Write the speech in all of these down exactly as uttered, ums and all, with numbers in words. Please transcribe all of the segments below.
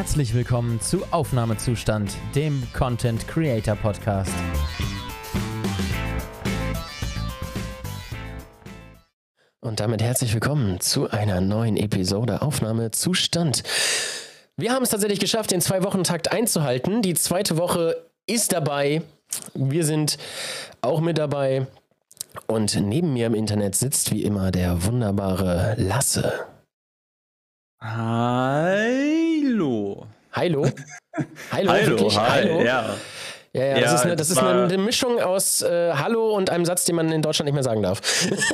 Herzlich willkommen zu Aufnahmezustand, dem Content Creator Podcast. Und damit herzlich willkommen zu einer neuen Episode Aufnahmezustand. Wir haben es tatsächlich geschafft, den Zwei-Wochen-Takt einzuhalten. Die zweite Woche ist dabei. Wir sind auch mit dabei. Und neben mir im Internet sitzt wie immer der wunderbare Lasse. Hallo. Hallo? Hallo, Hallo, wirklich? hi, Hallo? ja. Ja, ja, das Ja, ist, eine, das das ist eine, war- eine Mischung aus äh, Hallo und einem Satz, den man in Deutschland nicht mehr sagen darf.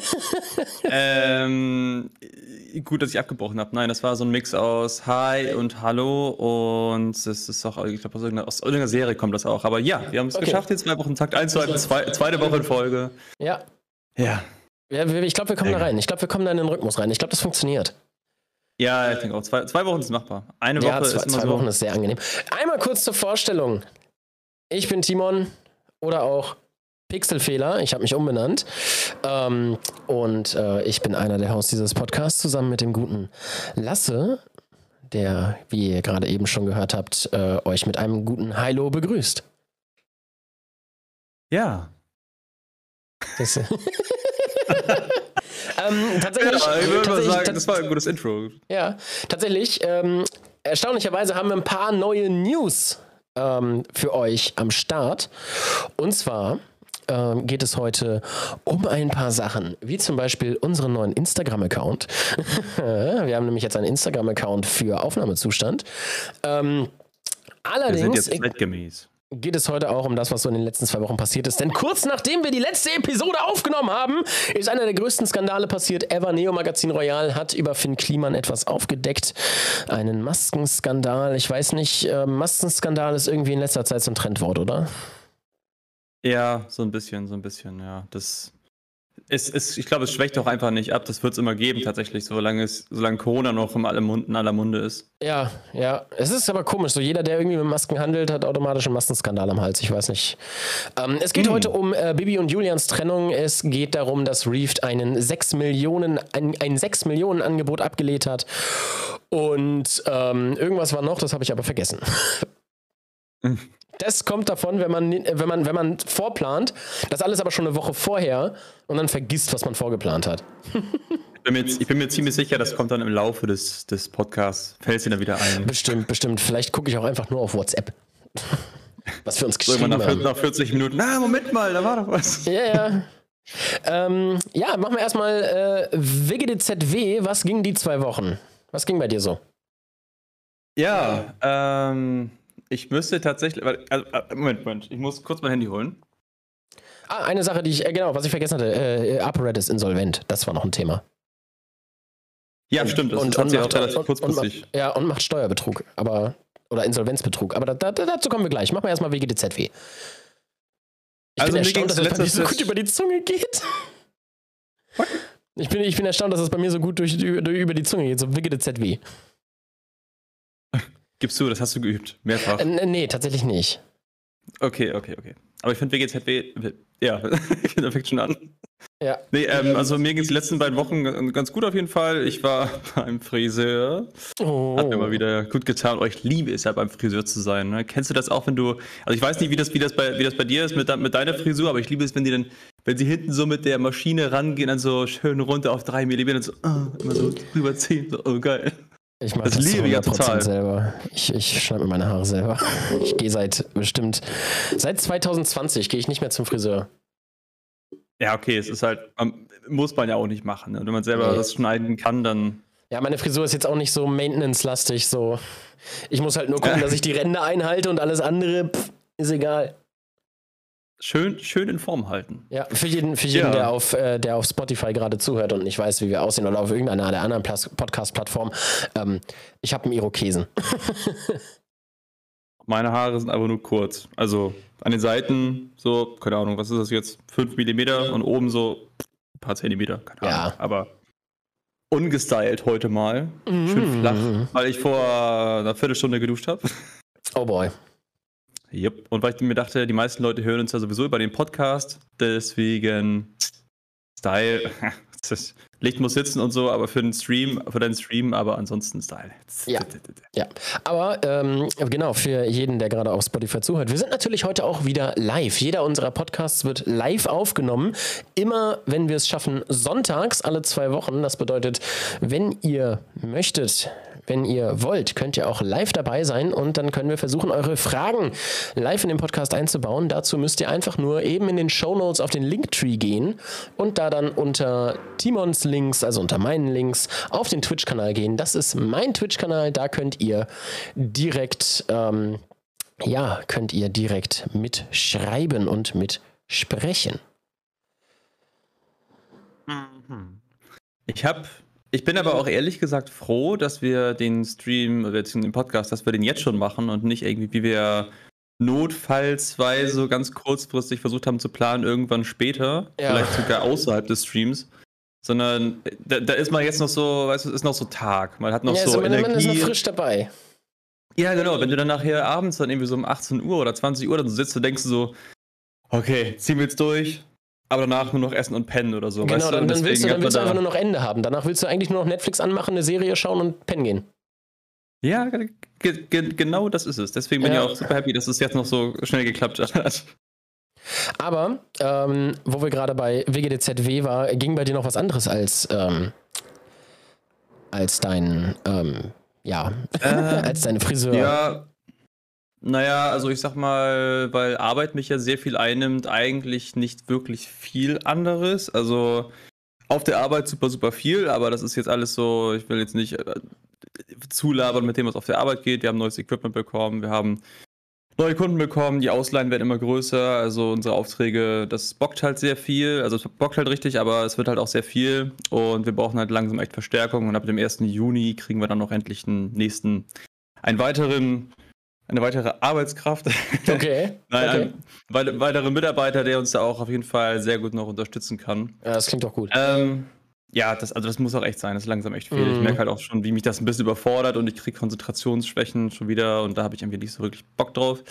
ähm, gut, dass ich abgebrochen habe. Nein, das war so ein Mix aus Hi und Hallo und das ist auch, ich glaube, aus irgendeiner, aus irgendeiner Serie kommt das auch. Aber ja, wir haben es Okay. geschafft, den zwei Wochen Takt einzuhalten. Zwei, zweite Woche in Folge. Ja, Ja. ja wir- ich glaube, wir kommen da Sehr rein. Ich glaube, wir kommen da in den Rhythmus rein. Ich glaube, das funktioniert. Ja, ich denke auch. Zwei, zwei Wochen ist machbar. Eine Woche Ja, zwei, ist immer zwei so. Wochen ist sehr angenehm. Einmal kurz zur Vorstellung. Ich bin Timon oder auch Pixelfehler. Ich habe mich umbenannt. Ähm, und äh, ich bin einer der Hosts dieses Podcasts zusammen mit dem guten Lasse, der, wie ihr gerade eben schon gehört habt, äh, euch mit einem guten Hallo begrüßt. Ja. Das, ähm, tatsächlich, Ja, ich würde mal tatsächlich, sagen, das war ein gutes Intro. Ja, tatsächlich. Ähm, erstaunlicherweise haben wir ein paar neue News ähm, für euch am Start. Und zwar ähm, geht es heute um ein paar Sachen, wie zum Beispiel unseren neuen Instagram-Account. Wir haben nämlich jetzt einen Instagram-Account für Aufnahmezustand. Ähm, Wir sind allerdings jetzt zeitgemäß. geht es heute auch um das, was so in den letzten zwei Wochen passiert ist. Denn kurz nachdem wir die letzte Episode aufgenommen haben, ist einer der größten Skandale passiert ever. Neo Magazin Royal hat über Finn Kliman etwas aufgedeckt. Einen Maskenskandal. Ich weiß nicht, äh, Maskenskandal ist irgendwie in letzter Zeit so ein Trendwort, oder? Ja, so ein bisschen, so ein bisschen, ja. Das ist, ist, ich glaube, es schwächt auch einfach nicht ab. Das wird es immer geben, tatsächlich, solange es, solange Corona noch in aller Munde, in aller Munde ist. Ja, ja. Es ist aber komisch. So jeder, der irgendwie mit Masken handelt, hat automatisch einen Maskenskandal am Hals. Ich weiß nicht. Ähm, es geht Hm. heute um äh, Bibi und Julians Trennung. Es geht darum, dass Reeft einen sechs Millionen, ein, ein sechs Millionen Angebot abgelehnt hat. Und ähm, irgendwas war noch, das habe ich aber vergessen. Hm. Das kommt davon, wenn man, wenn, man, wenn man vorplant, das alles aber schon eine Woche vorher und dann vergisst, was man vorgeplant hat. Ich bin, mir, jetzt- ich bin mir ziemlich sicher, das kommt dann im Laufe des, des Podcasts, fällt es dir dann wieder ein. Bestimmt, bestimmt. Vielleicht gucke ich auch einfach nur auf WhatsApp. Was wir uns So geschrieben irgendwann nach, haben. nach vierzig Minuten, na, Moment mal, da war doch was. Ja, ja. ähm, ja, machen wir erstmal äh, W G D Z W. Was ging die zwei Wochen? Was ging bei dir so? Ja, ähm, ich müsste tatsächlich, warte, also, äh, Moment, Moment, ich muss kurz mein Handy holen. Ah, eine Sache, die ich, äh, genau, was ich vergessen hatte. Äh, ApoRed ist insolvent. Das war noch ein Thema. Ja, stimmt, das und, hat und sich auch macht, relativ und, und, kurzfristig. macht- ja, und macht Steuerbetrug. Aber, oder Insolvenzbetrug. Aber da, da, dazu kommen wir gleich. Machen wir erstmal W G D Z W. Ich Also bin mir erstaunt, dass ging's es bei mir so letztes- gut über die Zunge geht. Ich bin, ich bin erstaunt, dass es bei mir so gut durch, durch, über die Zunge geht. So W G D Z W. Gibst du, das hast du geübt, mehrfach. Äh, nee, tatsächlich nicht. Okay, okay, okay. Aber ich finde W G Z W, ja, da fängt schon an. Ja. Nee, ähm, also mir ging es die letzten beiden Wochen ganz gut auf jeden Fall. Ich war beim Friseur. Oh. Hat mir mal wieder gut getan. Oh, ich liebe es ja, beim Friseur zu sein. Ne? Kennst du das auch, wenn du, also ich weiß nicht, wie das, wie das, bei, wie das bei dir ist mit, de- mit deiner Frisur, aber ich liebe es, wenn die dann, wenn sie hinten so mit der Maschine rangehen, dann so schön runter auf drei Millimeter und so, ah, immer so rüberziehen. So, oh, geil. Ich mache Das das, liebe ich ja zu hundert Prozent total. selber. Ich, ich schneide mir meine Haare selber. Ich gehe seit bestimmt, seit zwanzig zwanzig gehe ich nicht mehr zum Friseur. Ja, okay, es ist halt, ähm, muss man ja auch nicht machen. Ne? Wenn man selber Nee. das schneiden kann, dann. Ja, meine Frisur ist jetzt auch nicht so maintenance-lastig. So. Ich muss halt nur gucken, dass ich die Ränder einhalte und alles andere pff, ist egal. Schön, schön in Form halten. Ja, für jeden, für jeden Ja. der, auf, äh, der auf Spotify gerade zuhört und nicht weiß, wie wir aussehen oder auf irgendeiner der anderen Plas- Podcast-Plattformen. Ähm, ich habe einen Irokesen. Meine Haare sind aber nur kurz. Also an den Seiten so, keine Ahnung, was ist das jetzt? fünf Millimeter und oben so ein paar Zentimeter, keine Ahnung. Ja. Aber ungestylt heute mal. Schön flach, weil ich vor einer Viertelstunde geduscht habe. Oh boy. Yep. Und weil ich mir dachte, die meisten Leute hören uns ja sowieso über den Podcast, deswegen Style. Das Licht muss sitzen und so, aber für den Stream, für deinen Stream, aber ansonsten Style. Ja, ja. Aber ähm, genau, für jeden, der gerade auf Spotify zuhört, wir sind natürlich heute auch wieder live. Jeder unserer Podcasts wird live aufgenommen. Immer, wenn wir es schaffen, sonntags, alle zwei Wochen. Das bedeutet, wenn ihr möchtet, wenn ihr wollt, könnt ihr auch live dabei sein und dann können wir versuchen, eure Fragen live in den Podcast einzubauen. Dazu müsst ihr einfach nur eben in den Shownotes auf den Linktree gehen und da dann unter Timons Links, also unter meinen Links, auf den Twitch-Kanal gehen. Das ist mein Twitch-Kanal, da könnt ihr direkt, ähm, ja, könnt ihr direkt mitschreiben und mitsprechen. Ich habe Ich bin aber auch ehrlich gesagt froh, dass wir den Stream, beziehungsweise den Podcast, dass wir den jetzt schon machen und nicht irgendwie, wie wir notfallsweise ganz kurzfristig versucht haben zu planen, irgendwann später, Ja. vielleicht sogar außerhalb des Streams, sondern da, da ist man jetzt noch so, weißt du, es ist noch so Tag, man hat noch Ja, so also man, Energie. man ist noch frisch dabei. Ja, genau, wenn du dann nachher abends dann irgendwie so um achtzehn Uhr oder zwanzig Uhr dann so sitzt, dann denkst du so, okay, ziehen wir jetzt durch. Aber danach nur noch essen und pennen oder so. Genau, weißt du? dann, dann willst du, dann willst du da einfach nur noch Ende haben. Danach willst du eigentlich nur noch Netflix anmachen, eine Serie schauen und pennen gehen. Ja, ge ge genau das ist es. Deswegen bin Ja. ich auch super happy, dass es jetzt noch so schnell geklappt hat. Aber, ähm, wo wir gerade bei W G D Z W war, ging bei dir noch was anderes als, ähm, als dein, ähm, ja, als deine Friseur. Ja, naja, also ich sag mal, weil Arbeit mich ja sehr viel einnimmt, eigentlich nicht wirklich viel anderes. Also auf der Arbeit super, super viel, aber das ist jetzt alles so, ich will jetzt nicht äh, zulabern mit dem, was auf der Arbeit geht. Wir haben neues Equipment bekommen, wir haben neue Kunden bekommen, die Ausleihen werden immer größer, also unsere Aufträge, das bockt halt sehr viel, also es bockt halt richtig, aber es wird halt auch sehr viel und wir brauchen halt langsam echt Verstärkung und ab dem ersten Juni kriegen wir dann noch endlich einen nächsten, einen weiteren eine weitere Arbeitskraft. Okay. Nein, okay. ein wei- weiterer Mitarbeiter, der uns da auch auf jeden Fall sehr gut noch unterstützen kann. Ja, das klingt doch gut. Ähm, ja, das, also das muss auch echt sein. Das ist langsam echt viel. Mhm. Ich merke halt auch schon, wie mich das ein bisschen überfordert und ich kriege Konzentrationsschwächen schon wieder und da habe ich irgendwie nicht so wirklich Bock drauf.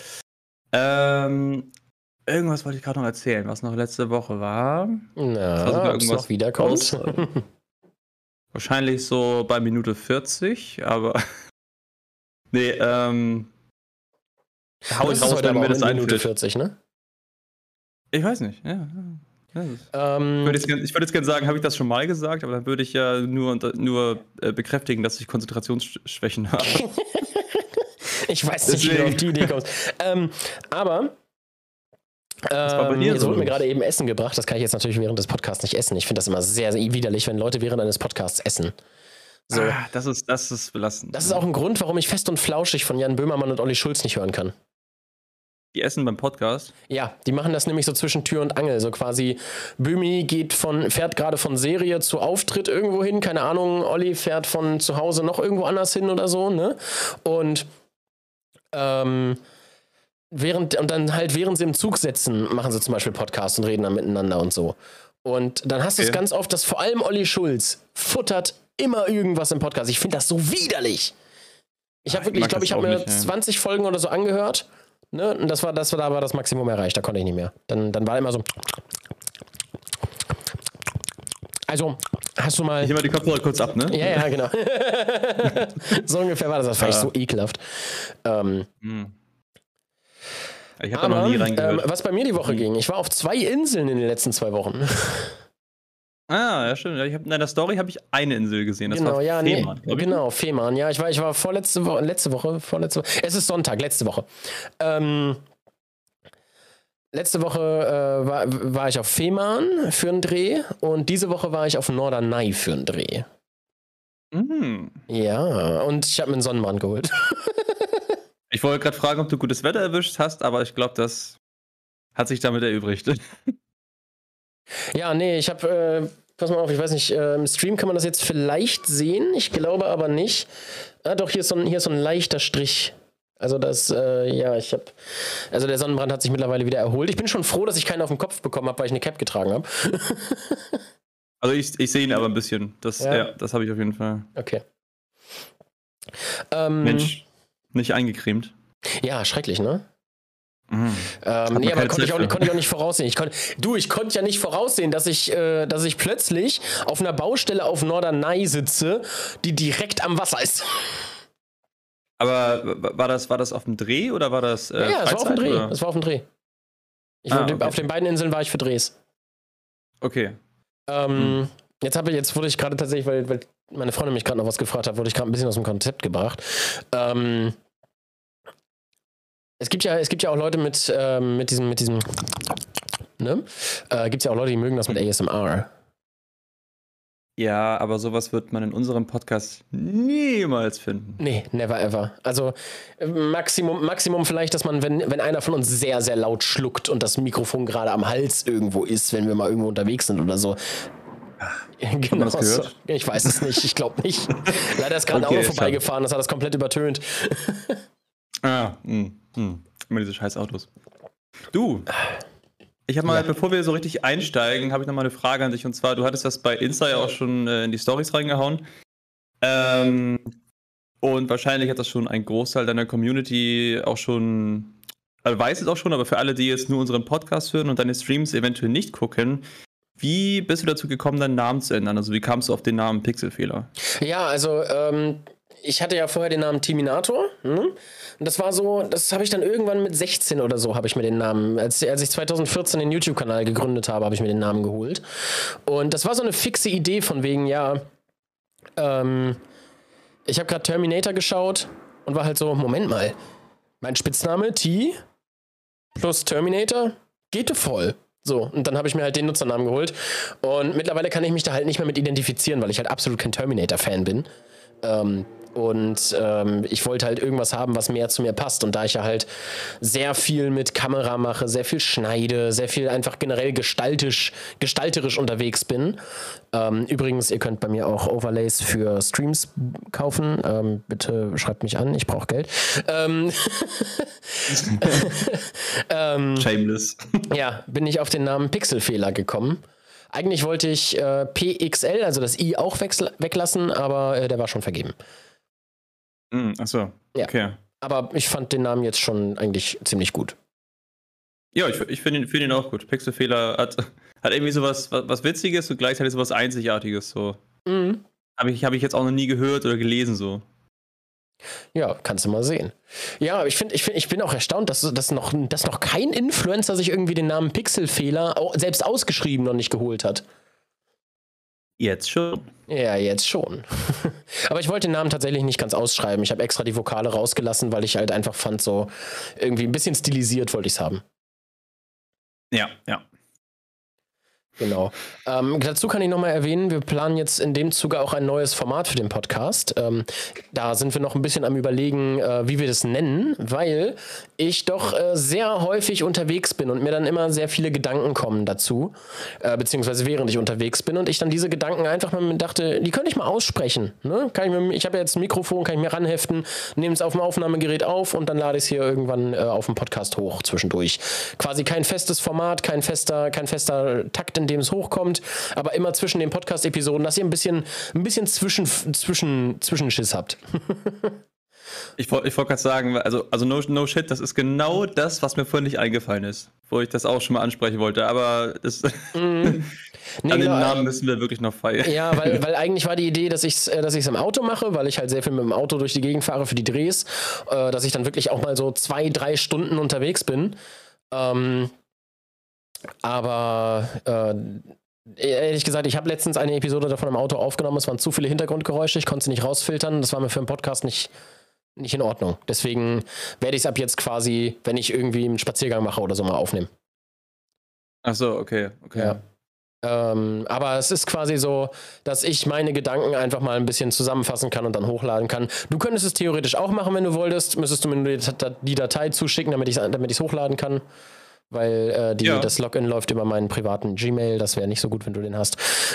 Ähm, irgendwas wollte ich gerade noch erzählen, was noch letzte Woche war. Na, war sogar ob es irgendwas noch wiederkommt. aus- Wahrscheinlich so bei Minute vierzig, aber nee, ähm, hau Das ich ist raus, heute wenn aber mir auch das in Minute einfällt. vierzig, ne? Ich weiß nicht, ja. ja. Das ist- Ähm, Ich würde jetzt, gern- ich würde jetzt gerne sagen, habe ich das schon mal gesagt, aber dann würde ich ja nur, unter- nur äh, bekräftigen, dass ich Konzentrationsschwächen habe. ich weiß nicht, wie du Deswegen. auf die Idee kommst. ähm, aber war bei ähm, dir jetzt so wurde mir los? gerade eben Essen gebracht. Das kann ich jetzt natürlich während des Podcasts nicht essen. Ich finde das immer sehr, sehr widerlich, wenn Leute während eines Podcasts essen. So. Ah, das ist, das ist belastend. Das ist auch ein Grund, warum ich Fest und Flauschig von Jan Böhmermann und Olli Schulz nicht hören kann. Die essen beim Podcast. Ja, die machen das nämlich so zwischen Tür und Angel. So quasi, Böhmi geht von, fährt gerade von Serie zu Auftritt irgendwo hin, keine Ahnung, Olli fährt von zu Hause noch irgendwo anders hin oder so, ne? Und ähm, während, und dann halt während sie im Zug sitzen, machen sie zum Beispiel Podcasts und reden dann miteinander und so. Und dann hast du es Okay. ganz oft, dass vor allem Olli Schulz futtert immer irgendwas im Podcast. Ich finde das so widerlich. Ich habe Ah, ich wirklich, ich mag glaube, das ich habe auch mir nicht, ja. zwanzig Folgen oder so angehört. Ne? Und das war, das war, da war das Maximum erreicht, da konnte ich nicht mehr. Dann, dann war immer so. Also, hast du mal. Ich nehme mal die Kopfhörer kurz ab, ne? Ja, ja, genau. So ungefähr war das. Das fand ich Ja. so ekelhaft. Ähm, Hm. Ich habe da aber noch nie ähm, reingehört. was bei mir die Woche Hm. ging, ich war auf zwei Inseln in den letzten zwei Wochen. ah, ja, stimmt. Ja, ich hab, in der Story habe ich eine Insel gesehen. Das genau, war ja, Fehmarn, nee. glaub ich. Genau, Fehmarn. Ja, ich war, ich war vorletzte Woche, letzte Woche, vorletzte Woche. Es ist Sonntag, letzte Woche. Ähm, letzte Woche äh, war, war ich auf Fehmarn für einen Dreh und diese Woche war ich auf Norderney für einen Dreh. Mhm. Ja, und ich habe mir einen Sonnenbrand geholt. Ich wollte gerade fragen, ob du gutes Wetter erwischt hast, aber ich glaube, das hat sich damit erübrigt. Ja, nee, ich habe, äh, pass mal auf, ich weiß nicht, äh, im Stream kann man das jetzt vielleicht sehen, ich glaube aber nicht. Ah, doch, hier ist so ein, hier ist so ein leichter Strich. Also das, äh, ja, ich habe, also der Sonnenbrand hat sich mittlerweile wieder erholt. Ich bin schon froh, dass ich keinen auf den Kopf bekommen habe, weil ich eine Cap getragen habe. Also ich, ich sehe ihn aber ein bisschen. Das, Ja. ja. das habe ich auf jeden Fall. Okay. Ähm, Mensch, nicht eingecremt. Ja, schrecklich, ne? Mhm. Ähm, nee, aber konnte ich, auch, konnte ich auch nicht voraussehen. Ich konnt, du, ich konnte ja nicht voraussehen, dass ich, äh, dass ich plötzlich auf einer Baustelle auf Norderney sitze, die direkt am Wasser ist. Aber war das, war das auf dem Dreh oder war das äh, Ja, ja, es war auf dem Dreh. Oder? Es war auf dem Dreh. Ich Ah, war, okay. Auf den beiden Inseln war ich für Drehs. Okay. Ähm, Hm. jetzt, habe, jetzt wurde ich gerade tatsächlich, weil, weil meine Freundin mich gerade noch was gefragt hat, wurde ich gerade ein bisschen aus dem Konzept gebracht. Ähm, Es gibt ja, es gibt ja auch Leute mit, ähm, mit diesem, mit diesem, ne? Äh, gibt es ja auch Leute, die mögen das mit A S M R. Ja, aber sowas wird man in unserem Podcast niemals finden. Nee, never ever. Also äh, Maximum, Maximum vielleicht, dass man, wenn, wenn einer von uns sehr, sehr laut schluckt und das Mikrofon gerade am Hals irgendwo ist, wenn wir mal irgendwo unterwegs sind oder so. Genau, das gehört? so. Ich weiß es nicht, ich glaube nicht. Leider ist gerade Okay, ein Auto vorbeigefahren, das hat das komplett übertönt. Ah, mh, mh. Immer diese scheiß Autos. Du, ich habe mal, Ja. bevor wir so richtig einsteigen, habe ich noch mal eine Frage an dich. Und zwar, du hattest das bei Insta ja auch schon äh, in die Storys reingehauen. Ähm, und wahrscheinlich hat das schon ein Großteil deiner Community auch schon, also weiß es auch schon, aber für alle, die jetzt nur unseren Podcast hören und deine Streams eventuell nicht gucken, wie bist du dazu gekommen, deinen Namen zu ändern? Also wie kamst du auf den Namen Pixelfehler? Ja, also ähm, ich hatte ja vorher den Namen Timinator. Hm? Und das war so, das habe ich dann irgendwann mit sechzehn oder so, habe ich mir den Namen, als, als ich zwanzig vierzehn den YouTube-Kanal gegründet habe, habe ich mir den Namen geholt. Und das war so eine fixe Idee von wegen, ja, ähm, ich habe gerade Terminator geschaut und war halt so, Moment mal, mein Spitzname T plus Terminator geht voll. So, und dann habe ich mir halt den Nutzernamen geholt. Und mittlerweile kann ich mich da halt nicht mehr mit identifizieren, weil ich halt absolut kein Terminator-Fan bin. Ähm, und ähm, ich wollte halt irgendwas haben, was mehr zu mir passt. Und da ich ja halt sehr viel mit Kamera mache, sehr viel schneide, sehr viel einfach generell gestaltisch, gestalterisch unterwegs bin. Ähm, übrigens, ihr könnt bei mir auch Overlays für Streams kaufen. Ähm, bitte schreibt mich an, ich brauche Geld. Ähm, ähm, Shameless. ja, bin ich auf den Namen Pixelfehler gekommen. Eigentlich wollte ich äh, P X L, also das I, auch wechsel- weglassen, aber äh, der war schon vergeben. Mm, achso, Ja. okay. Aber ich fand den Namen jetzt schon eigentlich ziemlich gut. Ja, ich, ich finde ihn, find ihn auch gut. Pixelfehler hat, hat irgendwie sowas was, was Witziges und gleichzeitig sowas Einzigartiges. So. Mhm. Habe ich, hab ich jetzt auch noch nie gehört oder gelesen. So. Ja, kannst du mal sehen. Ja, ich finde, ich, find, ich bin auch erstaunt, dass, dass, noch, dass noch kein Influencer sich irgendwie den Namen Pixelfehler au- selbst ausgeschrieben noch nicht geholt hat. Jetzt schon. Ja, jetzt schon. Aber ich wollte den Namen tatsächlich nicht ganz ausschreiben. Ich habe extra die Vokale rausgelassen, weil ich halt einfach fand, so irgendwie ein bisschen stilisiert wollte ich es haben. Ja, ja. Genau. Ähm, dazu kann ich nochmal erwähnen, wir planen jetzt in dem Zuge auch ein neues Format für den Podcast. Ähm, da sind wir noch ein bisschen am Überlegen, äh, wie wir das nennen, weil ich doch äh, sehr häufig unterwegs bin und mir dann immer sehr viele Gedanken kommen dazu, äh, beziehungsweise während ich unterwegs bin und ich dann diese Gedanken einfach mal dachte, die könnte ich mal aussprechen. Ne? Kann ich mir, ich habe ja jetzt ein Mikrofon, kann ich mir ranheften, nehme es auf dem Aufnahmegerät auf und dann lade ich es hier irgendwann äh, auf dem Podcast hoch zwischendurch. Quasi kein festes Format, kein fester, kein fester Takt, in dem es hochkommt, aber immer zwischen den Podcast-Episoden, dass ihr ein bisschen, ein bisschen zwischen, zwischen, Zwischenschiss habt. Ich wollte ich wollt gerade sagen, also, also no, no shit, das ist genau das, was mir vorhin nicht eingefallen ist. Wo ich das auch schon mal ansprechen wollte, aber das, Mm. an Nee, den genau. Namen müssen wir wirklich noch feiern. Ja, weil, weil eigentlich war die Idee, dass ich es dass ich's im Auto mache, weil ich halt sehr viel mit dem Auto durch die Gegend fahre für die Drehs, äh, dass ich dann wirklich auch mal so zwei, drei Stunden unterwegs bin. Ähm, aber äh, ehrlich gesagt, ich habe letztens eine Episode davon im Auto aufgenommen, es waren zu viele Hintergrundgeräusche, ich konnte sie nicht rausfiltern, das war mir für einen Podcast nicht, nicht in Ordnung. Deswegen werde ich es ab jetzt quasi, wenn ich irgendwie einen Spaziergang mache oder so, mal aufnehmen. Ach so, okay, okay. Ja. Ähm, aber es ist quasi so, dass ich meine Gedanken einfach mal ein bisschen zusammenfassen kann und dann hochladen kann. Du könntest es theoretisch auch machen, wenn du wolltest. Müsstest du mir nur die, die Datei zuschicken, damit ich es damit ich's hochladen kann. Weil äh, die, Ja. das Login läuft über meinen privaten Gmail. Das wäre nicht so gut, wenn du den hast.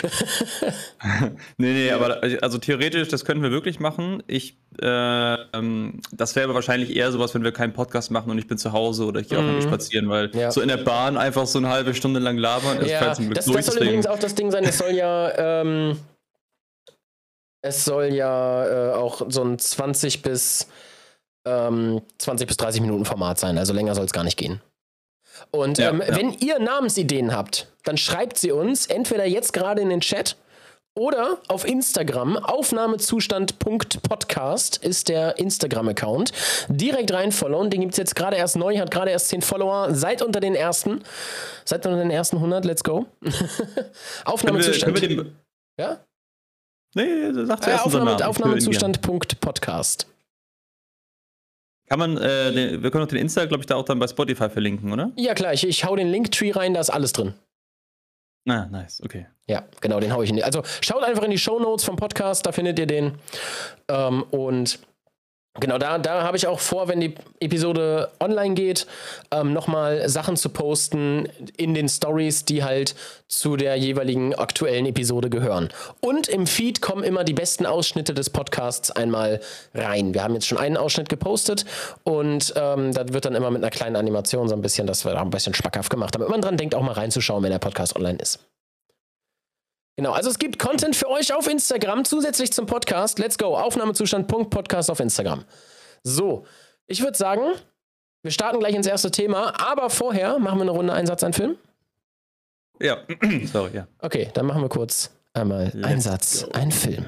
Nee, nee, aber also theoretisch, das könnten wir wirklich machen. Ich, äh, ähm, das wäre aber wahrscheinlich eher sowas, wenn wir keinen Podcast machen und ich bin zu Hause oder ich gehe auch Mhm. nicht spazieren, weil Ja. so in der Bahn einfach so eine halbe Stunde lang labern ist Ja, halt zum Glück das, durch, das soll deswegen- übrigens auch das Ding sein. Es soll ja, ähm, es soll ja äh, auch so ein zwanzig bis ähm, zwanzig bis dreißig Minuten Format sein, also länger soll es gar nicht gehen. Und Ja, ähm, ja. wenn ihr Namensideen habt, dann schreibt sie uns entweder jetzt gerade in den Chat oder auf Instagram. Aufnahmezustand.podcast ist der Instagram-Account. Direkt rein followen. Den gibt es jetzt gerade erst neu, hat gerade erst zehn Follower. Seid unter den ersten. Seid unter den ersten hundert. Let's go. Aufnahmezustand. Können wir, können wir ja? den, nee, sag Äh, zuerst unseren Aufnahme, Namen. Aufnahmezustand.podcast. Kann man, äh, den, wir können auch den Insta, glaube ich, da auch dann bei Spotify verlinken, oder? Ja, klar. Ich, ich hau den Linktree rein, da ist alles drin. Ah, nice, okay. Ja, genau, den hau ich in die. Also schaut einfach in die Shownotes vom Podcast, da findet ihr den. Ähm, und genau, da, da habe ich auch vor, wenn die Episode online geht, ähm, nochmal Sachen zu posten in den Stories, die halt zu der jeweiligen aktuellen Episode gehören. Und im Feed kommen immer die besten Ausschnitte des Podcasts einmal rein. Wir haben jetzt schon einen Ausschnitt gepostet und ähm, das wird dann immer mit einer kleinen Animation so ein bisschen, das wird auch ein bisschen schmackhaft gemacht, damit man dran denkt, auch mal reinzuschauen, wenn der Podcast online ist. Genau, also es gibt Content für euch auf Instagram, zusätzlich zum Podcast. Let's go, Aufnahmezustand.podcast auf Instagram. So, ich würde sagen, wir starten gleich ins erste Thema, aber vorher machen wir eine Runde Einsatz, ein Film. Ja, sorry, ja. Okay, dann machen wir kurz einmal Let's Einsatz, go. ein Film.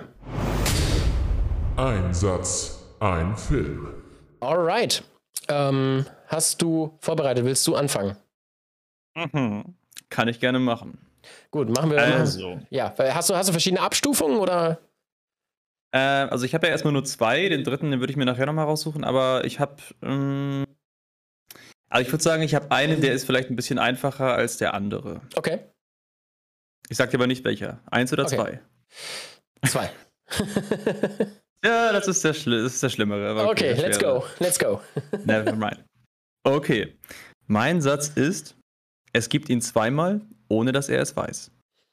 Einsatz, ein Film. Alright, ähm, hast du vorbereitet, willst du anfangen? Mhm. Kann ich gerne machen. Gut, machen wir. Also. Ja, hast du, hast du verschiedene Abstufungen oder? Äh, also ich habe ja erstmal nur zwei, den dritten, den würde ich mir nachher nochmal raussuchen, aber ich habe, ähm, also ich würde sagen, ich habe einen, der ist vielleicht ein bisschen einfacher als der andere. Okay. Ich sag dir aber nicht welcher. Eins oder Okay. zwei? Zwei. Ja, das ist der, Schli das ist der Schlimmere. aber Okay, der let's Schwere. go, let's go. Never mind. Okay. Mein Satz ist, es gibt ihn zweimal, ohne dass er es weiß.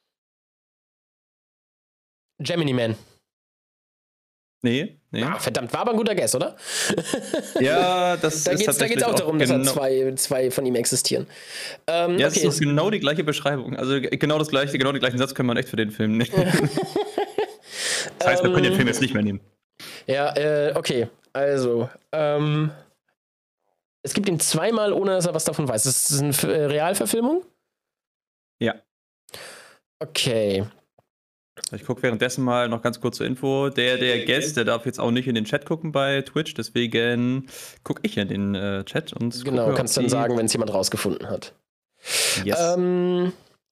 Gemini Man. Nee, nee. Ah, verdammt, war aber ein guter Guess, oder? Ja, das Da ist geht es da geht's tatsächlich auch darum, dass genau, da zwei, zwei von ihm existieren. Ähm, ja, okay. es ist genau die gleiche Beschreibung. Also genau das gleiche, genau den gleichen Satz können wir echt für den Film nehmen. Das heißt, wir können den Film jetzt nicht mehr nehmen. Ja, äh, okay. Also, ähm, es gibt ihn zweimal, ohne dass er was davon weiß. Ist das eine F- äh, Realverfilmung? Ja. Okay. Ich gucke währenddessen mal noch ganz kurz zur Info. Der, der Guest, der darf jetzt auch nicht in den Chat gucken bei Twitch, deswegen gucke ich in den äh, Chat und Genau, gucke, kannst ob dann die- sagen, wenn es jemand rausgefunden hat. Yes. Ähm,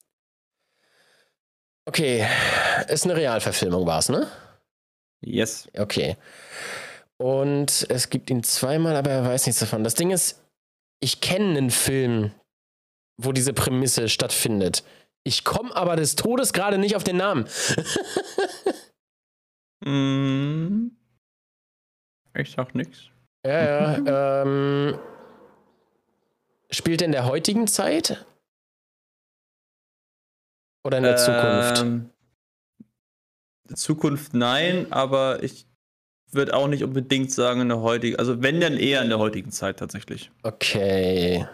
okay. Ist eine Realverfilmung, war es, ne? yes. Okay. Und es gibt ihn zweimal, aber er weiß nichts davon. Das Ding ist, ich kenne einen Film, wo diese Prämisse stattfindet. Ich komme aber des Todes gerade nicht auf den Namen. Mm, ich sag nix. Ja, ja. ähm, spielt er in der heutigen Zeit? Oder in der Zukunft? Ähm, Zukunft nein, aber ich würde auch nicht unbedingt sagen in der heutigen, also wenn dann eher in der heutigen Zeit tatsächlich. Okay.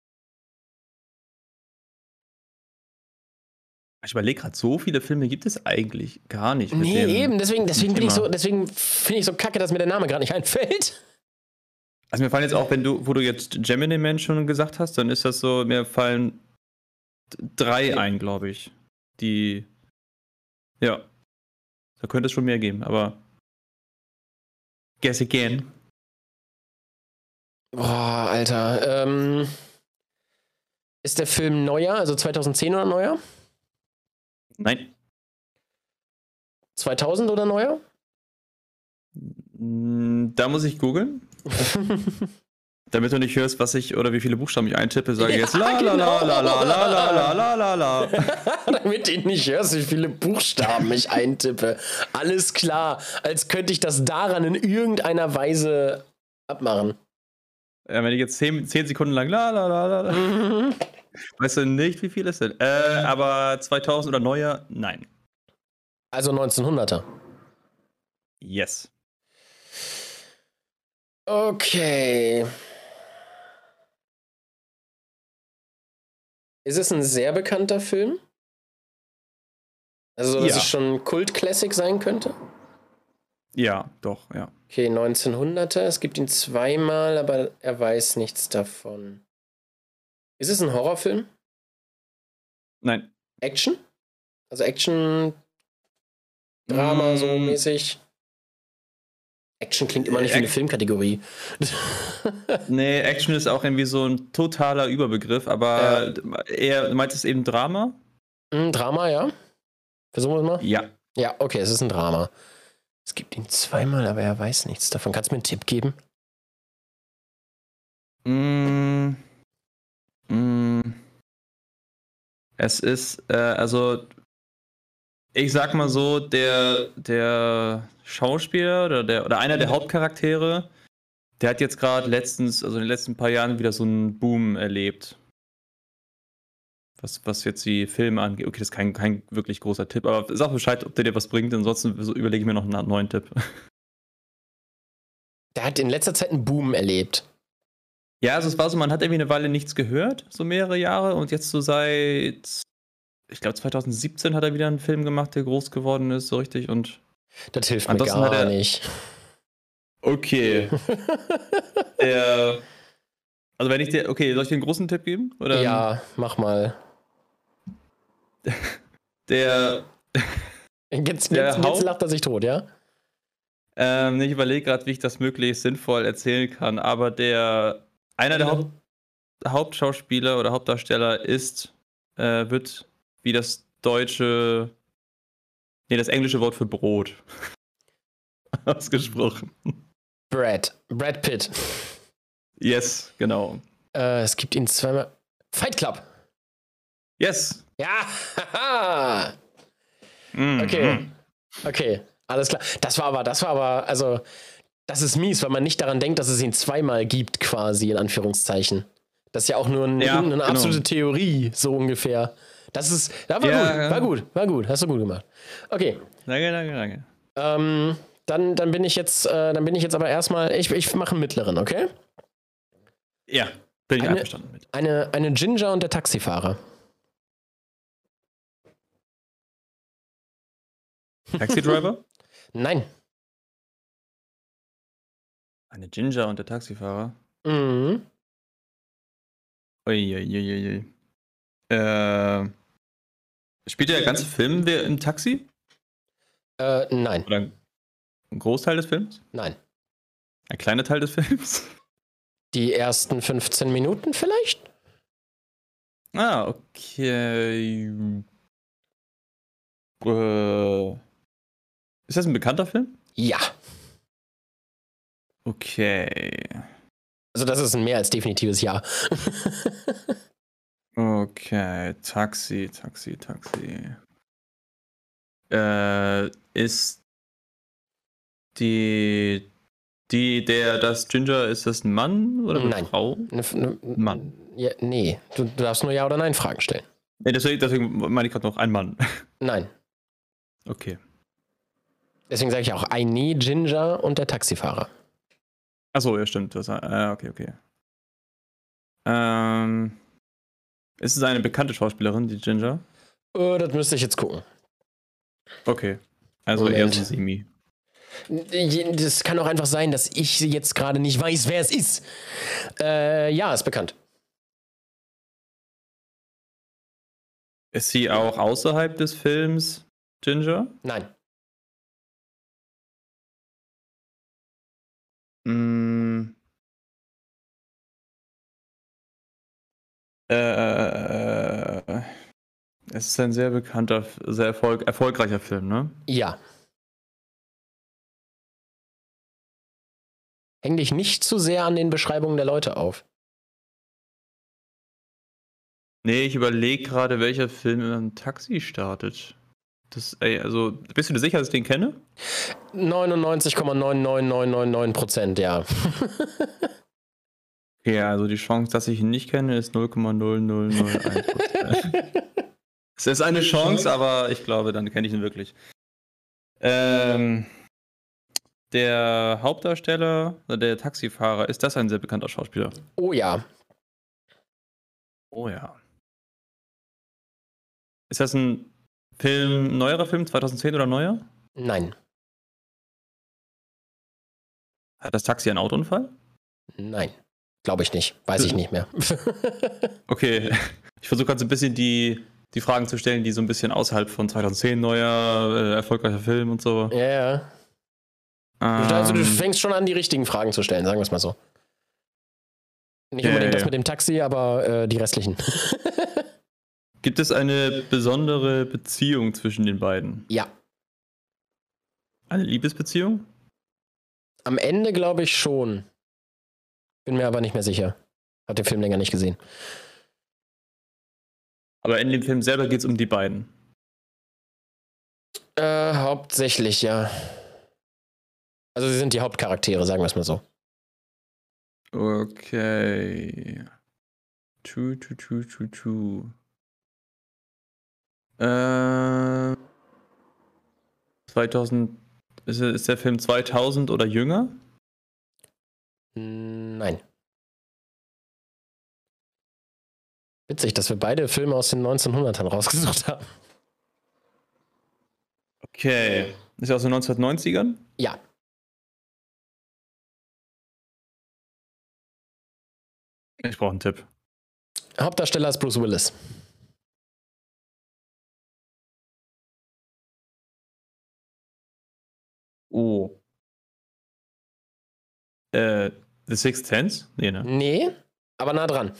Ich überlege gerade, so viele Filme gibt es eigentlich gar nicht. mit Nee, dem- eben, deswegen, deswegen bin ich Thema. so, deswegen finde ich so kacke, dass mir der Name gerade nicht einfällt. Also mir fallen jetzt auch, wenn du, wo du jetzt Gemini Man schon gesagt hast, dann ist das so, mir fallen drei ein, glaube ich. Die, ja, da könnte es schon mehr geben, aber guess again. Boah, Alter. Ähm, ist der Film neuer, also zweitausendzehn oder neuer? Nein. zweitausend oder neuer? Mm, Da muss ich googeln. Damit du nicht hörst, was ich oder wie viele Buchstaben ich eintippe, sage ich Ja, jetzt la la la la la la la la la la. Damit du nicht hörst, wie viele Buchstaben ich eintippe. Alles klar. Als könnte ich das daran in irgendeiner Weise abmachen. Ja, wenn ich jetzt zehn, zehn Sekunden lang la la la la la. Mhm. Weißt du nicht, wie viel es sind? Äh, aber zweitausend oder neuer? Nein. Also neunzehnhunderter. Yes. Okay. Ist es ein sehr bekannter Film? Also, dass Ja. es schon Kult-Classic sein könnte? Ja, doch, ja. Okay, neunzehnhunderter. Es gibt ihn zweimal, aber er weiß nichts davon. Ist es ein Horrorfilm? Nein. Action? Also Action, Drama, so Mm, mäßig. Action klingt immer nicht wie eine Ac- Filmkategorie. Nee, Action ist auch irgendwie so ein totaler Überbegriff, aber eher, du meintest eben Drama? Hm, Drama, ja. Versuchen wir es mal. Ja. Ja, okay, es ist ein Drama. Es gibt ihn zweimal, aber er weiß nichts davon. Kannst du mir einen Tipp geben? Mm, mm, es ist, äh, also, ich sag mal so, der, der Schauspieler oder, der, oder einer der Hauptcharaktere, der hat jetzt gerade letztens, also in den letzten paar Jahren wieder so einen Boom erlebt. Was, was jetzt die Filme angeht. Okay, das ist kein, kein wirklich großer Tipp, aber sag Bescheid, ob der dir was bringt. Ansonsten so überlege ich mir noch einen neuen Tipp. Der hat in letzter Zeit einen Boom erlebt. Ja, also es war so, man hat irgendwie eine Weile nichts gehört, so mehrere Jahre. Und jetzt so seit, ich glaube zwanzig siebzehn hat er wieder einen Film gemacht, der groß geworden ist, so richtig. Und Das hilft mir ansonsten hat gar er- nicht. okay. der, also wenn ich dir, okay, soll ich dir einen großen Tipp geben? Oder Ja, mach mal. Der, Jetzt, Der jetzt, jetzt Haupt- lacht er sich tot, ja? ähm, ich überlege gerade, wie ich das möglichst sinnvoll erzählen kann, aber der, einer der Haupt, Hauptschauspieler oder Hauptdarsteller ist, äh, wird wie das deutsche, nee, das englische Wort für Brot ausgesprochen. Brad. Brad Pitt. Yes, genau. Äh, es gibt ihn zweimal. Fight Club. Yes. Ja, haha. Mhm. Okay. Okay, alles klar. Das war aber, das war aber, also, das ist mies, weil man nicht daran denkt, dass es ihn zweimal gibt, quasi, in Anführungszeichen. Das ist ja auch nur ein, Ja, eine genau. absolute Theorie, so ungefähr. Das ist, ja, war Ja, gut, ja. war gut, war gut, hast du gut gemacht. Okay, Danke, danke, danke. ähm, dann, dann bin ich jetzt, äh, dann bin ich jetzt aber erstmal, ich, ich mache einen mittleren, okay? Ja, bin ich Eine- einverstanden mit. Eine, eine Ginger und der Taxifahrer. Taxi Driver? Nein. Eine Ginger und der Taxifahrer. Mhm. Uiuiuiui. Äh, spielt der ganze Film wer- im Taxi? Äh, nein, Oder ein ein Großteil des Films? nein. Ein kleiner Teil des Films? Die ersten fünfzehn Minuten vielleicht? Ah, okay. Äh, ist das ein bekannter Film? Ja. Okay. Also das ist ein mehr als definitives Ja. Okay, Taxi, Taxi, Taxi. Äh, ist die, die, der, das Ginger, ist das ein Mann oder eine Nein. Frau? Ne, ne, Mann. Ja, nee, du, du darfst nur Ja oder Nein Fragen stellen. Nee, deswegen, deswegen meine ich gerade noch ein Mann. Nein. Okay. Deswegen sage ich auch eine Ginger und der Taxifahrer. Achso, ja, stimmt. Das, äh, okay, okay. Ähm, ist es eine bekannte Schauspielerin, die Ginger? Oh, das müsste ich jetzt gucken. Okay. Also Moment. eher so semi. Das kann auch einfach sein, dass ich jetzt gerade nicht weiß, wer es ist. Äh, ja, ist bekannt. Ist sie auch außerhalb des Films Ginger? Nein. Mm. Äh, es ist ein sehr bekannter, sehr erfolg erfolgreicher Film, ne? Ja. Häng dich nicht zu sehr an den Beschreibungen der Leute auf. Nee, ich überlege gerade, welcher Film im Taxi startet. Das, ey, also, bist du dir sicher, dass ich den kenne? neunundneunzig Komma neun neun neun neun neun Prozent, ja. Ja, also die Chance, dass ich ihn nicht kenne, ist null Komma null null null eins Prozent. Es ist eine Chance, aber ich glaube, dann kenne ich ihn wirklich. Ähm, der Hauptdarsteller, der Taxifahrer, ist das ein sehr bekannter Schauspieler? Oh ja. Oh ja. Ist das ein Film, ein neuerer Film, zweitausendzehn oder neuer? Nein. Hat das Taxi einen Autounfall? Nein, glaube ich nicht. Weiß ich nicht mehr. Okay, ich versuche gerade so ein bisschen die, die Fragen zu stellen, die so ein bisschen außerhalb von zweitausendzehn neuer, äh, erfolgreicher Film und so. Ja, ja. Ähm, Also du fängst schon an, die richtigen Fragen zu stellen, sagen wir es mal so. Nicht Ja, unbedingt ja, das ja. mit dem Taxi, aber äh, die restlichen. Gibt es eine besondere Beziehung zwischen den beiden? Ja. Eine Liebesbeziehung? Am Ende glaube ich schon. Bin mir aber nicht mehr sicher. Hab den Film länger nicht gesehen. Aber in dem Film selber geht es um die beiden. Äh, hauptsächlich, ja. Also sie sind die Hauptcharaktere, sagen wir es mal so. Okay. True, true, true, true, true. Äh, zweitausend. Ist, ist der Film zweitausend oder jünger? Nein. Witzig, dass wir beide Filme aus den neunzehnhundertern rausgesucht haben. Okay. Ist er aus den neunzehnhundertneunzigern? Ja. Ich brauche einen Tipp. Hauptdarsteller ist Bruce Willis. Oh. Äh, The Sixth Sense? Nee, ne? Nee, aber nah dran.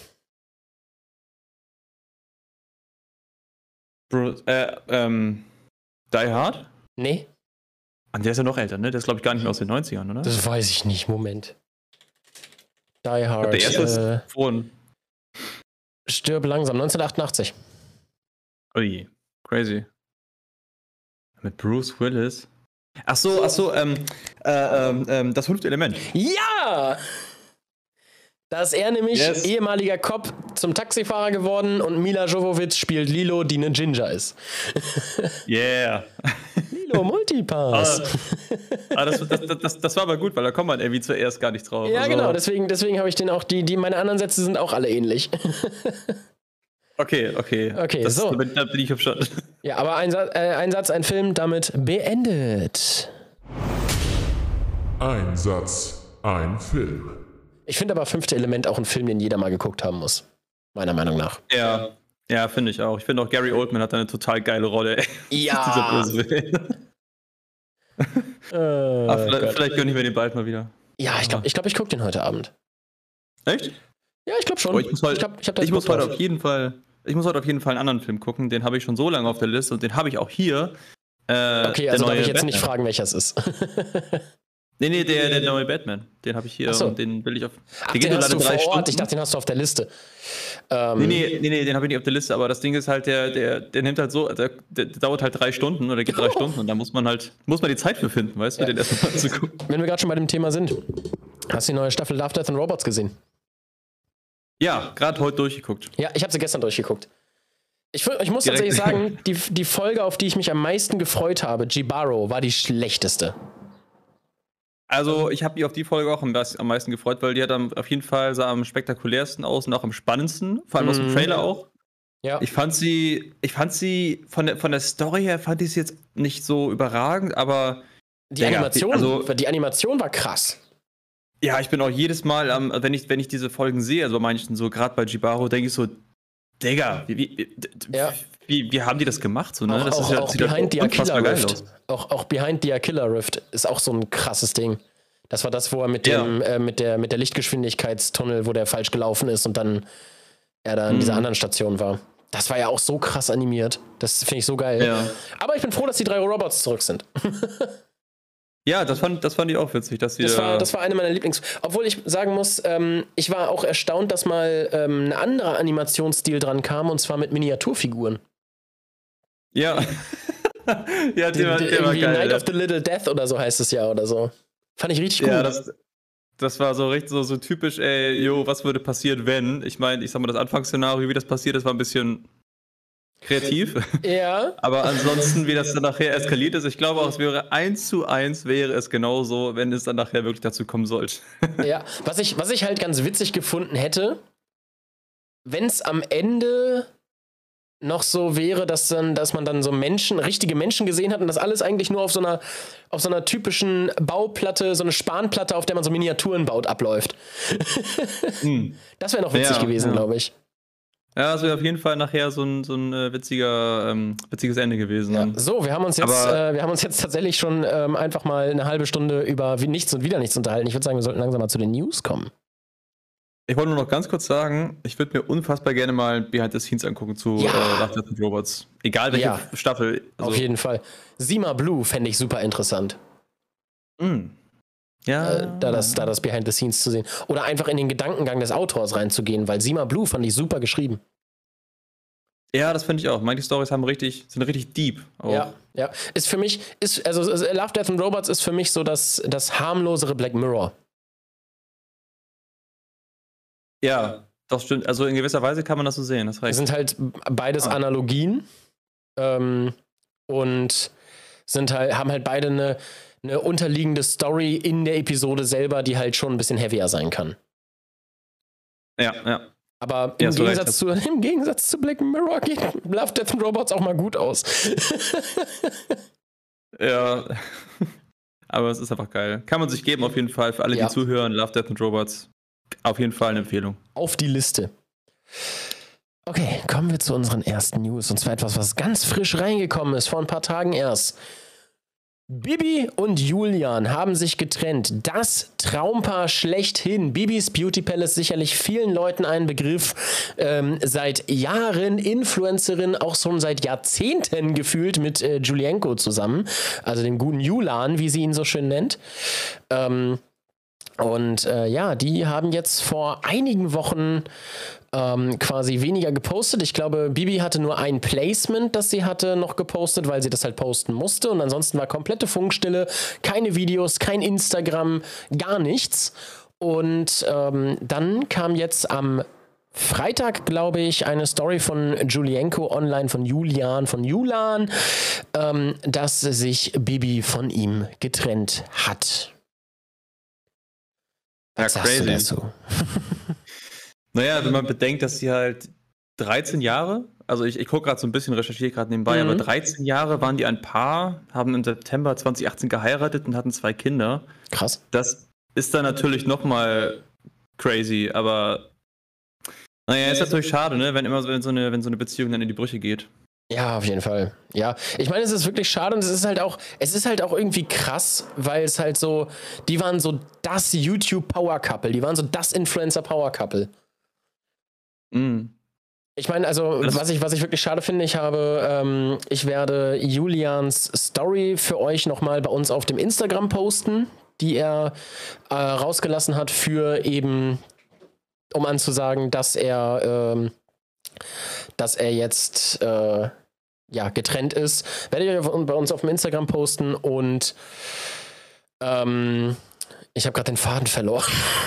Bruce, äh, ähm, Die Hard? Nee, Ah, der ist ja noch älter, ne? Der ist, glaube ich, gar nicht mehr aus den neunzigern, oder? das weiß ich nicht. Moment. Die Ich Hard. glaub, der erste äh, ist von. Stirb langsam. neunzehnhundertachtundachtzig. Ui, crazy. Mit Bruce Willis. Ach so, ach so, ähm, äh, ähm, ähm, das fünfte Element. Ja! Da ist er nämlich Yes. ehemaliger Cop zum Taxifahrer geworden und Mila Jovovich spielt Lilo, die eine Ginger ist. Yeah. Lilo Multipass. Ah, das, das, das, das, das war aber gut, weil da kommt man irgendwie zuerst gar nicht drauf. Ja, Also- genau, deswegen, deswegen habe ich den auch, die, die, meine anderen Sätze sind auch alle ähnlich. Okay, okay. Okay, das, so. Da bin, da bin ich schon. Ja, aber ein, Sa äh, ein Satz, ein Film damit beendet. Ein Satz, ein Film. Ich finde aber Fünfte Element auch ein Film, den jeder mal geguckt haben muss. Meiner Meinung nach. Ja, ja, finde ich auch. Ich finde auch, Gary Oldman hat da eine total geile Rolle. Ey. Ja. Dieser Bösewicht. Äh, Ah, vielleicht, Gott. vielleicht gönne ich mir den bald mal wieder. Ja, ich glaube, ich, glaub, ich gucke den heute Abend. Echt? Ja, ich glaube schon. Oh, ich muss, heute, ich glaub, ich hab da ich muss Bock heute drauf. auf jeden Fall. Ich muss heute auf jeden Fall einen anderen Film gucken. Den habe ich schon so lange auf der Liste und den habe ich auch hier. Äh, Okay, also der darf neue ich jetzt nicht Batman. fragen, welcher es ist. Nee, nee, der, der neue Batman. Den habe ich hier Ach so. und den will ich auf. Ach, der den hast du nur vor drei Ort. Stunden. Ich dachte, den hast du auf der Liste. Ähm, Nee, nee, nee, nee, den habe ich nicht auf der Liste, aber das Ding ist halt, der, der, der nimmt halt so, der, der dauert halt drei Stunden oder geht drei Stunden und da muss man halt, muss man die Zeit für finden, weißt du, Ja. den erstmal anzugucken. Wenn wir gerade schon bei dem Thema sind. Hast du die neue Staffel Love, Death and Robots gesehen? Ja, gerade heute durchgeguckt. Ja, ich habe sie gestern durchgeguckt. Ich, fu- ich muss Direkt. tatsächlich sagen, die, die Folge, auf die ich mich am meisten gefreut habe, Jibaro, war die schlechteste. Also, ich habe mich auf die Folge auch am, best- am meisten gefreut, weil die hat am, auf jeden Fall sah am spektakulärsten aus und auch am spannendsten, vor allem aus dem Mhm. Trailer auch. Ja. Ich fand sie, ich fand sie, von der, von der Story her fand ich sie jetzt nicht so überragend, aber Die Digga, Animation, also- die Animation war krass. ja, ich bin auch jedes Mal, am- wenn, ich, wenn ich diese Folgen sehe, also manchen so, gerade bei Jibaro, denke ich so, Digga, wie, wie, wie, Ja. wie, wie haben die das gemacht? So, ne? Auch, das auch, ja- auch sieht ja Behind the unfassbar Aquila geil Rift. aus. Auch, auch Behind the Aquila Rift ist auch so ein krasses Ding. Das war das, wo er mit Ja. dem, äh, mit der, mit der Lichtgeschwindigkeitstunnel, wo der falsch gelaufen ist und dann er da an Mhm. dieser anderen Station war. Das war ja auch so krass animiert. Das finde ich so geil. Ja. Aber ich bin froh, dass die drei Robots zurück sind. Ja, das fand, das fand ich auch witzig, dass sie Das da- war, das war eine meiner Lieblings... Obwohl ich sagen muss, ähm, ich war auch erstaunt, dass mal ähm, ein anderer Animationsstil dran kam, und zwar mit Miniaturfiguren. Ja. ja, Die, der, war- die, der war irgendwie geil. Night ja. of the Little Death oder so heißt es ja oder so. Fand ich richtig gut. Ja, das, das war so richtig so, so typisch, ey, jo, was würde passieren, wenn? Ich meine, ich sag mal, das Anfangsszenario, wie das passiert ist, war ein bisschen kreativ. Ja. Aber ansonsten, wie das dann nachher eskaliert ist, ich glaube auch, es wäre eins zu eins wäre es genauso, wenn es dann nachher wirklich dazu kommen sollte. Ja, was ich, was ich halt ganz witzig gefunden hätte, wenn es am Ende noch so wäre, dass dann, dass man dann so Menschen, richtige Menschen gesehen hat und das alles eigentlich nur auf so einer, auf so einer typischen Bauplatte, so eine Spanplatte, auf der man so Miniaturen baut, abläuft. Hm. Das wäre noch witzig Ja, gewesen, ja. glaube ich. Ja, das wäre auf jeden Fall nachher so ein, so ein äh, witziger, ähm, witziges Ende gewesen. Ja. dann. So, wir haben uns jetzt, Aber- äh, wir haben uns jetzt tatsächlich schon ähm, einfach mal eine halbe Stunde über wie nichts und wieder nichts unterhalten. Ich würde sagen, wir sollten langsam mal zu den News kommen. Ich wollte nur noch ganz kurz sagen, ich würde mir unfassbar gerne mal Behind the Scenes angucken zu Ja. äh, Love, Death and Robots. Egal welche Ja. Staffel. Also, Auf jeden Fall. Sima Blue fände ich super interessant. mh. Ja. Äh, da, das, da das Behind the Scenes zu sehen. Oder einfach in den Gedankengang des Autors reinzugehen, weil Sima Blue fand ich super geschrieben. ja, das finde ich auch. Manche Storys haben richtig, sind richtig deep. Auch. Ja, ja. Ist für mich, ist, also Love, Death and Robots ist für mich so das, das harmlosere Black Mirror. ja, das stimmt. Also in gewisser Weise kann man das so sehen. Das Es reicht. sind halt beides Ah. Analogien ähm, und sind halt, haben halt beide eine, eine unterliegende Story in der Episode selber, die halt schon ein bisschen heavier sein kann. Ja, ja. Aber im, Ja, hast du recht. Gegensatz zu, im Gegensatz zu Black Mirror geht Love, Death and Robots auch mal gut aus. Ja. Aber es ist einfach geil. Kann man sich geben, auf jeden Fall. Für alle, Ja. die zuhören, Love, Death and Robots. Auf jeden Fall eine Empfehlung. Auf die Liste. Okay, kommen wir zu unseren ersten News. Und zwar etwas, was ganz frisch reingekommen ist, vor ein paar Tagen erst. Bibi und Julian haben sich getrennt. Das Traumpaar schlechthin. Bibis Beauty Palace sicherlich vielen Leuten ein Begriff. Ähm, seit Jahren Influencerin, auch schon seit Jahrzehnten gefühlt mit äh, Julienko zusammen. Also dem guten Julan, wie sie ihn so schön nennt. Ähm, und äh, ja, die haben jetzt vor einigen Wochen ähm, quasi weniger gepostet. Ich glaube, Bibi hatte nur ein Placement, das sie hatte, noch gepostet, weil sie das halt posten musste. Und ansonsten war komplette Funkstille, keine Videos, kein Instagram, gar nichts. Und ähm, dann kam jetzt am Freitag, glaube ich, eine Story von Julienko online, von Julian, von Julan, ähm, dass sich Bibi von ihm getrennt hat. Was Ja, sagst du crazy. dazu? Naja, wenn man bedenkt, dass sie halt dreizehn Jahre, also ich, ich gucke gerade so ein bisschen, recherchiere gerade nebenbei, Mhm. aber dreizehn Jahre waren die ein Paar, haben im September zwanzig achtzehn geheiratet und hatten zwei Kinder. Krass. Das ist dann natürlich nochmal crazy, aber naja, ist natürlich schade, ne, wenn immer so, wenn so eine, wenn so eine Beziehung dann in die Brüche geht. Ja, auf jeden Fall. Ja, ich meine, es ist wirklich schade und es ist halt auch, es ist halt auch irgendwie krass, weil es halt so, die waren so das YouTube-Power-Couple, die waren so das Influencer-Power-Couple. Mhm. Ich meine, also, Das- was ich, was ich wirklich schade finde, ich habe, ähm, ich werde Julians Story für euch nochmal bei uns auf dem Instagram posten, die er äh, rausgelassen hat für eben, um anzusagen, dass er, ähm, dass er jetzt äh, ja, getrennt ist. Werde ich euch bei uns auf dem Instagram posten und ähm, ich habe gerade den Faden verloren.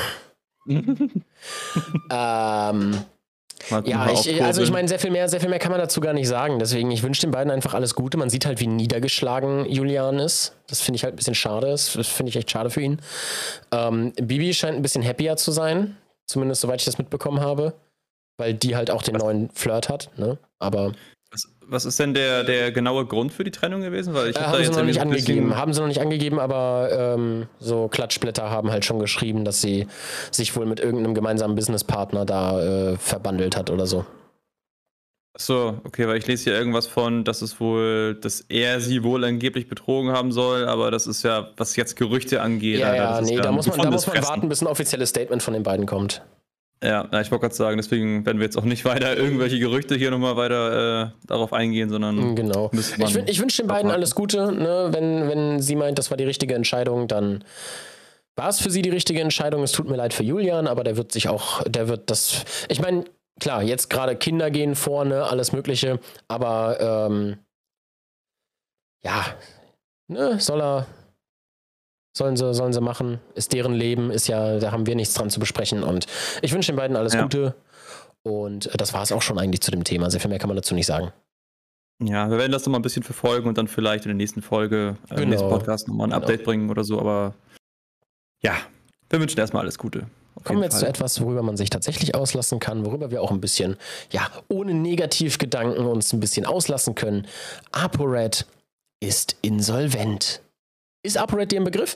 ähm, Mal- ja, mal ich, aufkurbeln. also ich meine, sehr viel mehr, sehr viel mehr kann man dazu gar nicht sagen. Deswegen, ich wünsche den beiden einfach alles Gute. Man sieht halt, wie niedergeschlagen Julian ist. Das finde ich halt ein bisschen schade. Das finde ich echt schade für ihn. Ähm, Bibi scheint ein bisschen happier zu sein. Zumindest soweit ich das mitbekommen habe. Weil die halt auch den neuen Flirt hat. Ne? Aber Was, was ist denn der, der genaue Grund für die Trennung gewesen? Weil ich äh, hab da haben sie jetzt noch nicht irgendwie so ein angegeben. bisschen- Haben sie noch nicht angegeben, aber ähm, so Klatschblätter haben halt schon geschrieben, dass sie sich wohl mit irgendeinem gemeinsamen Businesspartner da äh, verbandelt hat oder so. So, okay, weil ich lese hier irgendwas von, dass es wohl, dass er sie wohl angeblich betrogen haben soll, aber das ist ja, was jetzt Gerüchte angeht. Ja, Alter, ja, das ist nee, da ein muss man, da gefundenes muss man Fressen. warten, bis ein offizielles Statement von den beiden kommt. Ja, na, ich wollte gerade sagen, deswegen werden wir jetzt auch nicht weiter irgendwelche Gerüchte hier nochmal weiter äh, darauf eingehen, sondern Genau. müsste man Ich, wün- ich wünsche den beiden abwarten. alles Gute. Ne? Wenn, wenn sie meint, das war die richtige Entscheidung, dann war es für sie die richtige Entscheidung. Es tut mir leid für Julian, aber der wird sich auch, der wird das. Ich meine, klar, jetzt gerade Kinder gehen vorne, alles Mögliche, aber ähm, ja, ne, soll er. Sollen sie, sollen sie machen, ist deren Leben, ist ja, da haben wir nichts dran zu besprechen und ich wünsche den beiden alles Ja. Gute und äh, das war es auch schon eigentlich zu dem Thema, sehr viel mehr kann man dazu nicht sagen. Ja, wir werden das nochmal ein bisschen verfolgen und dann vielleicht in der nächsten Folge, äh, im Genau. nächsten Podcast nochmal ein Genau. Update bringen oder so, aber ja, wir wünschen erstmal alles Gute. Kommen wir jetzt zu etwas, worüber man sich tatsächlich auslassen kann, worüber wir auch ein bisschen, ja, ohne Negativgedanken uns ein bisschen auslassen können. ApoRed ist insolvent. Ist ApoRed dir ein Begriff?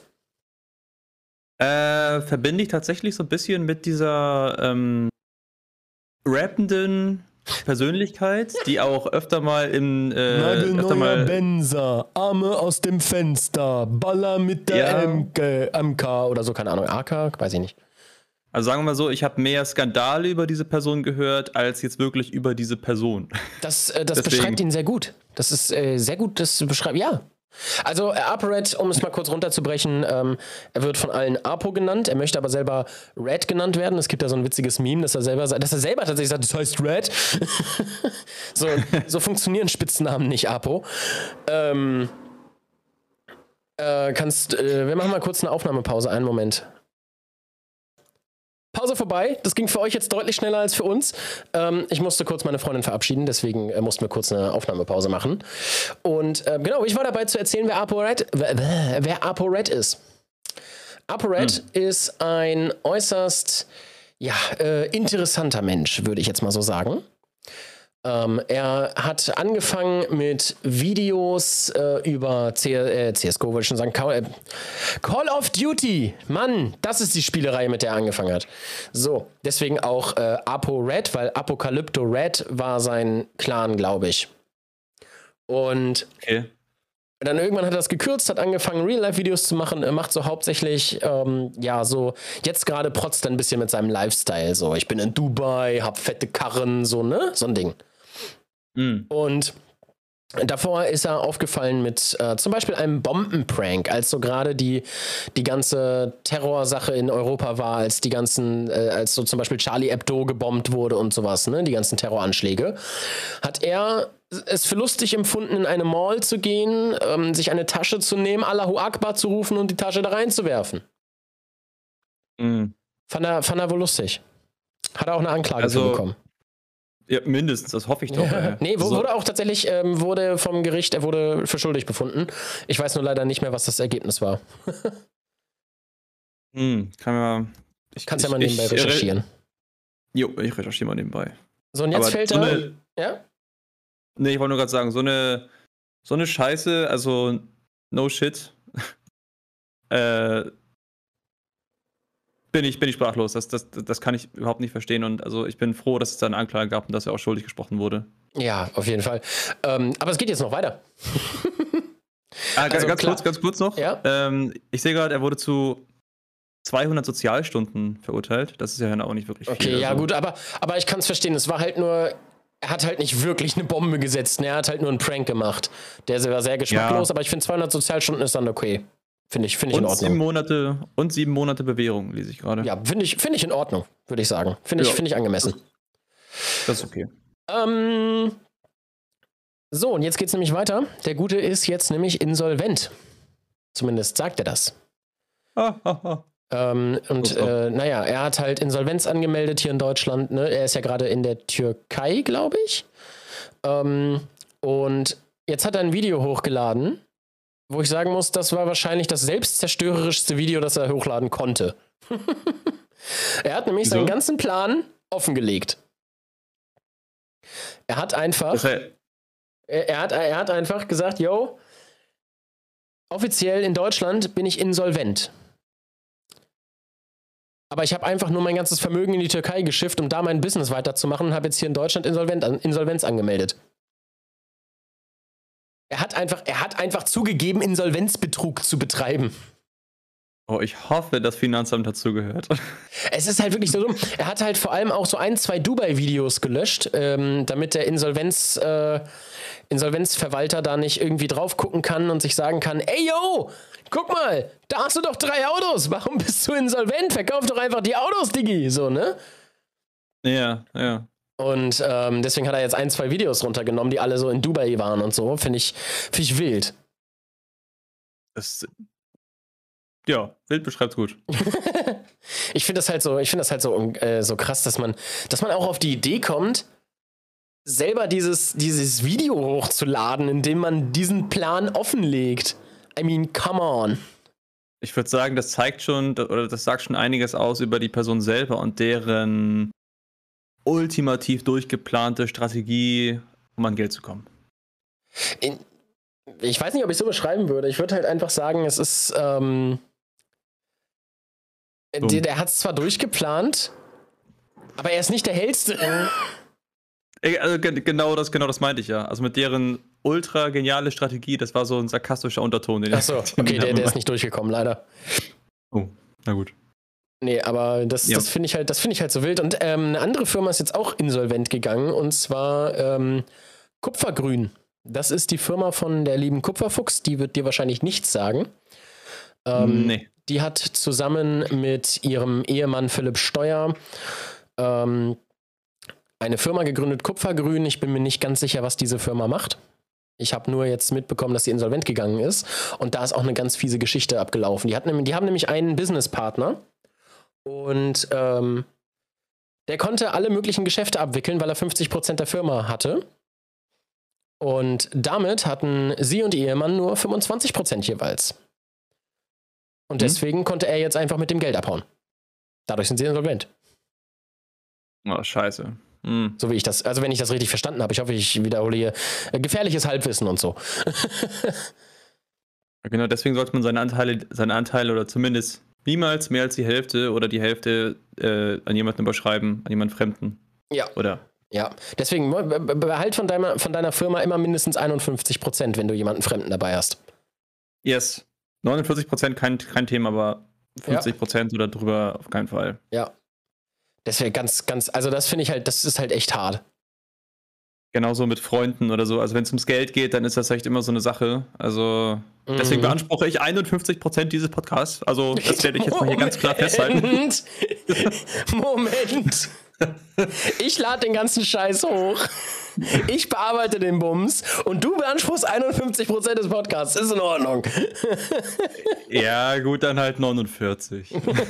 Äh, verbinde ich tatsächlich so ein bisschen mit dieser ähm, rappenden Persönlichkeit, die auch öfter mal im äh, öfter mal Benzer, Arme aus dem Fenster, Baller mit der Ja. M K, M K oder so, keine Ahnung, A K, weiß ich nicht. Also sagen wir mal so, ich habe mehr Skandale über diese Person gehört, als jetzt wirklich über diese Person. Das, äh, das Deswegen- beschreibt ihn sehr gut. Das ist äh, sehr gut, das beschreibt, ja. Also äh, ApoRed, um es mal kurz runterzubrechen, ähm, er wird von allen Apo genannt, er möchte aber selber Red genannt werden. Es gibt da so ein witziges Meme, dass er selber, dass er selber tatsächlich sagt, das heißt Red. so, so funktionieren Spitznamen nicht, Apo. Ähm, äh, kannst, äh, wir machen mal kurz eine Aufnahmepause, einen Moment. Pause vorbei. Das ging für euch jetzt deutlich schneller als für uns. Ähm, ich musste kurz meine Freundin verabschieden, deswegen äh, mussten wir kurz eine Aufnahmepause machen. Und ähm, genau, ich war dabei zu erzählen, wer ApoRed, wer, wer ApoRed ist. ApoRed hm. ist ein äußerst ja, äh, interessanter Mensch, würde ich jetzt mal so sagen. Ähm, er hat angefangen mit Videos äh, über C äh, C S G O, wollte ich schon sagen, Call, äh, Call of Duty. Mann, das ist die Spielerei, mit der er angefangen hat. So, deswegen auch äh, ApoRed, weil Apocalypto Red war sein Clan, glaube ich. Und Okay. dann irgendwann hat er das gekürzt, hat angefangen, Real-Life-Videos zu machen. Er macht so hauptsächlich, ähm, ja, so, jetzt gerade protzt er ein bisschen mit seinem Lifestyle. So, ich bin in Dubai, hab fette Karren, so, ne? So ein Ding. Hm. Und davor ist er aufgefallen mit äh, zum Beispiel einem Bombenprank, als so gerade die, die ganze Terrorsache in Europa war, als die ganzen, äh, als so zum Beispiel Charlie Hebdo gebombt wurde und sowas, ne, die ganzen Terroranschläge, hat er es für lustig empfunden, in eine Mall zu gehen, ähm, sich eine Tasche zu nehmen, Allahu Akbar zu rufen und die Tasche da reinzuwerfen. Hm. Fand er, fand er wohl lustig. Hat er auch eine Anklage Also, für bekommen. Ja, mindestens, das hoffe ich doch. ey. Nee, wo, So. wurde auch tatsächlich, ähm, wurde vom Gericht, er wurde für schuldig befunden. Ich weiß nur leider nicht mehr, was das Ergebnis war. Hm, kann man. Ich, Kannst ich, ja mal nebenbei ich, recherchieren. Jo, ich recherchiere mal nebenbei. So, und jetzt Aber fällt so er. eine- Ja? Nee, ich wollte nur gerade sagen, so eine, so eine Scheiße, also no shit, äh, bin ich, bin ich sprachlos. Das, das, das kann ich überhaupt nicht verstehen. Und also ich bin froh, dass es da eine Anklage gab und dass er auch schuldig gesprochen wurde. Ja, auf jeden Fall. Ähm, aber es geht jetzt noch weiter. Ah, Also ganz klar. kurz, ganz kurz noch. Ja? Ähm, ich sehe gerade, er wurde zu zweihundert Sozialstunden verurteilt. Das ist ja dann auch nicht wirklich viel. Okay, ja, also. gut, aber, aber ich kann es verstehen. Es war halt nur. Er hat halt nicht wirklich eine Bombe gesetzt. Ne? Er hat halt nur einen Prank gemacht. Der war sehr geschmacklos, Ja. aber ich finde zweihundert Sozialstunden ist dann okay. Finde ich, find ich in Und Ordnung. sieben Monate und sieben Monate Bewährung, lese ich gerade. Ja, finde ich, find ich in Ordnung, würde ich sagen. Finde ich, Ja. find ich angemessen. Das ist okay. Ähm, so, und jetzt geht's nämlich weiter. Der Gute ist jetzt nämlich insolvent. Zumindest sagt er das. Ah, ah, ah. Ähm, und Oh, oh. äh, naja, er hat halt Insolvenz angemeldet hier in Deutschland. Ne? Er ist ja gerade in der Türkei, glaube ich. Ähm, und jetzt hat er ein Video hochgeladen, wo ich sagen muss, das war wahrscheinlich das selbstzerstörerischste Video, das er hochladen konnte. Er hat nämlich Wieso? seinen ganzen Plan offengelegt. Er hat einfach... Das heißt, Er, er, hat, er hat einfach gesagt, yo, offiziell in Deutschland bin ich insolvent. Aber ich habe einfach nur mein ganzes Vermögen in die Türkei geschifft, um da mein Business weiterzumachen und habe jetzt hier in Deutschland Insolvent, Insolvenz angemeldet. Er hat, einfach, er hat einfach zugegeben, Insolvenzbetrug zu betreiben. oh, ich hoffe, das Finanzamt dazugehört. Es ist halt wirklich so dumm. Er hat halt vor allem auch so ein, zwei Dubai-Videos gelöscht, ähm, damit der Insolvenz, äh, Insolvenzverwalter da nicht irgendwie drauf gucken kann und sich sagen kann, ey yo, guck mal, da hast du doch drei Autos, warum bist du insolvent? Verkauf doch einfach die Autos, Diggi, so, ne? Ja, ja. Und ähm, deswegen hat er jetzt ein, zwei Videos runtergenommen, die alle so in Dubai waren und so. Finde ich, find ich wild. Das, ja, Wild beschreibt's gut. Ich finde das halt so, ich finde das halt so, äh, so krass, dass man, dass man auch auf die Idee kommt, selber dieses, dieses Video hochzuladen, indem man diesen Plan offenlegt. I mean, come on. ich würde sagen, das zeigt schon, oder das sagt schon einiges aus über die Person selber und deren ultimativ durchgeplante Strategie, um an Geld zu kommen. In, ich weiß nicht, ob ich so beschreiben würde. Ich würde halt einfach sagen, es ist, ähm, Dumm. der, der hat es zwar durchgeplant, aber er ist nicht der hellste. Äh, Also ge- genau das, genau das meinte ich ja. Also mit deren ultra geniale Strategie, das war so ein sarkastischer Unterton. Den Achso, okay, der, der ist nicht durchgekommen, leider. Oh, na gut. Nee, aber das, Ja. das finde ich halt, das finde ich halt so wild. Und ähm, eine andere Firma ist jetzt auch insolvent gegangen, und zwar ähm, Kupfergrün. Das ist die Firma von der lieben Kupferfuchs, die wird dir wahrscheinlich nichts sagen. Ähm, Nee. Die hat zusammen mit ihrem Ehemann Philipp Steuer ähm, eine Firma gegründet, Kupfergrün. Ich bin mir nicht ganz sicher, was diese Firma macht. Ich habe nur jetzt mitbekommen, dass sie insolvent gegangen ist. Und da ist auch eine ganz fiese Geschichte abgelaufen. Die, hat nämlich, die haben nämlich einen Businesspartner. Und ähm, der konnte alle möglichen Geschäfte abwickeln, weil er fünfzig Prozent der Firma hatte. Und damit hatten sie und ihr Ehemann nur fünfundzwanzig Prozent jeweils. Und Mhm. deswegen konnte er jetzt einfach mit dem Geld abhauen. Dadurch sind sie insolvent. Oh, scheiße. Hm. So wie ich das, also wenn ich das richtig verstanden habe. Ich hoffe, ich wiederhole hier äh, gefährliches Halbwissen und so. Genau, deswegen sollte man seine Anteile, seine Anteile oder zumindest niemals mehr als die Hälfte oder die Hälfte äh, an jemanden überschreiben, an jemanden Fremden. Ja. Oder? Ja, deswegen be- be- behalt von deiner, von deiner Firma immer mindestens einundfünfzig Prozent, wenn du jemanden Fremden dabei hast. Yes. neunundvierzig Prozent kein, kein Thema, aber fünfzig Prozent oder drüber auf keinen Fall. Ja. Deswegen ganz, ganz, also das finde ich halt, das ist halt echt hart. Genauso mit Freunden oder so. Also wenn es ums Geld geht, dann ist das echt immer so eine Sache. Also deswegen Mhm. beanspruche ich einundfünfzig Prozent dieses Podcasts. Also das werde ich jetzt mal hier ganz klar festhalten. Moment. Moment. Ich lade den ganzen Scheiß hoch. Ich bearbeite den Bums und du beanspruchst einundfünfzig Prozent des Podcasts. Ist in Ordnung. Ja, gut, dann halt neunundvierzig.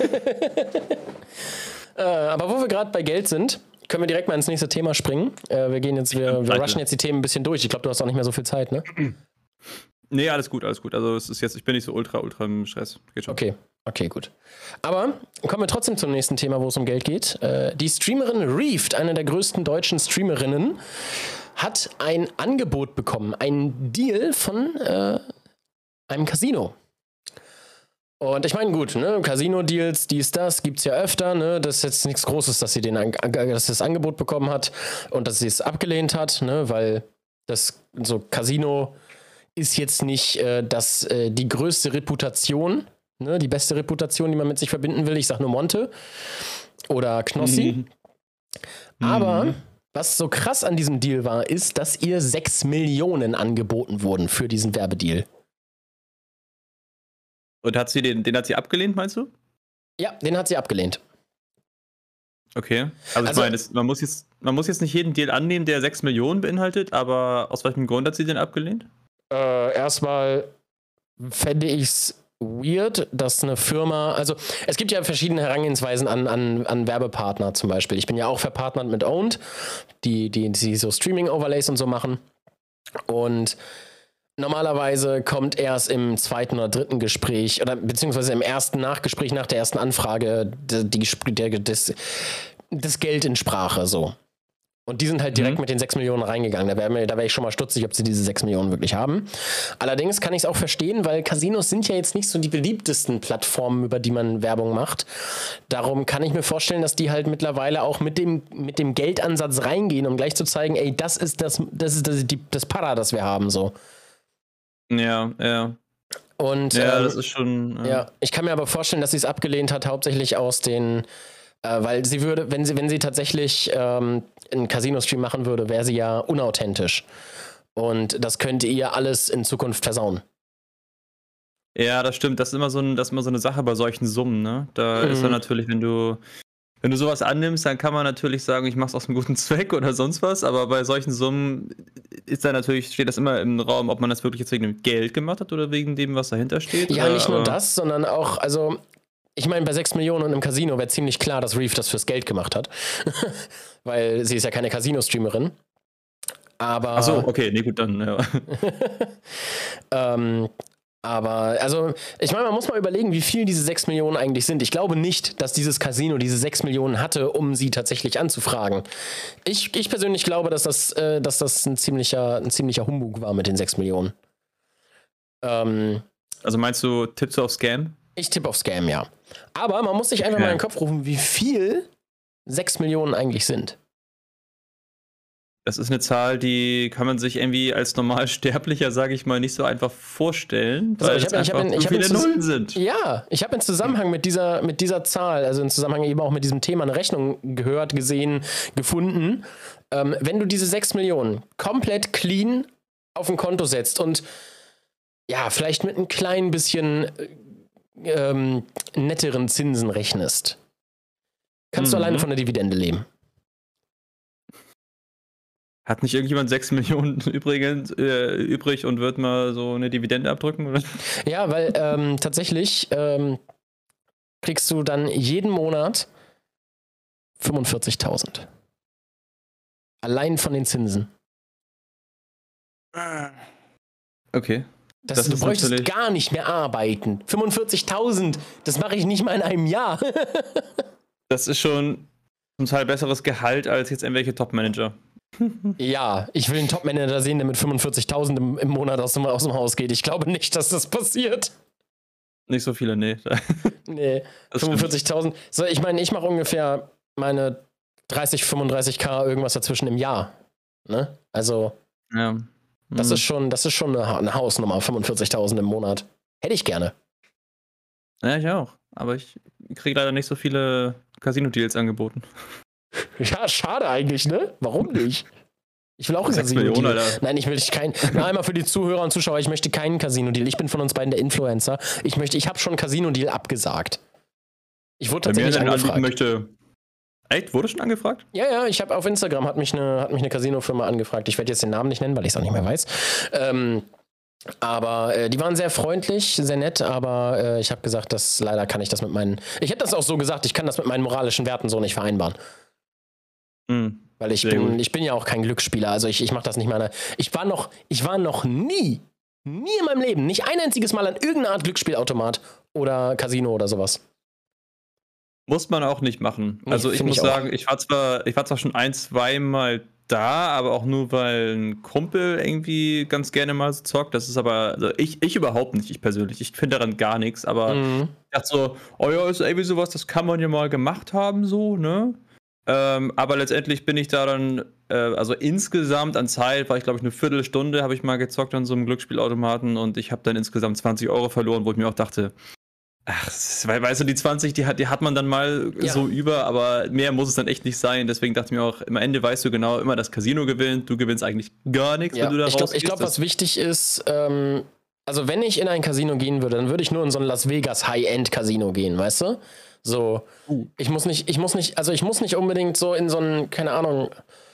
Äh, aber wo wir gerade bei Geld sind, können wir direkt mal ins nächste Thema springen. Äh, wir gehen jetzt, wir, wir Weiter. rushen jetzt die Themen ein bisschen durch. Ich glaube, du hast auch nicht mehr so viel Zeit, ne? Nee, alles gut, alles gut. Also es ist jetzt, ich bin nicht so ultra, ultra im Stress. Geht schon. Okay, okay, gut. Aber kommen wir trotzdem zum nächsten Thema, wo es um Geld geht. Äh, die Streamerin Reefed, eine der größten deutschen Streamerinnen, hat ein Angebot bekommen, ein Deal von äh, einem Casino. Und ich meine, gut, ne, Casino-Deals, dies, das, gibt's ja öfter, ne, das ist jetzt nichts Großes, dass sie den, An- dass sie das Angebot bekommen hat und dass sie es abgelehnt hat, ne, weil das, so Casino ist jetzt nicht äh, das, äh, die größte Reputation, ne, die beste Reputation, die man mit sich verbinden will. Ich sag nur Monte oder Knossi. Mhm. Aber was so krass an diesem Deal war, ist, dass ihr sechs Millionen angeboten wurden für diesen Werbedeal. Und hat sie den, den hat sie abgelehnt, meinst du? Ja, den hat sie abgelehnt. Okay. Also, Also- ich meine, es- man muss jetzt, man muss jetzt nicht jeden Deal annehmen, der sechs Millionen beinhaltet, aber aus welchem Grund hat sie den abgelehnt? Äh, erstmal fände ich es weird, dass eine Firma, also es gibt ja verschiedene Herangehensweisen an, an, an Werbepartner zum Beispiel. Ich bin ja auch verpartnert mit Owned, die, die, die so Streaming-Overlays und so machen. Und normalerweise kommt erst im zweiten oder dritten Gespräch oder beziehungsweise im ersten Nachgespräch nach der ersten Anfrage die, die, Gespr- der, das, das Geld in Sprache so. Und die sind halt direkt Mhm. mit den sechs Millionen reingegangen. Da wäre mir- da wär ich schon mal stutzig, ob sie diese sechs Millionen wirklich haben. Allerdings kann ich es auch verstehen, weil Casinos sind ja jetzt nicht so die beliebtesten Plattformen, über die man Werbung macht. Darum kann ich mir vorstellen, dass die halt mittlerweile auch mit dem, mit dem Geldansatz reingehen, um gleich zu zeigen, ey, das ist das, das ist das, die, das Para, das wir haben, so. Ja, ja. Und Ja, ähm, das ist schon. äh, ja, ich kann mir aber vorstellen, dass sie es abgelehnt hat, hauptsächlich aus den, äh, weil sie würde, wenn sie, wenn sie tatsächlich ähm, einen Casino-Stream machen würde, wäre sie ja unauthentisch. Und das könnte ihr alles in Zukunft versauen. Ja, das stimmt. Das ist immer so, ein, das ist immer so eine Sache bei solchen Summen, ne? Da Mhm. ist dann natürlich, wenn du, wenn du sowas annimmst, dann kann man natürlich sagen, ich mach's aus einem guten Zweck oder sonst was, aber bei solchen Summen ist da natürlich, steht das immer im Raum, ob man das wirklich jetzt wegen dem Geld gemacht hat oder wegen dem, was dahinter steht. Ja, oder, nicht nur aber- das, sondern auch, also, ich meine, bei sechs Millionen und im Casino wäre ziemlich klar, dass Reef das fürs Geld gemacht hat. Weil sie ist ja keine Casino-Streamerin. Aber. Ach so, okay, nee, gut, dann, ja. ähm, Aber, also, ich meine, man muss mal überlegen, wie viel diese sechs Millionen eigentlich sind. Ich glaube nicht, dass dieses Casino diese sechs Millionen hatte, um sie tatsächlich anzufragen. Ich, ich persönlich glaube, dass das, äh, dass das ein ziemlicher, ein ziemlicher Humbug war mit den sechs Millionen. Ähm, Also meinst du, tippst du auf Scam? ich tippe auf Scam, ja. Aber man muss sich einfach Okay. mal in den Kopf rufen, wie viel sechs Millionen eigentlich sind. Das ist eine Zahl, die kann man sich irgendwie als Normalsterblicher, sage ich mal, nicht so einfach vorstellen, Also weil ich es hab- ich hab einfach in- ich so hab in viele Zus- Nullen sind. Ja, ich habe in Zusammenhang mit dieser, mit dieser Zahl, also in Zusammenhang eben auch mit diesem Thema eine Rechnung gehört, gesehen, gefunden. Ähm, wenn du diese sechs Millionen komplett clean auf ein Konto setzt und ja, vielleicht mit ein klein bisschen äh, ähm, netteren Zinsen rechnest, kannst du Mhm. alleine von der Dividende leben. Hat nicht irgendjemand sechs Millionen übrigens, äh, übrig und wird mal so eine Dividende abdrücken? Oder? Ja, weil ähm, tatsächlich ähm, kriegst du dann jeden Monat fünfundvierzigtausend. Allein von den Zinsen. Okay. Das, Das du ist bräuchtest natürlich- gar nicht mehr arbeiten. fünfundvierzigtausend, das mache ich nicht mal in einem Jahr. Das ist schon zum Teil besseres Gehalt als jetzt irgendwelche Top-Manager. Ja, ich will einen Top-Manager sehen, der mit fünfundvierzigtausend im, im Monat aus dem, aus dem Haus geht. Ich glaube nicht, dass das passiert. Nicht so viele, nee. Nee, Das fünfundvierzigtausend. So, ich meine, ich mache ungefähr meine dreißig, fünfunddreißig K irgendwas dazwischen im Jahr. Ne? Also, Ja. das Mhm. ist schon, das ist schon eine, Ha- eine Hausnummer, fünfundvierzigtausend im Monat. Hätte ich gerne. Ja, ich auch. Aber ich kriege leider nicht so viele Casino-Deals angeboten. Ja, schade eigentlich, ne? Warum nicht? Ich will auch ein Sechs Casino-Deal. Millionen, Alter. Nein, ich will kein. Na, einmal für die Zuhörer und Zuschauer, ich möchte keinen Casino-Deal. Ich bin von uns beiden der Influencer. Ich möchte, ich habe schon Casino-Deal abgesagt. Ich wurde Bei mir tatsächlich einen anbieten angefragt. möchte. Echt? Wurde schon angefragt? Ja, ja, ich habe auf Instagram hat mich eine, hat mich eine Casino-Firma angefragt. Ich werde jetzt den Namen nicht nennen, weil ich es auch nicht mehr weiß. Ähm, aber äh, die waren sehr freundlich, sehr nett, aber äh, ich habe gesagt, dass leider kann ich das mit meinen. Ich hätte das auch so gesagt, ich kann das mit meinen moralischen Werten so nicht vereinbaren. Hm. Weil ich Sehr bin, gut. ich bin ja auch kein Glücksspieler. Also ich, ich mache das nicht mal. Ich war noch, ich war noch nie, nie in meinem Leben, nicht ein einziges Mal an irgendeiner Art Glücksspielautomat oder Casino oder sowas. Muss man auch nicht machen. Nee, Also ich find muss ich auch. sagen, ich war zwar, ich war zwar schon ein, zweimal da, aber auch nur, weil ein Kumpel irgendwie ganz gerne mal so zockt. Das ist aber, also ich, ich überhaupt nicht, ich persönlich. Ich finde daran gar nichts, aber Mhm. ich dachte so, oh ja, ist irgendwie sowas, das kann man ja mal gemacht haben, so, ne? Ähm, aber letztendlich bin ich da dann, äh, also insgesamt an Zeit war ich, glaube ich, eine Viertelstunde habe ich mal gezockt an so einem Glücksspielautomaten und ich habe dann insgesamt zwanzig Euro verloren, wo ich mir auch dachte, ach, we- weißt du, die zwanzig, die hat, die hat man dann mal Ja. so über, aber mehr muss es dann echt nicht sein. Deswegen dachte ich mir auch, am Ende weißt du genau, immer das Casino gewinnt, du gewinnst eigentlich gar nichts, Ja, wenn du da ich glaube, rausgehst. ich glaub, Das- was wichtig ist, ähm, also wenn ich in ein Casino gehen würde, dann würde ich nur in so ein Las Vegas High-End-Casino gehen, weißt du? So, Uh. ich muss nicht, ich muss nicht, also ich muss nicht unbedingt so in so ein, keine Ahnung,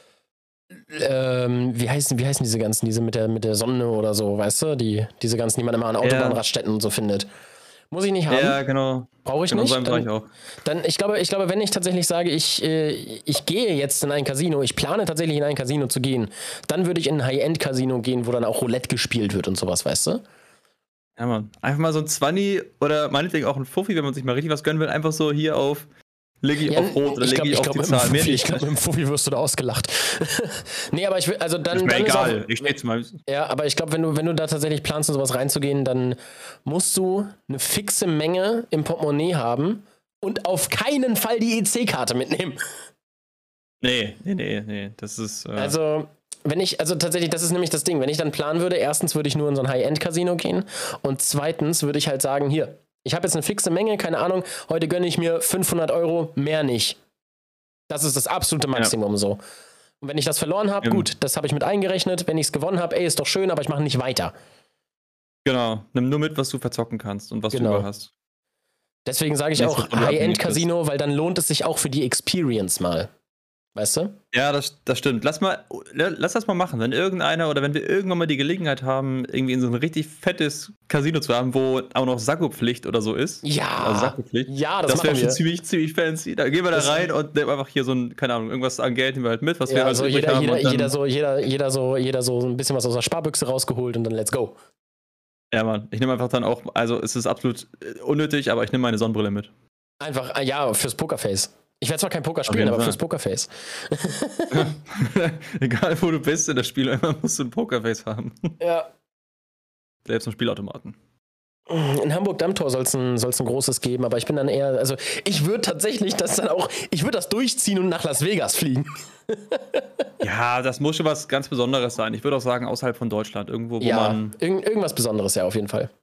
ähm, wie heißen, wie heißen diese ganzen, diese mit der, mit der Sonne oder so, weißt du? Die, diese ganzen, die man immer an Autobahnraststätten und so findet. Muss ich nicht haben, Ja, genau. brauche ich Genau nicht. so einen war ich Dann, auch. dann, ich glaube, ich glaube, wenn ich tatsächlich sage, ich, äh, ich gehe jetzt in ein Casino, ich plane tatsächlich in ein Casino zu gehen, dann würde ich in ein High-End-Casino gehen, wo dann auch Roulette gespielt wird und sowas, weißt du? Ja, Mann. Einfach mal so ein Zwanni oder meinetwegen auch ein Fuffi, wenn man sich mal richtig was gönnen will, einfach so hier auf leg ich Ja, auf Rot oder ich leg glaube, ich ich auf glaub, die mit, Zahl. dem Mehr Fuffi- ich nicht. glaub, mit dem Fuffi wirst du da ausgelacht. Nee, aber ich will, also dann, Ist mir dann ist auch, egal. Ich stehe mal. ja, aber ich glaube, wenn du, wenn du da tatsächlich planst, in sowas reinzugehen, dann musst du eine fixe Menge im Portemonnaie haben und auf keinen Fall die E C-Karte mitnehmen. Nee, nee, nee, nee. Das ist. Äh, Also, wenn ich, also tatsächlich, das ist nämlich das Ding, wenn ich dann planen würde, erstens würde ich nur in so ein High-End-Casino gehen und zweitens würde ich halt sagen, hier, ich habe jetzt eine fixe Menge, keine Ahnung, heute gönne ich mir fünfhundert Euro, mehr nicht. Das ist das absolute Maximum so. Und wenn ich das verloren habe, Ähm. gut, das habe ich mit eingerechnet. Wenn ich es gewonnen habe, ey, ist doch schön, aber ich mache nicht weiter. genau. Nimm nur mit, was du verzocken kannst und was Genau. du über hast. Deswegen sage ich Wenn auch es davon abhängig High-End-Casino, weil dann lohnt es sich auch für die Experience mal. Weißt du? Ja, das, das stimmt. Lass mal, lass das mal machen. Wenn irgendeiner oder wenn wir irgendwann mal die Gelegenheit haben, irgendwie in so ein richtig fettes Casino zu haben, wo auch noch Sakko-Pflicht oder so ist. Ja. Also Sakko-Pflicht. Ja, das, Das wäre machen schon wir. ziemlich, ziemlich fancy. Da gehen wir da Das- rein und nehmen einfach hier so ein, keine Ahnung, irgendwas an Geld nehmen wir halt mit, was wir Ja, halt also übrig jeder, haben. jeder, und dann, jeder, so, jeder, jeder, so, jeder so ein bisschen was aus der Sparbüchse rausgeholt und dann let's go. Ja, Mann. Ich nehme einfach dann auch, also es ist absolut unnötig, aber ich nehme meine Sonnenbrille mit. Einfach, äh, ja, fürs Pokerface. Ich werde zwar kein Poker spielen, aber Fall. fürs Pokerface. Egal, wo du bist in das Spiel, immer musst du ein Pokerface haben. Ja. Selbst im Spielautomaten. In Hamburg-Dammtor soll es ein, soll's ein großes geben, aber ich bin dann eher, also ich würde tatsächlich das dann auch, ich würde das durchziehen und nach Las Vegas fliegen. Ja, das muss schon was ganz Besonderes sein. Ich würde auch sagen, außerhalb von Deutschland, irgendwo, wo ja, man... Irg- irgendwas Besonderes, ja, auf jeden Fall.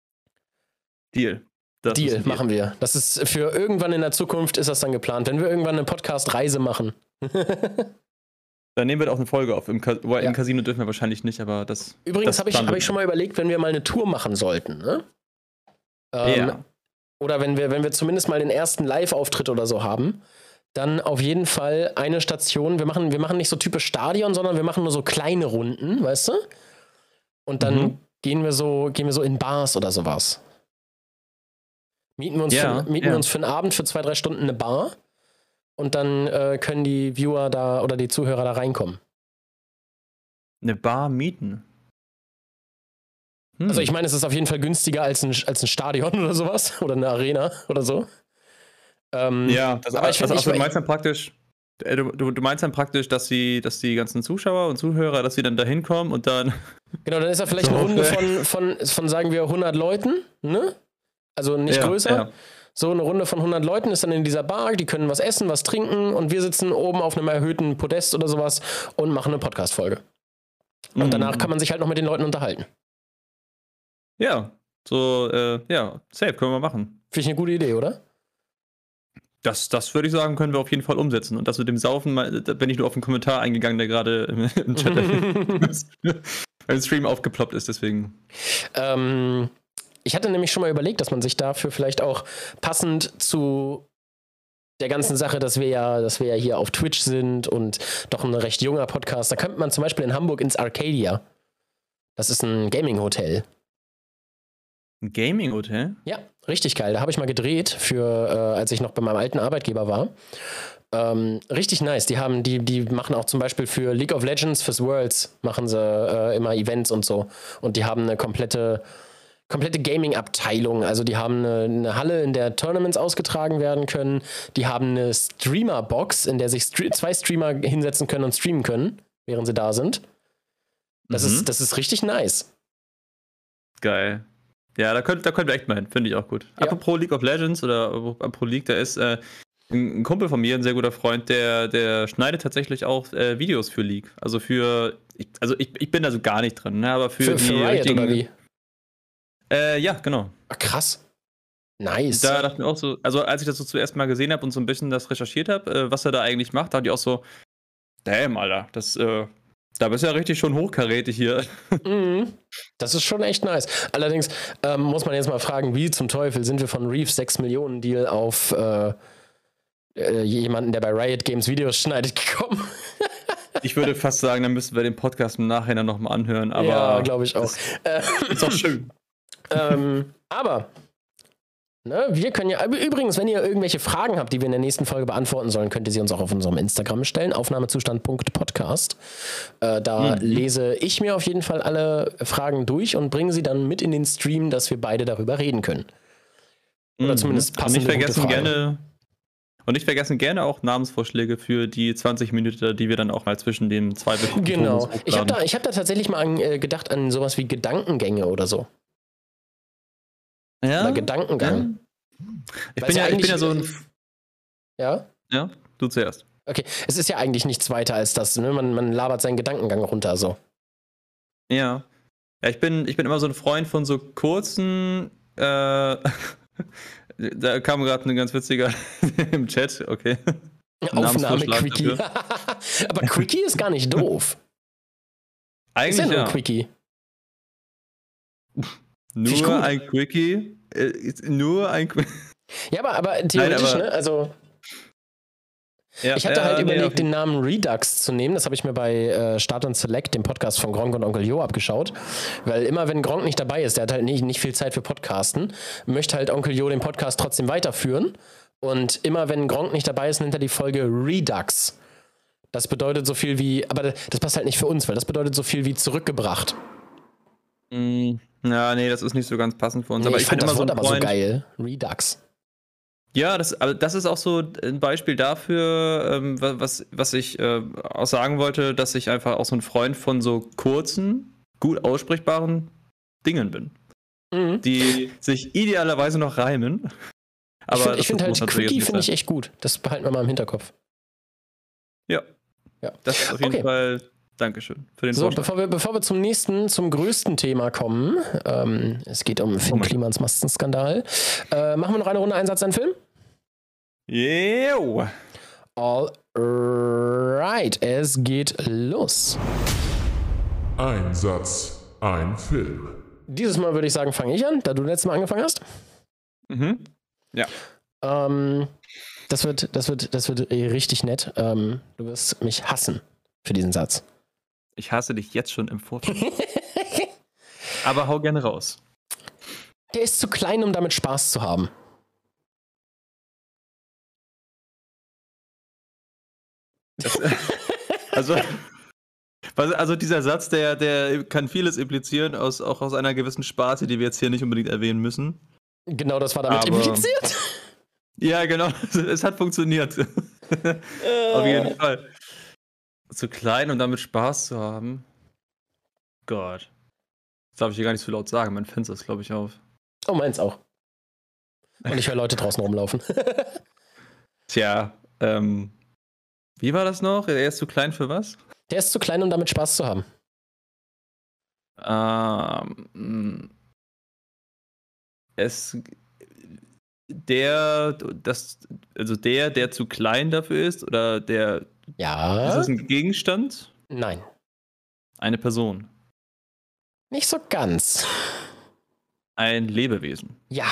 Deal. Das Deal, Deal, machen wir. Das ist für irgendwann in der Zukunft ist das dann geplant, wenn wir irgendwann eine Podcast-Reise machen. Dann nehmen wir da auch eine Folge auf. Im, Ka- Im Ja. Casino dürfen wir wahrscheinlich nicht, aber das... Übrigens das habe ich, planen hab wir. ich schon mal überlegt, wenn wir mal eine Tour machen sollten, ne? Ähm, Ja. Oder wenn wir, wenn wir zumindest mal den ersten Live-Auftritt oder so haben, dann auf jeden Fall eine Station. Wir machen, wir machen nicht so typisch Stadion, sondern wir machen nur so kleine Runden, weißt du? Und dann Mhm. gehen wir so, gehen wir so in Bars oder sowas. Mieten wir uns, Ja, für, mieten ja. wir uns für einen Abend für zwei, drei Stunden eine Bar und dann äh, können die Viewer da oder die Zuhörer da reinkommen. Eine Bar mieten. Hm. Also ich meine, es ist auf jeden Fall günstiger als ein, als ein Stadion oder sowas oder eine Arena oder so. Ähm, Ja, das, aber ich also, find- also ich- du meinst dann praktisch, äh, du, du, du meinst dann praktisch, dass die, dass die ganzen Zuschauer und Zuhörer, dass sie dann da hinkommen und dann. Genau, dann ist da vielleicht So, eine Runde okay. von, von, von, sagen wir, hundert Leuten, ne? Also nicht Ja, größer. ja. So eine Runde von hundert Leuten ist dann in dieser Bar, die können was essen, was trinken und wir sitzen oben auf einem erhöhten Podest oder sowas und machen eine Podcast-Folge. Und Mhm. danach kann man sich halt noch mit den Leuten unterhalten. Ja, so, äh, ja, safe, können wir machen. Finde ich eine gute Idee, oder? Das, das würde ich sagen, können wir auf jeden Fall umsetzen. Und das mit dem Saufen, mal- da bin ich nur auf einen Kommentar eingegangen, der gerade im, im Chat beim Stream aufgeploppt ist, deswegen. Ähm, ich hatte nämlich schon mal überlegt, dass man sich dafür vielleicht auch passend zu der ganzen Sache, dass wir ja, dass wir ja hier auf Twitch sind und doch ein recht junger Podcast, da könnte man zum Beispiel in Hamburg ins Arcadia. Das ist ein Gaming-Hotel. Ein Gaming-Hotel? Ja, richtig geil. Da habe ich mal gedreht, für, äh, als ich noch bei meinem alten Arbeitgeber war. Ähm, richtig nice. Die haben, die, die machen auch zum Beispiel für League of Legends, fürs Worlds, machen sie äh, immer Events und so. Und die haben eine komplette, komplette Gaming-Abteilung. Also die haben eine, eine Halle, in der Tournaments ausgetragen werden können. Die haben eine Streamer-Box, in der sich Stre- zwei Streamer hinsetzen können und streamen können, während sie da sind. Das, Mhm. ist, das ist richtig nice. Geil. Ja, da könnt, da könnt ihr echt mal hin, finde ich auch gut. Ja. Apropos League of Legends oder apropos League, da ist äh, ein, ein Kumpel von mir, ein sehr guter Freund, der, der schneidet tatsächlich auch äh, Videos für League. Also für, ich, also ich, ich bin da so gar nicht drin, ne, aber für, Für, die für Riot richtigen, oder wie? Äh, ja, genau. Ach, krass. Nice. Da dachte ich mir auch so, also als ich das so zuerst mal gesehen habe und so ein bisschen das recherchiert habe, äh, was er da eigentlich macht, da dachte ich auch so, damn, Alter, das, äh, da bist du ja richtig schon hochkarätig hier. Mhm. Das ist schon echt nice. Allerdings ähm, muss man jetzt mal fragen, wie zum Teufel sind wir von Reeves sechs Millionen Deal auf äh, äh, jemanden, der bei Riot Games Videos schneidet, gekommen? Ich würde fast sagen, dann müssten wir den Podcast im Nachhinein nochmal anhören, aber ja, glaube ich auch. Äh, ist doch schön. ähm, aber ne, wir können ja, übrigens, wenn ihr irgendwelche Fragen habt, die wir in der nächsten Folge beantworten sollen, könnt ihr sie uns auch auf unserem Instagram stellen, aufnahmezustand punkt podcast. Äh, da Mhm. lese ich mir auf jeden Fall alle Fragen durch und bringe sie dann mit in den Stream, dass wir beide darüber reden können. Oder zumindest und nicht passende, gute vergessen Fragen. gerne Und nicht vergessen gerne auch Namensvorschläge für die zwanzig Minuten, die wir dann auch mal zwischen den zwei bestimmten Genau. Fotos Ich habe hochladen. da, ich hab da tatsächlich mal an, äh, gedacht an sowas wie Gedankengänge oder so. ja? Oder Gedankengang. Ich Weil bin es ja, ja ich bin ja eigentlich- so ein. Ja? Ja, du zuerst. Okay. Es ist ja eigentlich nichts weiter als das. Ne? Man, man labert seinen Gedankengang runter so. Ja. Ja, ich bin, ich bin immer so ein Freund von so kurzen. Äh, da kam gerade ein ganz witziger im Chat, okay. Namensvorschlag Aufnahme-Quickie. Aber Quickie ist gar nicht doof. Ist ja Eigentlich nur ja. ein Quickie. Find ich Nur gut. ein Quickie. Äh, ist nur ein Quickie. Ja, aber, aber theoretisch, aber- ne? Also, Ja, ich hatte ja, halt nee, überlegt, auf- den Namen Redux zu nehmen. Das habe ich mir bei äh, Start und Select, dem Podcast von Gronk und Onkel Jo, abgeschaut. Weil immer, wenn Gronk nicht dabei ist, der hat halt nicht, nicht viel Zeit für Podcasten, möchte halt Onkel Jo den Podcast trotzdem weiterführen. Und immer, wenn Gronk nicht dabei ist, nennt er die Folge Redux. Das bedeutet so viel wie, aber das passt halt nicht für uns, weil das bedeutet so viel wie zurückgebracht. Mm, Ja, nee, das ist nicht so ganz passend für uns. Nee, aber ich, ich fand bin das immer Wort so ein aber so Freund. geil. Redux. Ja, das, aber das ist auch so ein Beispiel dafür, ähm, wa- was, was ich äh, auch sagen wollte, dass ich einfach auch so ein Freund von so kurzen, gut aussprechbaren Dingen bin, Mhm. die sich idealerweise noch reimen. Aber ich finde das find muss halt, natürlich Quickie jetzt finde nicht ich echt gut. Das behalten wir mal im Hinterkopf. sein. Ja, Ja. das ist auf jeden Okay. Fall. Dankeschön für den So, Vorschlag. bevor wir, bevor wir zum nächsten, zum größten Thema kommen, ähm, es geht um Finn mein Klimans Maskenskandal, äh, machen wir noch eine Runde Einsatz, ein Film? Yo. Alright, es geht los. Ein Satz, ein Film. Dieses Mal würde ich sagen, fange ich an, da du letztes Mal angefangen hast. Mhm. Ja. Ähm, das wird, das wird, das wird richtig nett. Ähm, du wirst mich hassen für diesen Satz. Ich hasse dich jetzt schon im Vorfeld. Aber hau gerne raus. Der ist zu klein, um damit Spaß zu haben. Das, also, was- also dieser Satz, der, der kann vieles implizieren, aus, auch aus einer gewissen Sparte, die wir jetzt hier nicht unbedingt erwähnen müssen. Genau, das war damit Aber- impliziert. Ja, genau. Es hat funktioniert. Auf jeden Fall. Zu klein, um damit Spaß zu haben. Gott. Das darf ich hier gar nicht so laut sagen. Mein Fenster ist, glaube ich, auf. Oh, meins auch. Und ich höre Leute draußen rumlaufen. Tja, ähm. Wie war das noch? Er ist zu klein für was? Der ist zu klein, um damit Spaß zu haben. Ähm. Es. Der, das, also der, der zu klein dafür ist, oder der. Ist Ja. das ein Gegenstand? Nein. Eine Person. Nicht so ganz. Ein Lebewesen. Ja.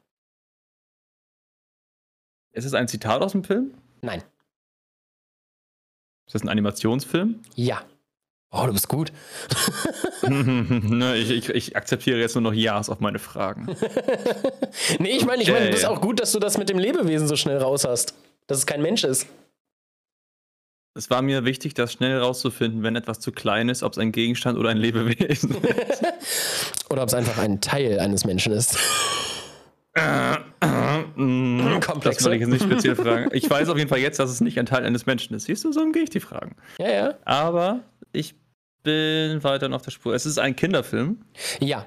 Ist es ein Zitat aus dem Film? Nein. Ist das ein Animationsfilm? Ja. Oh, du bist gut. Ne, ich, ich, ich akzeptiere jetzt nur noch Ja's auf meine Fragen. Nee, ich meine, ich meine, du bist Okay. auch gut, dass du das mit dem Lebewesen so schnell raus hast. Dass es kein Mensch ist. Es war mir wichtig, das schnell rauszufinden, wenn etwas zu klein ist, ob es ein Gegenstand oder ein Lebewesen ist. Oder ob es einfach ein Teil eines Menschen ist. Mm, Komplexe. Das wollte ich jetzt nicht speziell fragen. Ich weiß auf jeden Fall jetzt, dass es nicht ein Teil eines Menschen ist. Siehst du, so umgehe ich die Fragen. Ja, ja. Aber ich bin weiter auf der Spur. Es ist ein Kinderfilm. Ja.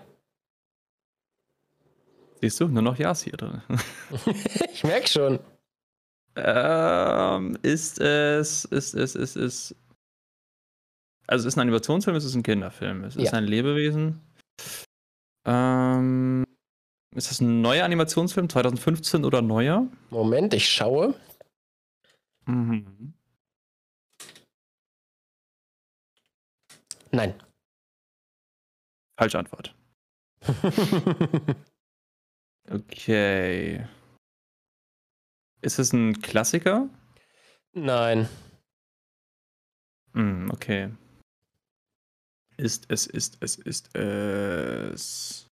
Siehst du, nur noch Ja's hier drin. Ich merke schon. Ähm, ist es, ist es, ist es. Also es ist ein Animationsfilm, es ist ein Kinderfilm, es ist Ja. ein Lebewesen. Ähm, ist das ein neuer Animationsfilm, zwanzig fünfzehn oder neuer? Moment, ich schaue. Mhm. Nein. Falsche Antwort. Okay. Ist es ein Klassiker? Nein. Hm, okay. Ist es, ist es, ist es.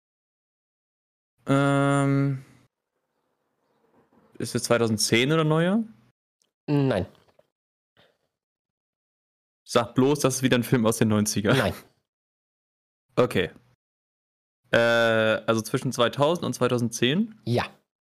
Ähm. Ist es zwanzig zehn oder neuer? Nein. Sag bloß, das ist wieder ein Film aus den neunzigern. Nein. Okay. Äh, also zwischen zweitausend und zweitausendzehn? Ja.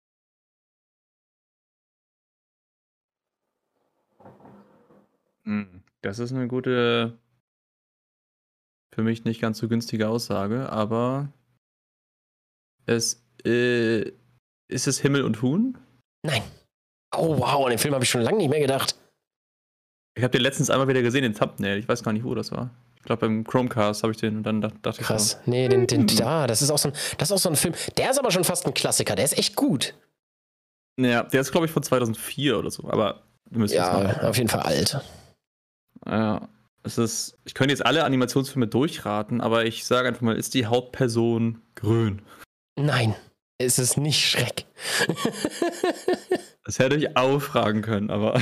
Hm, das ist eine gute, für mich nicht ganz so günstige Aussage, aber es äh, ist es Himmel und Huhn? Nein. Oh, wow, an den Film habe ich schon lange nicht mehr gedacht. Ich habe den letztens einmal wieder gesehen, den Thumbnail. Ich weiß gar nicht, wo das war. Ich glaube, beim Chromecast habe ich den und dann dacht- dachte ich Krass. Nee, den, den, da, das ist auch so ein, das ist auch so ein Film. Der ist aber schon fast ein Klassiker. Der ist echt gut. so. Ja, der ist, glaube ich, von zweitausendvier oder so, aber wir müssen jetzt Ja, mal. auf jeden Fall alt. Ja, es ist, ich könnte jetzt alle Animationsfilme durchraten, aber ich sage einfach mal, ist die Hauptperson grün? Nein, es ist nicht Schreck. Das hätte ich auch fragen können, aber.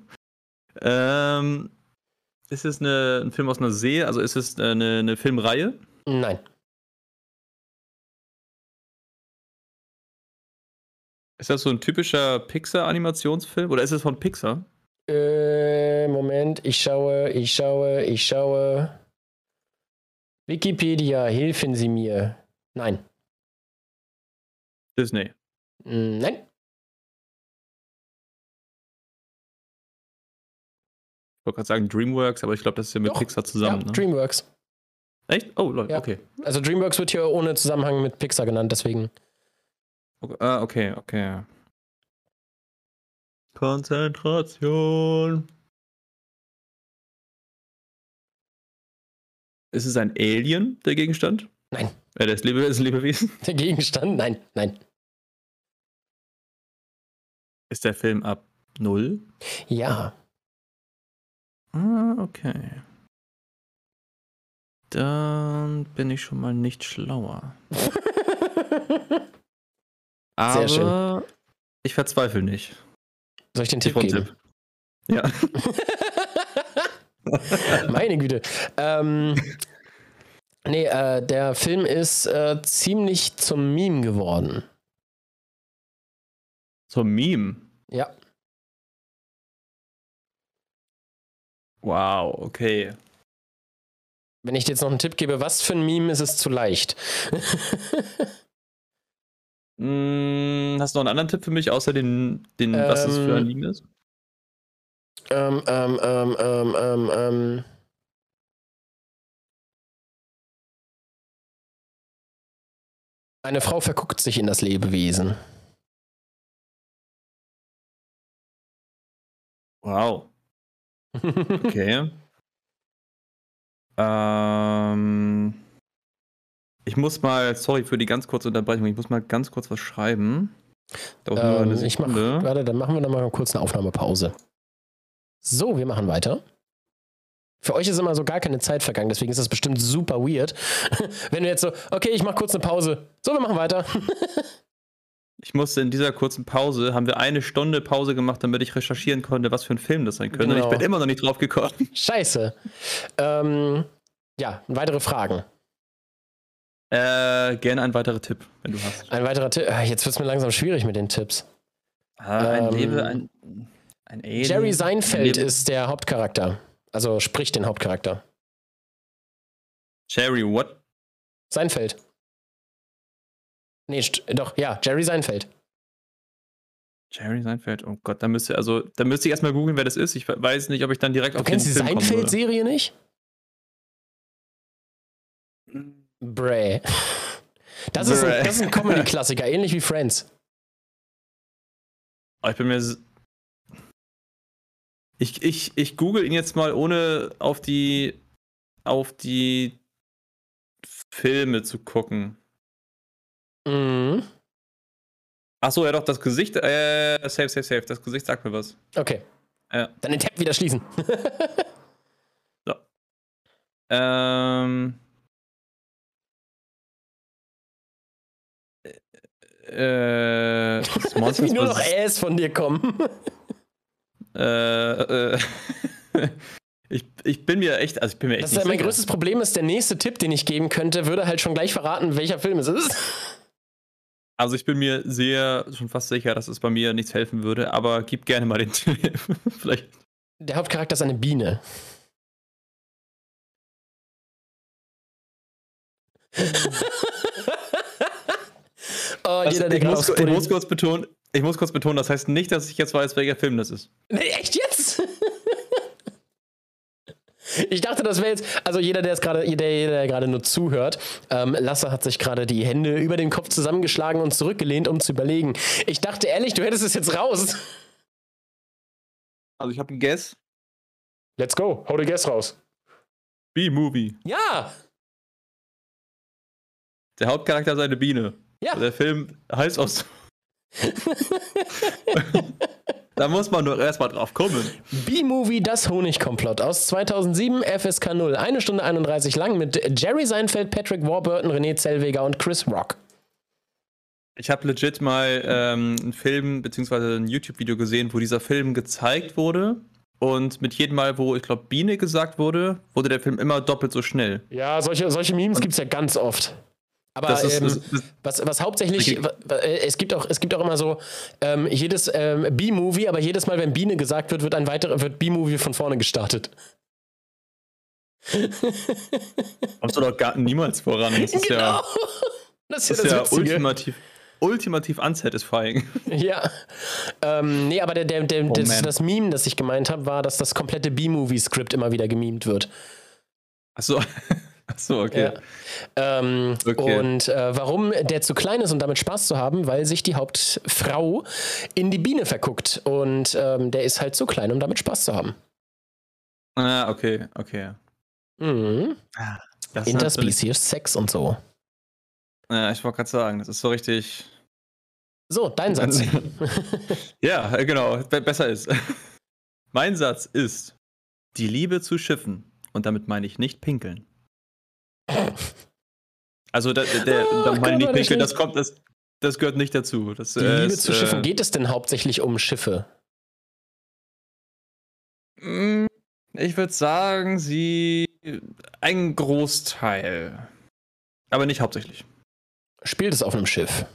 ähm, ist es eine, ein Film aus einer Serie? Also ist es eine, eine Filmreihe? Nein. Ist das so ein typischer Pixar-Animationsfilm? Oder ist es von Pixar? Äh, Moment, ich schaue, ich schaue, ich schaue. Wikipedia, helfen Sie mir. Nein. Disney. Mm, Nein. Ich wollte gerade sagen Dreamworks, aber ich glaube, das ist ja mit Doch. Pixar zusammen. Ja, ne? Dreamworks. Echt? Oh, Leute, Ja. okay. Also Dreamworks wird hier ohne Zusammenhang mit Pixar genannt, deswegen. Okay, ah, okay, okay. Konzentration. Ist es ein Alien, der Gegenstand? Nein. Äh, das Lebe ist ein Lebewesen? Der Gegenstand? Nein, nein. Ist der Film ab null? Ja. Ah, okay. Dann bin ich schon mal nicht schlauer. Aber Sehr schön. ich verzweifle nicht. Soll ich den Ich Tipp brauche geben? Tipp. Ja. Meine Güte. Ähm, nee, äh, der Film ist äh, ziemlich zum Meme geworden. Zum Meme. Ja. Wow, okay. Wenn ich dir jetzt noch einen Tipp gebe, was für ein Meme, ist es zu leicht. Hm, hast du noch einen anderen Tipp für mich, außer den, den Ähm, was es für ein Meme ist? ähm, ähm, ähm, ähm, ähm, ähm. Eine Frau verguckt sich in das Lebewesen. Wow. Okay. ähm, ich muss mal, sorry für die ganz kurze Unterbrechung, ich muss mal ganz kurz was schreiben. Dauert nur eine ähm, ich mach, Sekunde. warte, dann machen wir noch mal kurz eine Aufnahmepause. So, wir machen weiter. Für euch ist immer so gar keine Zeit vergangen, deswegen ist das bestimmt super weird. Wenn du jetzt so, okay, ich mach kurz eine Pause. So, wir machen weiter. Ich musste in dieser kurzen Pause, haben wir eine Stunde Pause gemacht, damit ich recherchieren konnte, was für ein Film das sein könnte. Genau. Und ich bin immer noch nicht drauf gekommen. Scheiße. Ähm, ja, weitere Fragen. Äh, gerne ein weiterer Tipp, wenn du hast. Ein weiterer Tipp. Ah, Jetzt wird es mir langsam schwierig mit den Tipps. Ah, ein Ähm, Lebe, ein, ein Alien. Jerry Seinfeld Lebe- ist der Hauptcharakter. Also spricht den Hauptcharakter. Jerry, what? Seinfeld. Nee, st- doch, ja, Jerry Seinfeld. Jerry Seinfeld, oh Gott, da müsste, also, da müsste ich erstmal googeln, wer das ist. Ich weiß nicht, ob ich dann direkt Du auf kennst die den Film kommen würde. Seinfeld-Serie nicht? Bräh. Das ist Bräh. ein, das ist ein Comedy-Klassiker, ähnlich wie Friends. Aber ich bin mir. s- Ich, ich, ich google ihn jetzt mal, ohne auf die. auf die Filme zu gucken. Mhm. Achso, ja doch, das Gesicht. Äh, safe, safe, safe. Das Gesicht sagt mir was. Okay. Ja. Dann den Tab wieder schließen. So. Ähm. Äh. das Monster Wie nur noch was- Äs von dir kommen. Äh, äh, ich, ich bin mir echt, also ich bin mir echt Das nicht ist, mein sicher. größtes Problem ist, der nächste Tipp, den ich geben könnte, würde halt schon gleich verraten, welcher Film es ist. Also ich bin mir sehr, schon fast sicher, dass es bei mir nichts helfen würde, aber gib gerne mal den Tipp. Vielleicht. Der Hauptcharakter ist eine Biene. Oh, Also, jeder, der ich, gerade muss, aufs ich, muss Pudding... kurz betonen, ich muss kurz betonen, das heißt nicht, dass ich jetzt weiß, welcher Film das ist. Nee, echt jetzt? Ich dachte, das wäre jetzt, also jeder, der es gerade, jeder, jeder, der gerade nur zuhört, ähm, Lasse hat sich gerade die Hände über den Kopf zusammengeschlagen und zurückgelehnt, um zu überlegen. Ich dachte ehrlich, du hättest es jetzt raus. Also ich habe einen Guess. Let's go, hau den Guess raus. B-Movie. Ja, Der Hauptcharakter ist eine Biene. ja. Der Film heißt auch so. Da muss man nur erstmal drauf kommen. B-Movie, das Honigkomplott aus zweitausendsieben, F S K null. Eine Stunde einunddreißig lang mit Jerry Seinfeld, Patrick Warburton, René Zellweger und Chris Rock. Ich habe legit mal ähm, einen Film bzw. ein YouTube-Video gesehen, wo dieser Film gezeigt wurde. Und mit jedem Mal, wo, ich glaube, Biene gesagt wurde, wurde der Film immer doppelt so schnell. Ja, solche, solche Memes gibt es ja ganz oft. Aber Das ist, ähm, das, das, was, was hauptsächlich, Okay. wa- wa- äh, es gibt auch, es gibt auch immer so ähm, jedes ähm, B-Movie, aber jedes Mal, wenn Biene gesagt wird, wird ein weiterer, wird B-Movie von vorne gestartet. kommst du doch gar niemals voran. Das ist Genau. ja. Das ist Das ja ist das ja Witzige. ultimativ, ultimativ unsatisfying. Ja. Ähm, nee, aber der, der, der, Oh, das, man. das Meme, das ich gemeint habe, war, dass das komplette B-Movie-Skript immer wieder gemimt wird. Achso, Achso, okay. Ja. Ähm, Okay. Und äh, warum der zu klein ist und damit Spaß zu haben, weil sich die Hauptfrau in die Biene verguckt. Und ähm, der ist halt zu klein, um damit Spaß zu haben. Ah, okay, okay. Mhm. Das ist natürlich- Interspecies Sex und so. Ja, ich wollte gerade sagen, das ist so richtig. So, dein Satz. Ja, genau, be besser ist. Mein Satz ist: Die Liebe zu Schiffen. Und damit meine ich nicht pinkeln. Also, da, der, Ach da meine ich Gott, nicht war das pinkeln, das schlecht. kommt, das, das gehört nicht dazu. Das, Die äh, Liebe ist, zu Schiffen. äh, Geht es denn hauptsächlich um Schiffe? Mm, Ich würde sagen, sie. Ein Großteil. Aber nicht hauptsächlich. Spielt es auf einem Schiff?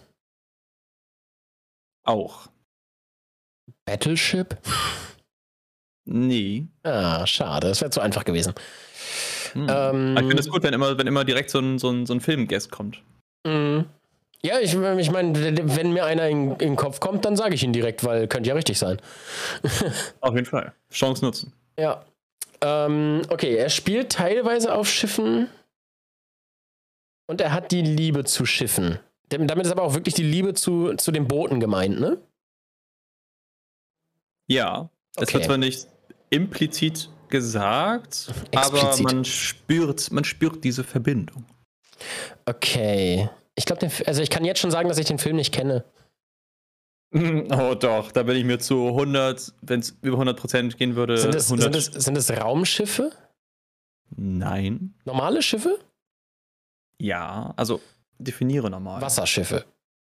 Auch. Battleship? Nie. Ah, schade. Das wäre zu einfach gewesen. Hm. Ähm, Aber ich finde es gut, wenn immer, wenn immer direkt so ein, so ein, so ein Filmguest kommt. Mhm. Ja, ich, ich meine, wenn mir einer in, in den Kopf kommt, dann sage ich ihn direkt, weil könnte ja richtig sein. Auf jeden Fall. Chance nutzen. Ja. Ähm, okay, er spielt teilweise auf Schiffen und er hat die Liebe zu Schiffen. Dem- Damit ist aber auch wirklich die Liebe zu, zu den Booten gemeint, ne? Ja. Es Okay. wird zwar nicht implizit gesagt, aber Explizit. man spürt, man spürt diese Verbindung. Okay. Ich glaube, also ich kann jetzt schon sagen, dass ich den Film nicht kenne. Oh doch, da bin ich mir zu hundert, wenn es über hundert Prozent gehen würde, Sind es, hundert. sind, es, sind es Raumschiffe? Nein. Normale Schiffe? Ja, also definiere nochmal. Wasserschiffe.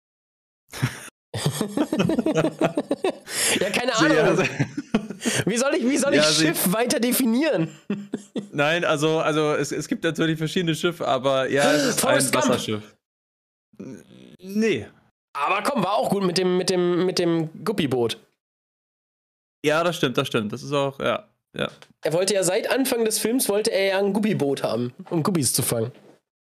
Ja, keine Also, Ahnung. ja, also, Wie soll ich, wie soll Ja, ich also- Schiff weiter definieren? nein, also, also es, es gibt natürlich verschiedene Schiffe, aber ja, es ist Forrest ein Gump. Wasserschiff. Nee. Aber komm, war auch gut mit dem, mit dem, mit dem Guppiboot. Ja, das stimmt, das stimmt. Das ist auch, ja. ja. Er wollte ja seit Anfang des Films wollte er ja ein Guppiboot haben, um Guppis zu fangen.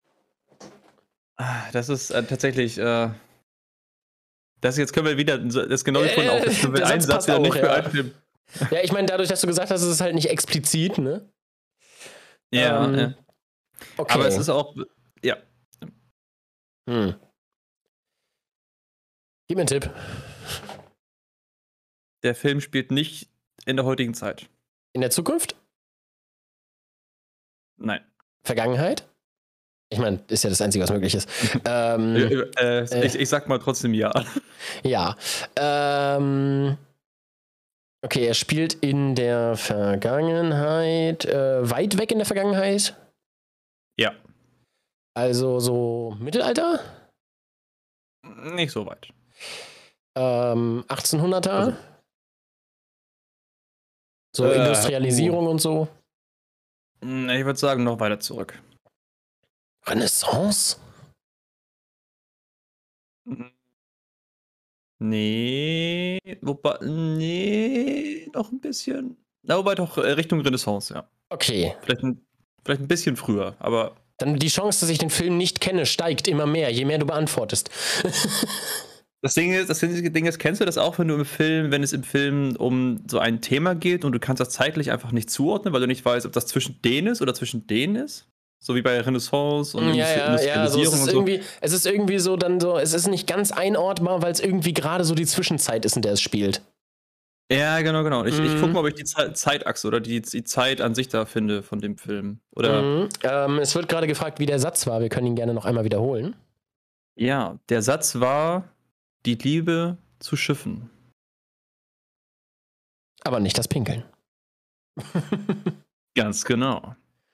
Das ist äh, tatsächlich, äh, das jetzt können wir wieder, das ist genau wie vorhin auch, das können wir Der einen Satz Satz passt wieder auch, nicht für ja. einen Film. Ja, ich meine, dadurch, dass du gesagt hast, es ist halt nicht explizit, ne? Ja, Ähm, ja. Okay. Aber es ist auch, ja. Hm. Gib mir einen Tipp. Der Film spielt nicht in der heutigen Zeit. In der Zukunft? Nein. Vergangenheit? Ich meine, ist ja das Einzige, was möglich ist. ähm, Äh, äh, ich, ich sag mal trotzdem ja. Ja. Ähm, okay, er spielt in der Vergangenheit. Äh, weit weg in der Vergangenheit? Ja. Also so Mittelalter? Nicht so weit. Ähm, achtzehnhunderter? Also- so Äh, Industrialisierung und so? Mm, Ich würde sagen, noch weiter zurück. Renaissance? Nee, wobei, nee, noch ein bisschen. Na, wobei doch äh, Richtung Renaissance, ja. Okay. Vielleicht ein, vielleicht ein bisschen früher, aber Dann die Chance, dass ich den Film nicht kenne, steigt immer mehr, je mehr du beantwortest. das Ding ist, das Ding ist, kennst du das auch, wenn du im Film, wenn es im Film um so ein Thema geht und du kannst das zeitlich einfach nicht zuordnen, weil du nicht weißt, ob das zwischen denen ist oder zwischen denen ist? So wie bei Renaissance und Ja, ja, ja. Also es, Industrialisierung ist und so. irgendwie, es ist irgendwie so dann so, es ist nicht ganz einordbar, weil es irgendwie gerade so die Zwischenzeit ist, in der es spielt. Ja, genau, genau. Ich, ich Mhm. gucke mal, ob ich die Ze- Zeitachse oder die, die Zeit an sich da finde von dem Film. Oder Mhm. Ähm, es wird gerade gefragt, wie der Satz war. Wir können ihn gerne noch einmal wiederholen. ja, der Satz war die Liebe zu Schiffen. Aber nicht das Pinkeln. Ganz genau.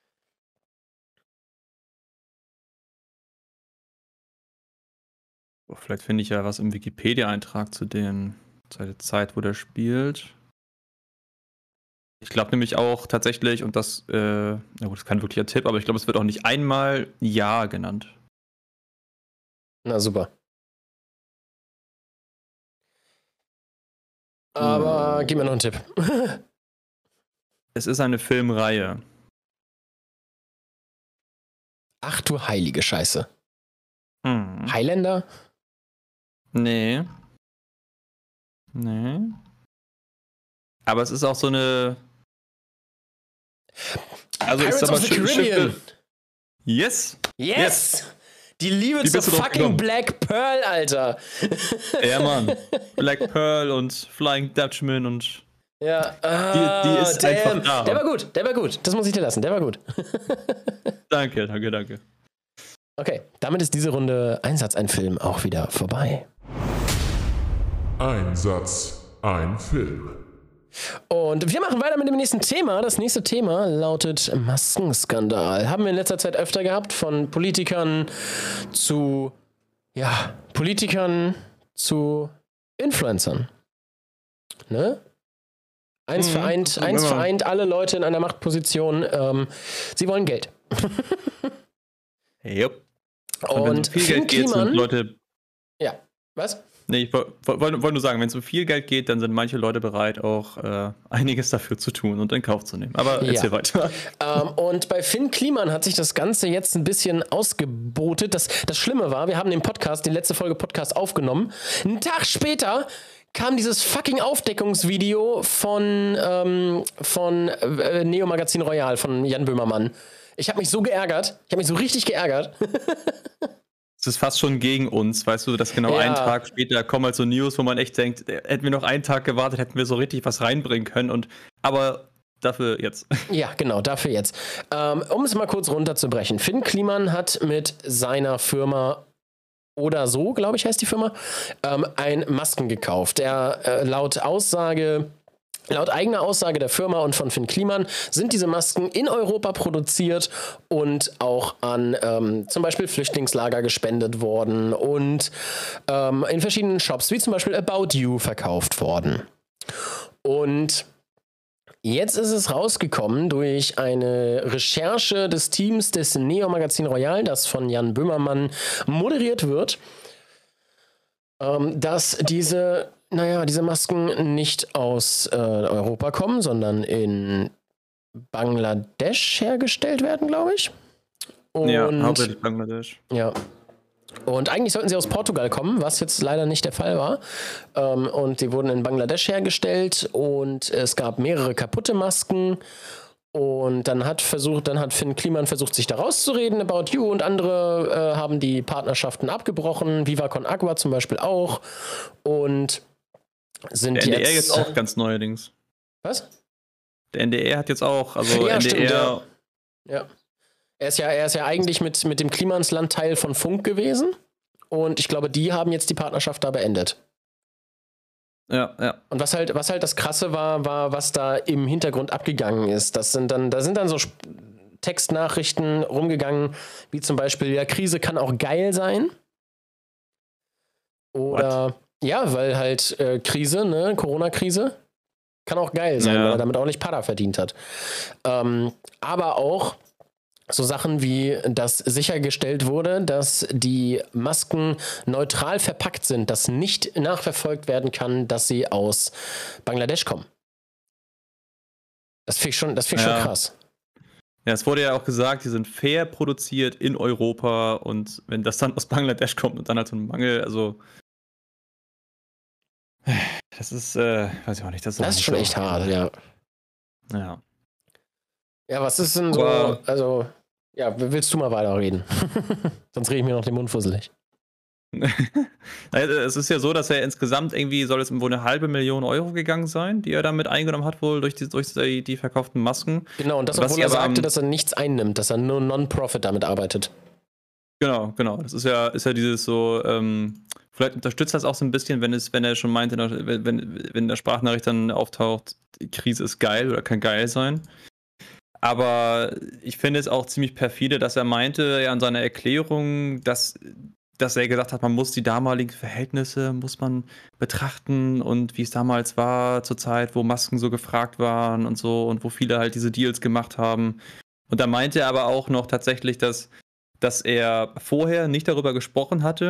Oh, vielleicht finde ich ja was im Wikipedia-Eintrag zu den, zu der Zeit, wo der spielt. Ich glaube nämlich auch tatsächlich, und das, äh, na gut, das ist kein wirklicher Tipp, aber ich glaube, es wird auch nicht einmal Ja genannt. Na super. Aber Hm. gib mir noch einen Tipp. Es ist eine Filmreihe. Ach du heilige Scheiße. Hm. Highlander? Nee. Nee. Aber es ist auch so eine. Also Pirates ich sag mal, of the Sch- Caribbean. Schiffe. Yes! Yes! Yes. Die Liebe Wie zur bist du drauf fucking gekommen? Black Pearl, Alter. Ja, Mann. Black Pearl und Flying Dutchman und. Ja, ah, Die- die ist damn. einfach da. Der war gut, der war gut. Das muss ich dir lassen, der war gut. Danke, danke, danke. Okay, damit ist diese Runde Einsatz, ein Film auch wieder vorbei. Ein Satz, ein Film. Und wir machen weiter mit dem nächsten Thema. Das nächste Thema lautet Maskenskandal. Haben wir in letzter Zeit öfter gehabt, von Politikern zu, ja, Politikern zu Influencern. Ne? Eins Mhm. vereint, eins Immer. vereint alle Leute in einer Machtposition. Ähm, sie wollen Geld. Yep. Und, Und wenn es um viel Finn Geld geht, Kliman, sind Leute. ja, was? Nee, ich wollte wollt, wollt nur sagen, wenn es um viel Geld geht, dann sind manche Leute bereit, auch äh, einiges dafür zu tun und in Kauf zu nehmen. Aber Ja. erzähl weiter. Ähm, und bei Finn Kliman hat sich das Ganze jetzt ein bisschen ausgebotet. Das, das Schlimme war, wir haben den Podcast, die letzte Folge Podcast aufgenommen. Einen Tag später kam dieses fucking Aufdeckungsvideo von, ähm, von äh, Neo Magazin Royal von Jan Böhmermann. Ich habe mich so geärgert. Ich habe mich so richtig geärgert. Es ist fast schon gegen uns, weißt du, dass genau Ja. einen Tag später kommen halt so News, wo man echt denkt, äh, hätten wir noch einen Tag gewartet, hätten wir so richtig was reinbringen können. Und aber dafür jetzt. Ja, genau, dafür jetzt. Ähm, um es mal kurz runterzubrechen. Finn Kliman hat mit seiner Firma oder so, glaube ich, heißt die Firma, ähm, ein Masken gekauft. Der äh, laut Aussage, laut eigener Aussage der Firma und von Finn Kliman sind diese Masken in Europa produziert und auch an ähm, zum Beispiel Flüchtlingslager gespendet worden und ähm, in verschiedenen Shops, wie zum Beispiel About You, verkauft worden. Und jetzt ist es rausgekommen durch eine Recherche des Teams des Neo Magazin Royal, das von Jan Böhmermann moderiert wird, ähm, dass diese, naja, diese Masken nicht aus äh, Europa kommen, sondern in Bangladesch hergestellt werden, glaube ich. Und, Ja, hauptsächlich Bangladesch. ja. Und eigentlich sollten sie aus Portugal kommen, was jetzt leider nicht der Fall war. Ähm, und die wurden in Bangladesch hergestellt und es gab mehrere kaputte Masken. Und dann hat versucht, dann hat Finn Kliman versucht, sich da rauszureden, About You, und andere äh, haben die Partnerschaften abgebrochen, Viva Con Agua zum Beispiel auch. Und sind Der N D R jetzt, jetzt auch ganz neuerdings. Was? Der N D R hat jetzt auch, also Ja, N D R. stimmt, ja. Ja. Er ist ja, er ist ja eigentlich mit, mit dem Klimansland Teil von Funk gewesen. Und ich glaube, die haben jetzt die Partnerschaft da beendet. Ja, ja. Und was halt, was halt das Krasse war, war, was da im Hintergrund abgegangen ist. Das sind dann, da sind dann so Sp- Textnachrichten rumgegangen, wie zum Beispiel, ja, Krise kann auch geil sein. Oder, ja, weil halt äh, Krise, ne, Corona-Krise, kann auch geil sein, Ja. weil er damit auch nicht Pada verdient hat. Ähm, aber auch so Sachen wie, dass sichergestellt wurde, dass die Masken neutral verpackt sind, dass nicht nachverfolgt werden kann, dass sie aus Bangladesch kommen. Das finde ich schon, das find ich Ja. schon krass. Ja, es wurde ja auch gesagt, die sind fair produziert in Europa und wenn das dann aus Bangladesch kommt und dann halt so ein Mangel, also das ist, äh, weiß ich auch nicht, das ist, Das ist schon echt hart, ja. Ja. Ja, was ist denn so, Aber- also, ja, willst du mal weiterreden? Sonst rede ich mir noch den Mund fusselig. Naja, es ist ja so, dass er insgesamt irgendwie, soll es wohl eine halbe Million Euro gegangen sein, die er damit eingenommen hat, wohl durch die, durch die, die verkauften Masken. Genau, und das, Was obwohl sie er aber sagte, am- dass er nichts einnimmt, dass er nur Non-Profit damit arbeitet. Genau, genau. Das ist ja, ist ja dieses so, ähm, vielleicht unterstützt das auch so ein bisschen, wenn es, wenn er schon meinte, wenn, wenn, wenn in der Sprachnachricht dann auftaucht, die Krise ist geil oder kann geil sein. Aber ich finde es auch ziemlich perfide, dass er meinte, ja, in seiner Erklärung, dass, dass er gesagt hat, man muss die damaligen Verhältnisse, muss man betrachten und wie es damals war, zur Zeit, wo Masken so gefragt waren und so und wo viele halt diese Deals gemacht haben. Und da meinte er aber auch noch tatsächlich, dass dass er vorher nicht darüber gesprochen hatte,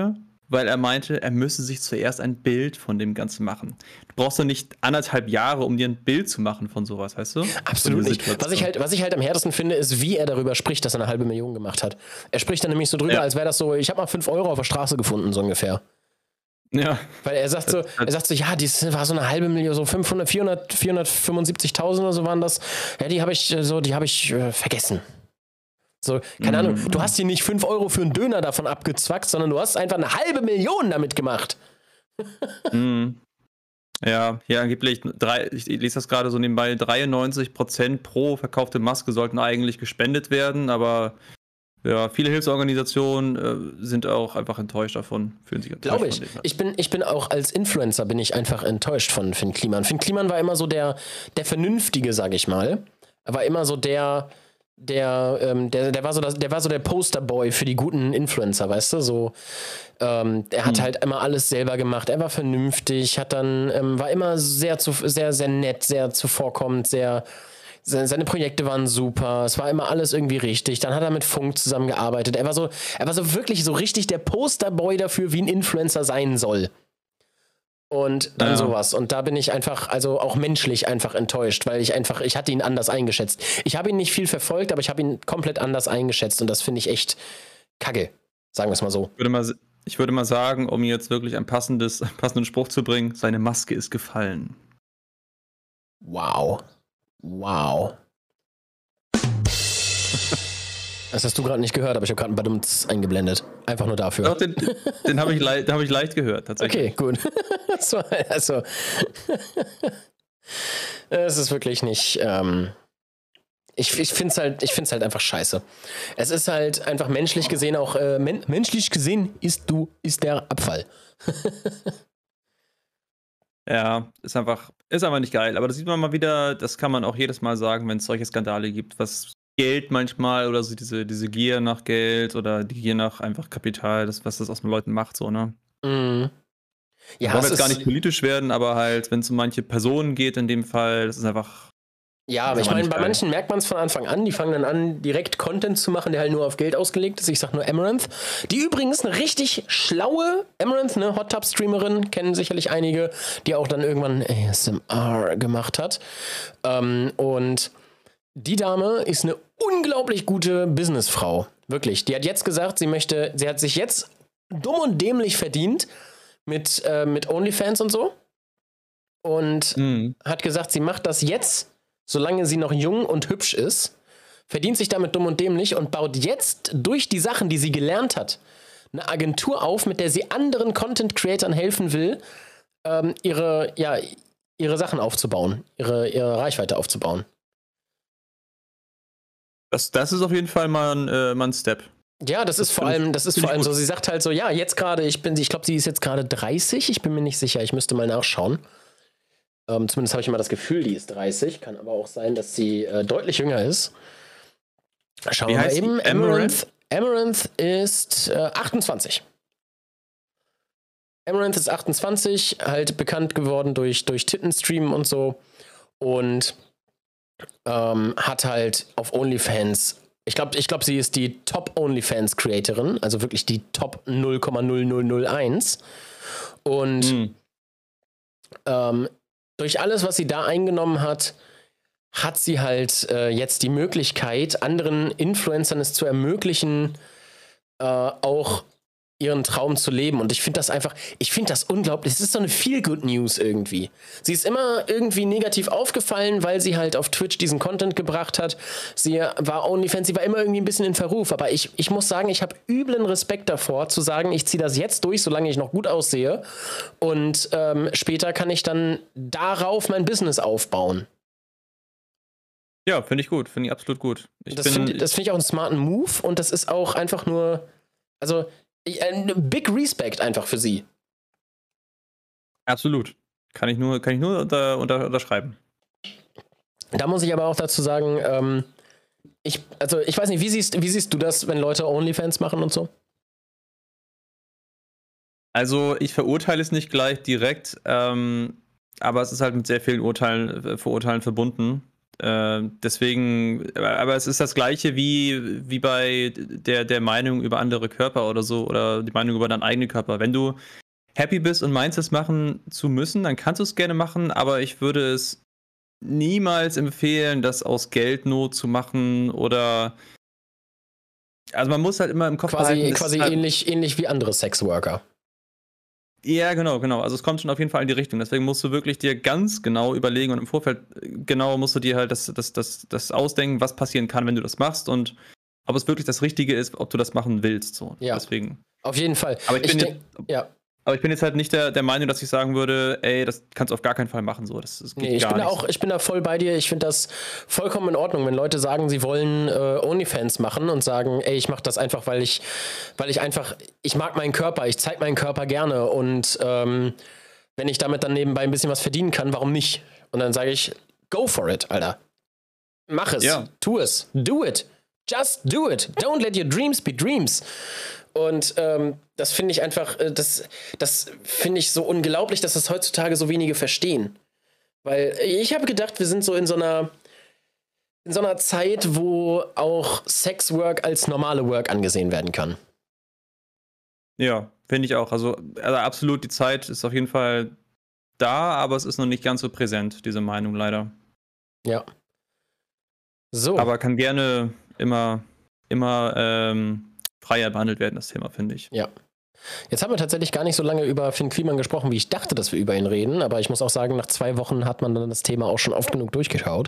weil er meinte, er müsse sich zuerst ein Bild von dem Ganzen machen. Du brauchst doch nicht anderthalb Jahre, um dir ein Bild zu machen von sowas, weißt du? Absolut nicht. Was ich, halt, was ich halt am härtesten finde, ist, wie er darüber spricht, dass er eine halbe Million gemacht hat. Er spricht dann nämlich so drüber, ja. als wäre das so, ich habe mal fünf Euro auf der Straße gefunden, so ungefähr. Ja. Weil er sagt so, er sagt so, ja, das war so eine halbe Million, so fünfhundert, vierhundert, vierhundertfünfundsiebzigtausend oder so waren das. Ja, die habe ich so, die habe ich äh, vergessen. So, keine mm. Ahnung, du hast hier nicht fünf Euro für einen Döner davon abgezwackt, sondern du hast einfach eine halbe Million damit gemacht. mm. Ja, hier angeblich, drei, ich lese das gerade so nebenbei, dreiundneunzig Prozent pro verkaufte Maske sollten eigentlich gespendet werden, aber ja, viele Hilfsorganisationen äh, sind auch einfach enttäuscht davon, fühlen sich enttäuscht. Glaube ich. Ich bin, ich bin auch als Influencer bin ich einfach enttäuscht von Finn Kliman. Finn Kliman war immer so der, der Vernünftige, sag ich mal. Er war immer so der, der, ähm, der, der war so das, der war so der Posterboy für die guten Influencer, weißt du? So, ähm, er hat hm. halt immer alles selber gemacht. Er war vernünftig, hat dann, ähm, war immer sehr, zu, sehr, sehr nett, sehr zuvorkommend, sehr. Seine Projekte waren super, es war immer alles irgendwie richtig. Dann hat er mit Funk zusammengearbeitet. Er war so, er war so wirklich so richtig der Posterboy dafür, wie ein Influencer sein soll. Und dann ja. sowas. Und da bin ich einfach, also auch menschlich einfach enttäuscht, weil ich einfach, ich hatte ihn anders eingeschätzt. Ich habe ihn nicht viel verfolgt, aber ich habe ihn komplett anders eingeschätzt und das finde ich echt kacke. Sagen wir es mal so. Ich würde mal, ich würde mal sagen, um jetzt wirklich ein passendes, einen passenden Spruch zu bringen, seine Maske ist gefallen. Wow. Wow. Das hast du gerade nicht gehört, aber ich habe gerade einen Badumts eingeblendet. Einfach nur dafür. Doch, den, den habe ich, le- hab ich leicht gehört, tatsächlich. Okay, gut. Das war, also, es ist wirklich nicht. Ähm, ich ich finde es halt, ich find's halt einfach scheiße. Es ist halt einfach menschlich gesehen auch. Äh, men- menschlich gesehen ist du ist der Abfall. Ja, ist einfach, ist einfach nicht geil. Aber das sieht man mal wieder, das kann man auch jedes Mal sagen, wenn es solche Skandale gibt, was Geld manchmal oder so diese, diese Gier nach Geld oder die Gier nach einfach Kapital, das, was das aus den Leuten macht, so, ne? Mhm. Ja, wollen wir jetzt gar nicht politisch werden, aber halt, wenn es um manche Personen geht in dem Fall, das ist einfach. Ja, aber ich meine, bei manchen merkt man es von Anfang an, die fangen dann an, direkt Content zu machen, der halt nur auf Geld ausgelegt ist. Ich sag nur Amaranth, die übrigens eine richtig schlaue Amaranth, eine Hot Tub Streamerin, kennen sicherlich einige, die auch dann irgendwann A S M R gemacht hat. Ähm, und die Dame ist eine unglaublich gute Businessfrau, wirklich. Die hat jetzt gesagt, sie möchte, sie hat sich jetzt dumm und dämlich verdient mit, äh, mit OnlyFans und so und mhm. hat gesagt, sie macht das jetzt, solange sie noch jung und hübsch ist, verdient sich damit dumm und dämlich und baut jetzt durch die Sachen, die sie gelernt hat, eine Agentur auf, mit der sie anderen Content-Creatern helfen will, ähm, ihre, ja, ihre Sachen aufzubauen, ihre, ihre Reichweite aufzubauen. Das, das ist auf jeden Fall mal ein, äh, mal ein Step. Ja, das, das ist vor allem, das ist vor allem so, sie sagt halt so, ja, jetzt gerade, ich bin, ich glaube, sie ist jetzt gerade dreißig, ich bin mir nicht sicher, ich müsste mal nachschauen. Ähm, zumindest habe ich immer das Gefühl, die ist dreißig. Kann aber auch sein, dass sie äh, deutlich jünger ist. Schauen wir mal eben. Amaranth, Amaranth ist äh, achtundzwanzig. Amaranth ist achtundzwanzig, halt bekannt geworden durch, durch Tittenstreamen und so. Und ähm, hat halt auf OnlyFans, ich glaube, ich glaub, sie ist die Top-OnlyFans-Creatorin, also wirklich die Top null Komma null null null eins. Und hm. ähm, durch alles, was sie da eingenommen hat, hat sie halt äh, jetzt die Möglichkeit, anderen Influencern es zu ermöglichen, äh, auch ihren Traum zu leben. Und ich finde das einfach, ich finde das unglaublich. Es ist so eine Feel-Good-News irgendwie. Sie ist immer irgendwie negativ aufgefallen, weil sie halt auf Twitch diesen Content gebracht hat. Sie war OnlyFans, sie war immer irgendwie ein bisschen in Verruf. Aber ich, ich muss sagen, ich habe üblen Respekt davor, zu sagen, ich ziehe das jetzt durch, solange ich noch gut aussehe. Und ähm, später kann ich dann darauf mein Business aufbauen. Ja, finde ich gut. Finde ich absolut gut. Ich das finde find ich auch einen smarten Move. Und das ist auch einfach nur, also big Respect einfach für sie. Absolut. Kann ich nur, kann ich nur unter, unter, unterschreiben. Da muss ich aber auch dazu sagen, ähm, ich, also ich weiß nicht, wie siehst, wie siehst du das, wenn Leute OnlyFans machen und so? Also ich verurteile es nicht gleich direkt, ähm, aber es ist halt mit sehr vielen Urteilen, Verurteilen verbunden. Äh, deswegen, aber es ist das Gleiche wie, wie bei der, der Meinung über andere Körper oder so, oder die Meinung über deinen eigenen Körper. Wenn du happy bist und meinst, es machen zu müssen, dann kannst du es gerne machen, aber ich würde es niemals empfehlen, das aus Geldnot zu machen oder. Also man muss halt immer im Kopf Quasi, behalten, es quasi ist halt, ähnlich, ähnlich wie andere Sexworker. ja, genau, genau. Also es kommt schon auf jeden Fall in die Richtung. Deswegen musst du wirklich dir ganz genau überlegen und im Vorfeld genau musst du dir halt das, das, das, das ausdenken, was passieren kann, wenn du das machst und ob es wirklich das Richtige ist, ob du das machen willst. So. Ja. Deswegen. Auf jeden Fall. Aber ich bin, denk, jetzt, ja. aber ich bin jetzt halt nicht der, der Meinung, dass ich sagen würde, ey, das kannst du auf gar keinen Fall machen. So. Das, das geht Nee, ich gar bin da nicht. auch, ich bin da voll bei dir. Ich finde das vollkommen in Ordnung, wenn Leute sagen, sie wollen äh, OnlyFans machen und sagen, ey, ich mache das einfach, weil ich, weil ich einfach, ich mag meinen Körper, ich zeige meinen Körper gerne und ähm, wenn ich damit dann nebenbei ein bisschen was verdienen kann, warum nicht? Und dann sage ich, go for it, Alter. Mach es, Ja. tu es, do it. Just do it. Don't let your dreams be dreams. Und ähm, das finde ich einfach, äh, das, das finde ich so unglaublich, dass das heutzutage so wenige verstehen. Weil ich habe gedacht, wir sind so in so einer in so einer Zeit, wo auch Sexwork als normale Work angesehen werden kann. Ja, finde ich auch. Also, also absolut, die Zeit ist auf jeden Fall da, aber es ist noch nicht ganz so präsent, diese Meinung leider. Ja. So. Aber kann gerne immer, immer ähm, freier behandelt werden, das Thema, finde ich. Ja. Jetzt haben wir tatsächlich gar nicht so lange über Finn Kliman gesprochen, wie ich dachte, dass wir über ihn reden. Aber ich muss auch sagen, nach zwei Wochen hat man dann das Thema auch schon oft genug durchgeschaut.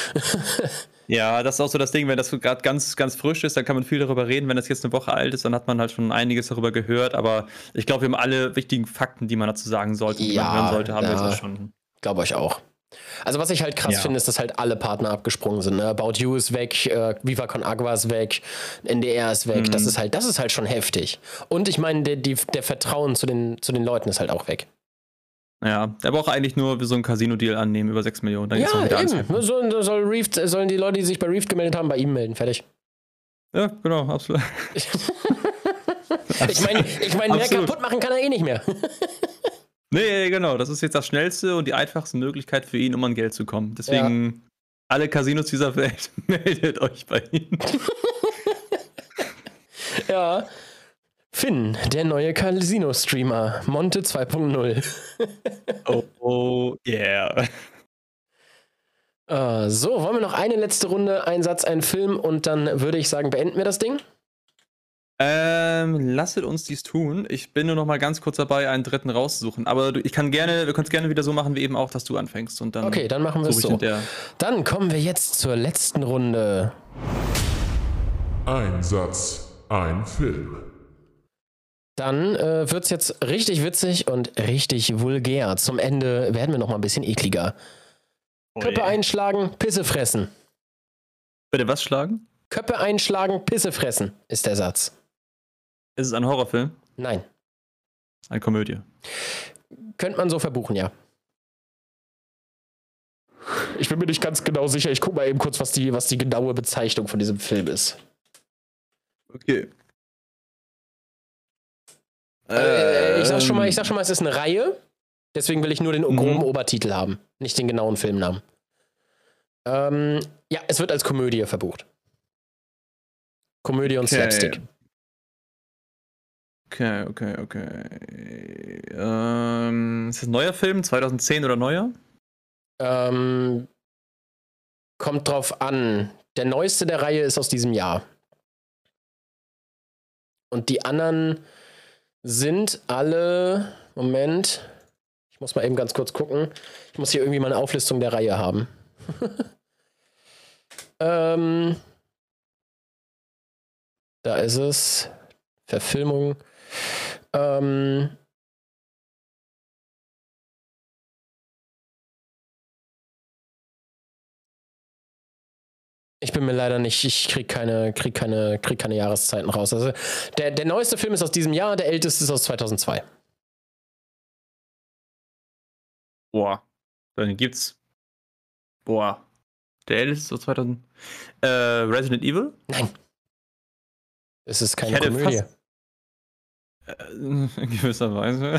Ja, das ist auch so das Ding, wenn das gerade ganz, ganz frisch ist, dann kann man viel darüber reden. Wenn das jetzt eine Woche alt ist, dann hat man halt schon einiges darüber gehört. Aber ich glaube, wir haben alle wichtigen Fakten, die man dazu sagen sollte, die Ja, man hören sollte, haben wir ja. jetzt auch schon. Glaube ich auch. Also was ich halt krass Ja. finde, ist, dass halt alle Partner abgesprungen sind. Ne? About You ist weg, äh, Viva Con Agua ist weg, N D R ist weg. Mhm. Das ist halt, das ist halt schon heftig. Und ich meine, der, die, der Vertrauen zu den, zu den Leuten ist halt auch weg. Ja, der braucht eigentlich nur so einen Casino-Deal annehmen über sechs Millionen. Dann geht's Ja, noch wieder eben. anfangen. Soll, soll Reeft, sollen die Leute, die sich bei Reeft gemeldet haben, bei ihm melden. Fertig. Ja, genau, absolut. Ich meine, ich mein, mehr Absolut. kaputt machen kann er eh nicht mehr. Nee, genau, das ist jetzt das schnellste und die einfachste Möglichkeit für ihn, um an Geld zu kommen. Deswegen, alle Casinos dieser Welt, meldet euch bei ihm. Ja. Finn, der neue Casino-Streamer. Monte zwei Punkt null. Oh, oh yeah. Äh, so, wollen wir noch eine letzte Runde, ein Satz, ein Film und dann würde ich sagen, beenden wir das Ding? Ähm, lasset uns dies tun. Ich bin nur noch mal ganz kurz dabei, einen dritten rauszusuchen. Aber du, ich kann gerne, wir können es gerne wieder so machen, wie eben auch, dass du anfängst. Und dann Okay, dann machen wir es suche ich so. hinterher. Dann kommen wir jetzt zur letzten Runde. Ein Satz, ein Film. Dann äh, wird es jetzt richtig witzig und richtig vulgär. Zum Ende werden wir noch mal ein bisschen ekliger. Köpfe yeah. einschlagen, Pisse fressen. Bitte was schlagen? Köpfe einschlagen, Pisse fressen, ist der Satz. Ist es ein Horrorfilm? Nein. Eine Komödie. Könnte man so verbuchen, ja. Ich bin mir nicht ganz genau sicher. Ich gucke mal eben kurz, was die, was die genaue Bezeichnung von diesem Film ist. Okay. Äh, ich, sag schon mal, ich Ähm, sag schon mal, es ist eine Reihe. Deswegen will ich nur den Mhm. groben Obertitel haben, nicht den genauen Filmnamen. Ähm, ja, es wird als Komödie verbucht. Komödie und Okay. Slapstick. Okay, okay, okay. Ähm, ist das ein neuer Film? zweitausendzehn oder neuer? Ähm, kommt drauf an. Der neueste der Reihe ist aus diesem Jahr. Und die anderen sind alle. Moment. Ich muss mal eben ganz kurz gucken. Ich muss hier irgendwie mal eine Auflistung der Reihe haben. ähm, da ist es. Verfilmung. Ähm. Ich bin mir leider nicht, ich krieg keine, krieg keine, krieg keine Jahreszeiten raus. Also der, der neueste Film ist aus diesem Jahr, der älteste ist aus zweitausendzwei. Boah. Dann gibt's. Boah. Der älteste ist aus zweitausend. Äh, Resident Evil? Nein. Es ist keine Ich hätte Komödie. fast- Äh, in gewisser Weise.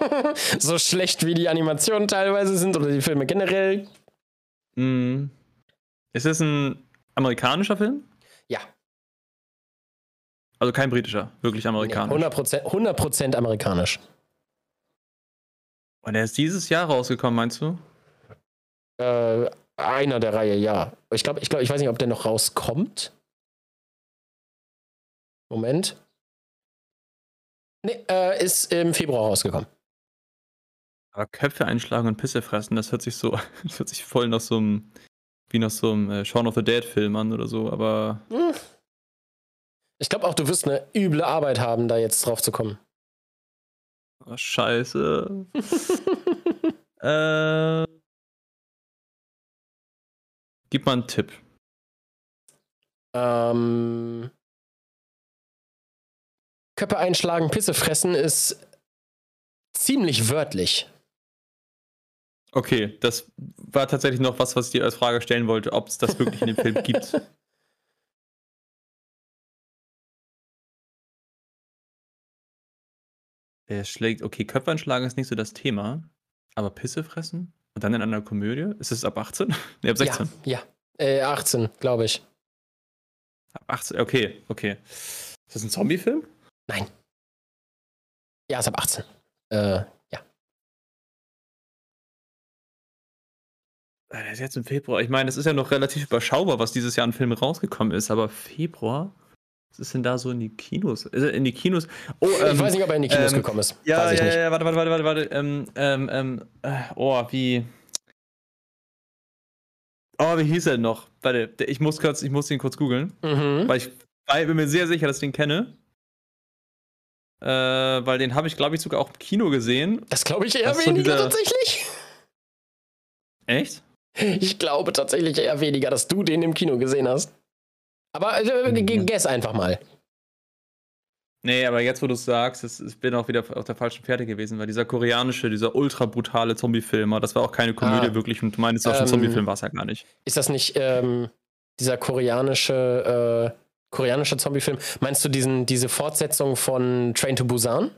So schlecht wie die Animationen teilweise sind oder die Filme generell. Mhm. Ist es ein amerikanischer Film? Ja. Also kein britischer, wirklich Nee, amerikanisch. hundert Prozent, hundert Prozent amerikanisch. Und er ist dieses Jahr rausgekommen, meinst du? Äh, einer der Reihe, ja. Ich glaube, ich, glaub, ich weiß nicht, ob der noch rauskommt. Moment. Nee, äh, ist im Februar rausgekommen. Aber Köpfe einschlagen und Pisse fressen, das hört sich so, das hört sich voll nach so einem, wie nach so einem äh, Shaun of the Dead Film an oder so, aber. Hm. Ich glaube auch, du wirst eine üble Arbeit haben, da jetzt drauf zu kommen. Oh, scheiße. äh. Gib mal einen Tipp. ähm. Köpfe einschlagen, Pisse fressen ist ziemlich wörtlich. Okay, das war tatsächlich noch was, was ich dir als Frage stellen wollte, ob es das wirklich in dem Film gibt. Der schlägt, okay, Köpfe einschlagen ist nicht so das Thema, aber Pisse fressen? Und dann in einer Komödie? Ist es ab achtzehn? Ne, ab sechzehn. Ja, ja. Äh, achtzehn, glaube ich. Ab achtzehn, okay, okay. Ist das ein Zombie-Film? Nein. Ja, ist ab achtzehn. Äh, ja. Ah, der ist jetzt im Februar. Ich meine, es ist ja noch relativ überschaubar, was dieses Jahr an Filmen rausgekommen ist, aber Februar? Was ist denn da so in die Kinos? Ist er in die Kinos? Oh, ähm, ich weiß nicht, ob er in die Kinos ähm, gekommen ist. Ja, weiß ich ja, nicht. ja, warte, warte, warte, warte, warte. Ähm, ähm, ähm, äh, oh, wie. Oh, wie hieß er denn noch? Warte, der- ich muss kurz, ich muss den kurz googeln, Mhm. weil ich weil- bin mir sehr sicher, dass ich den kenne. Äh, weil den habe ich, glaube ich, sogar auch im Kino gesehen. Das glaube ich eher Das ist so weniger dieser- tatsächlich. Echt? Ich glaube tatsächlich eher weniger, dass du den im Kino gesehen hast. Aber äh, Mhm. guess einfach mal. Nee, aber jetzt, wo du es sagst, es- ich bin auch wieder auf der falschen Fährte gewesen, weil dieser koreanische, dieser ultra brutale Zombie-Film, das war auch keine Komödie Ah. wirklich und du meinst auch schon, Ähm, Zombie-Film war es ja gar nicht. Ist das nicht ähm, dieser koreanische, äh, koreanische Zombie-Film? Meinst du diesen, diese Fortsetzung von Train to Busan?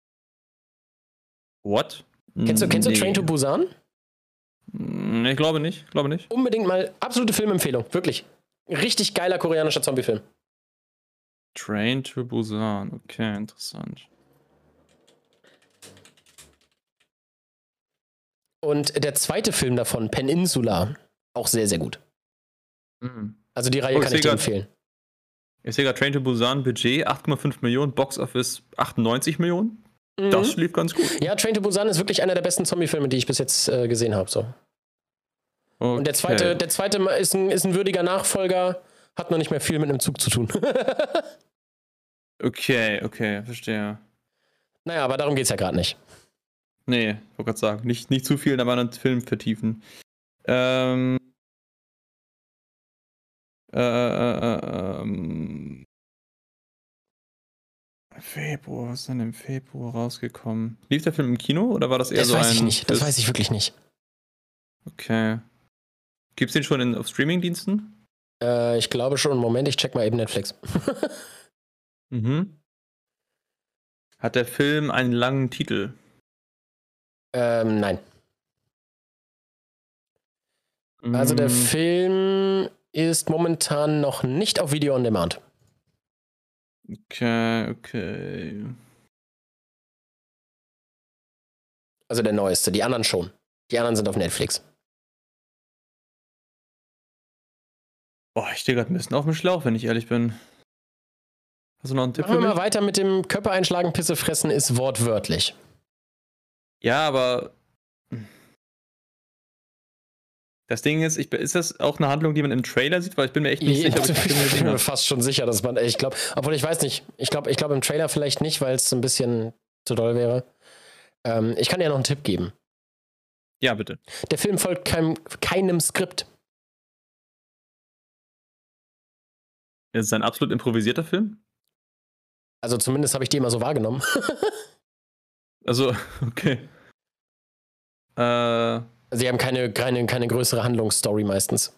What? Kennst du, kennst du Nee. Train to Busan? Mm, Ich glaube nicht, ich glaube nicht. Unbedingt mal absolute Filmempfehlung, wirklich. Richtig geiler koreanischer Zombie-Film. Train to Busan, okay, interessant. Und der zweite Film davon, Peninsula, auch sehr, sehr gut. Mhm. Also die Reihe Oh, ich kann ich seh dir grad- empfehlen. Ich sehe gerade Train to Busan, Budget acht Komma fünf Millionen, Box Office achtundneunzig Millionen. Mhm. Das lief ganz gut. Ja, Train to Busan ist wirklich einer der besten Zombie-Filme, die ich bis jetzt äh, gesehen habe. So. Okay. Und der zweite, der zweite ist ein, ist ein würdiger Nachfolger, hat noch nicht mehr viel mit einem Zug zu tun. Okay, okay, verstehe. Naja, aber darum geht's ja gerade nicht. Nee, ich wollte gerade sagen, nicht, nicht zu viel in einen Film vertiefen. Ähm. Äh, äh, äh, ähm. Februar, was ist denn im Februar rausgekommen? Lief der Film im Kino oder war das eher Das so weiß ein. ich nicht. Das weiß ich wirklich nicht. Okay. Gibt's den schon in, auf Streamingdiensten? Äh, ich glaube schon. Moment, ich check mal eben Netflix. Mhm. Hat der Film einen langen Titel? ähm, nein. Also der Mm, Film ist momentan noch nicht auf Video on Demand. Okay, okay. Also der neueste. Die anderen schon. Die anderen sind auf Netflix. Boah, ich stehe gerade ein bisschen auf dem Schlauch, wenn ich ehrlich bin. Hast du noch einen Tipp Machen wir für mal mich? weiter mit dem Köpfe einschlagen, Pisse fressen ist wortwörtlich. Ja, aber das Ding ist, ich, ist das auch eine Handlung, die man im Trailer sieht? Weil ich bin mir echt nicht sicher, ob ich den Film ich gesehen bin mir habe. fast schon sicher, dass man, ich glaube, obwohl ich weiß nicht, ich glaube, ich glaube im Trailer vielleicht nicht, weil es ein bisschen zu doll wäre. Ähm, ich kann dir noch einen Tipp geben. Ja, bitte. Der Film folgt keinem, keinem Skript. Ist es ein absolut improvisierter Film? Also zumindest habe ich die immer so wahrgenommen. Also, okay. Äh, Sie haben keine, keine, keine größere Handlungsstory meistens.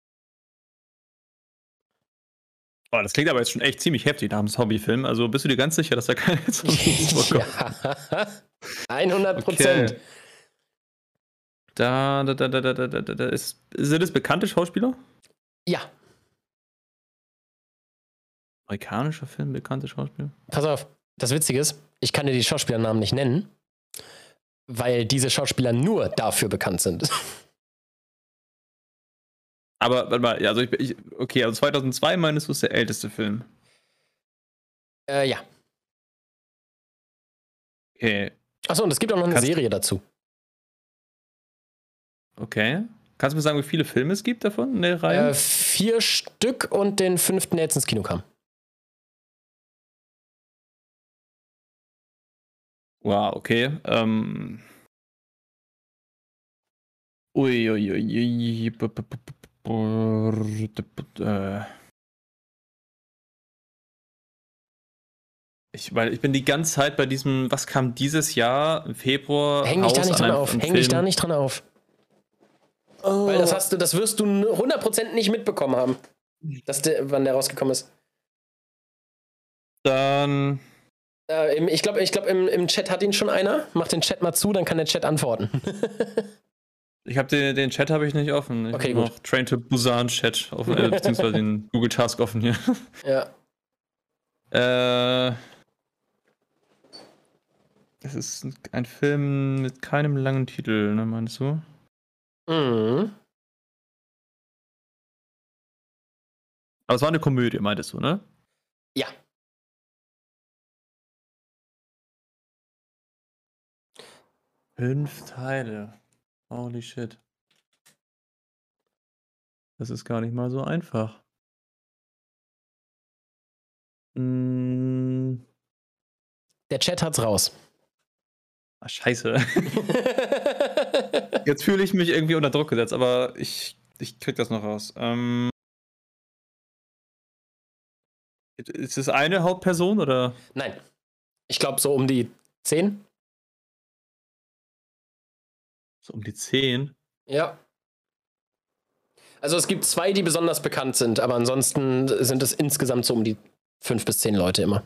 oh, das klingt aber jetzt schon echt ziemlich heftig nach einem Zombie-Film. Also bist du dir ganz sicher, dass da keine Zombies vorkommen? Ja, hundert Prozent. Okay. Da, da, da, da, da, da, da, da ist. Sind das bekannte Schauspieler? Ja, Amerikanischer Film, bekannte Schauspieler. pass auf. Das Witzige ist, ich kann dir die Schauspielernamen nicht nennen, weil diese Schauspieler nur dafür bekannt sind. Aber, warte mal, ja, also ich, ich okay, also zweitausendzwei meinst du, ist der älteste Film. äh, ja. Okay, Achso, und es gibt auch noch eine Kannst- Serie dazu. okay. Kannst du mir sagen, wie viele Filme es gibt davon in der Reihe? Äh, vier Stück und den fünften, der jetzt ins Kino kam. Wow, okay. Ähm. Ui, ui, ui, ui. b- b- b- b- b- b- äh. Ich, weil ich bin die ganze Zeit bei diesem, was kam dieses Jahr im Februar Häng dich da raus nicht an dran einem- auf. einem Häng dich Film? da nicht dran auf. Oh. Weil das hast du, das wirst du hundert Prozent nicht mitbekommen haben. Dass der, wann der rausgekommen ist. Dann. Äh, im, ich glaube, ich glaub, im, im Chat hat ihn schon einer. Mach den Chat mal zu, dann kann der Chat antworten. Ich habe den, den Chat habe ich nicht offen. Ich Okay, hab gut. noch Train to Busan Chat offen, äh, beziehungsweise den Google Task offen hier. Ja. Äh. Es ist ein Film mit keinem langen Titel, ne, meinst du? Mhm. Aber es war eine Komödie, meintest du, ne? Ja. Fünf Teile. Holy shit. Das ist gar nicht mal so einfach. Mm, Der Chat hat's raus. ah, scheiße. Jetzt fühle ich mich irgendwie unter Druck gesetzt, aber ich, ich krieg das noch raus. Ähm, ist es eine Hauptperson oder? Nein. Ich glaube so um die zehn. So um die zehn? Ja. Also es gibt zwei, die besonders bekannt sind, aber ansonsten sind es insgesamt so um die fünf bis zehn Leute immer.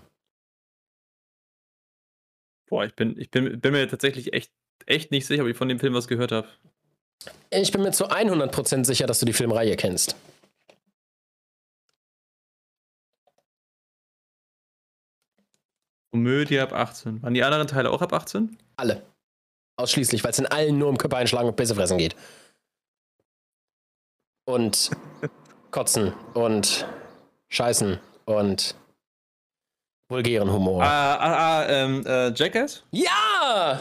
Boah, ich bin, ich bin, bin mir tatsächlich echt, echt nicht sicher, ob ich von dem Film was gehört habe. Ich bin mir zu hundert Prozent sicher, dass du die Filmreihe kennst. Komödie ab achtzehn. Waren die anderen Teile auch ab achtzehn? Alle. Ausschließlich, weil es in allen nur um Köpfe einschlagen und Pissefressen geht. Und Kotzen und Scheißen und vulgären Humor. Ah, ah, ah, ähm, äh, Jackass? Ja!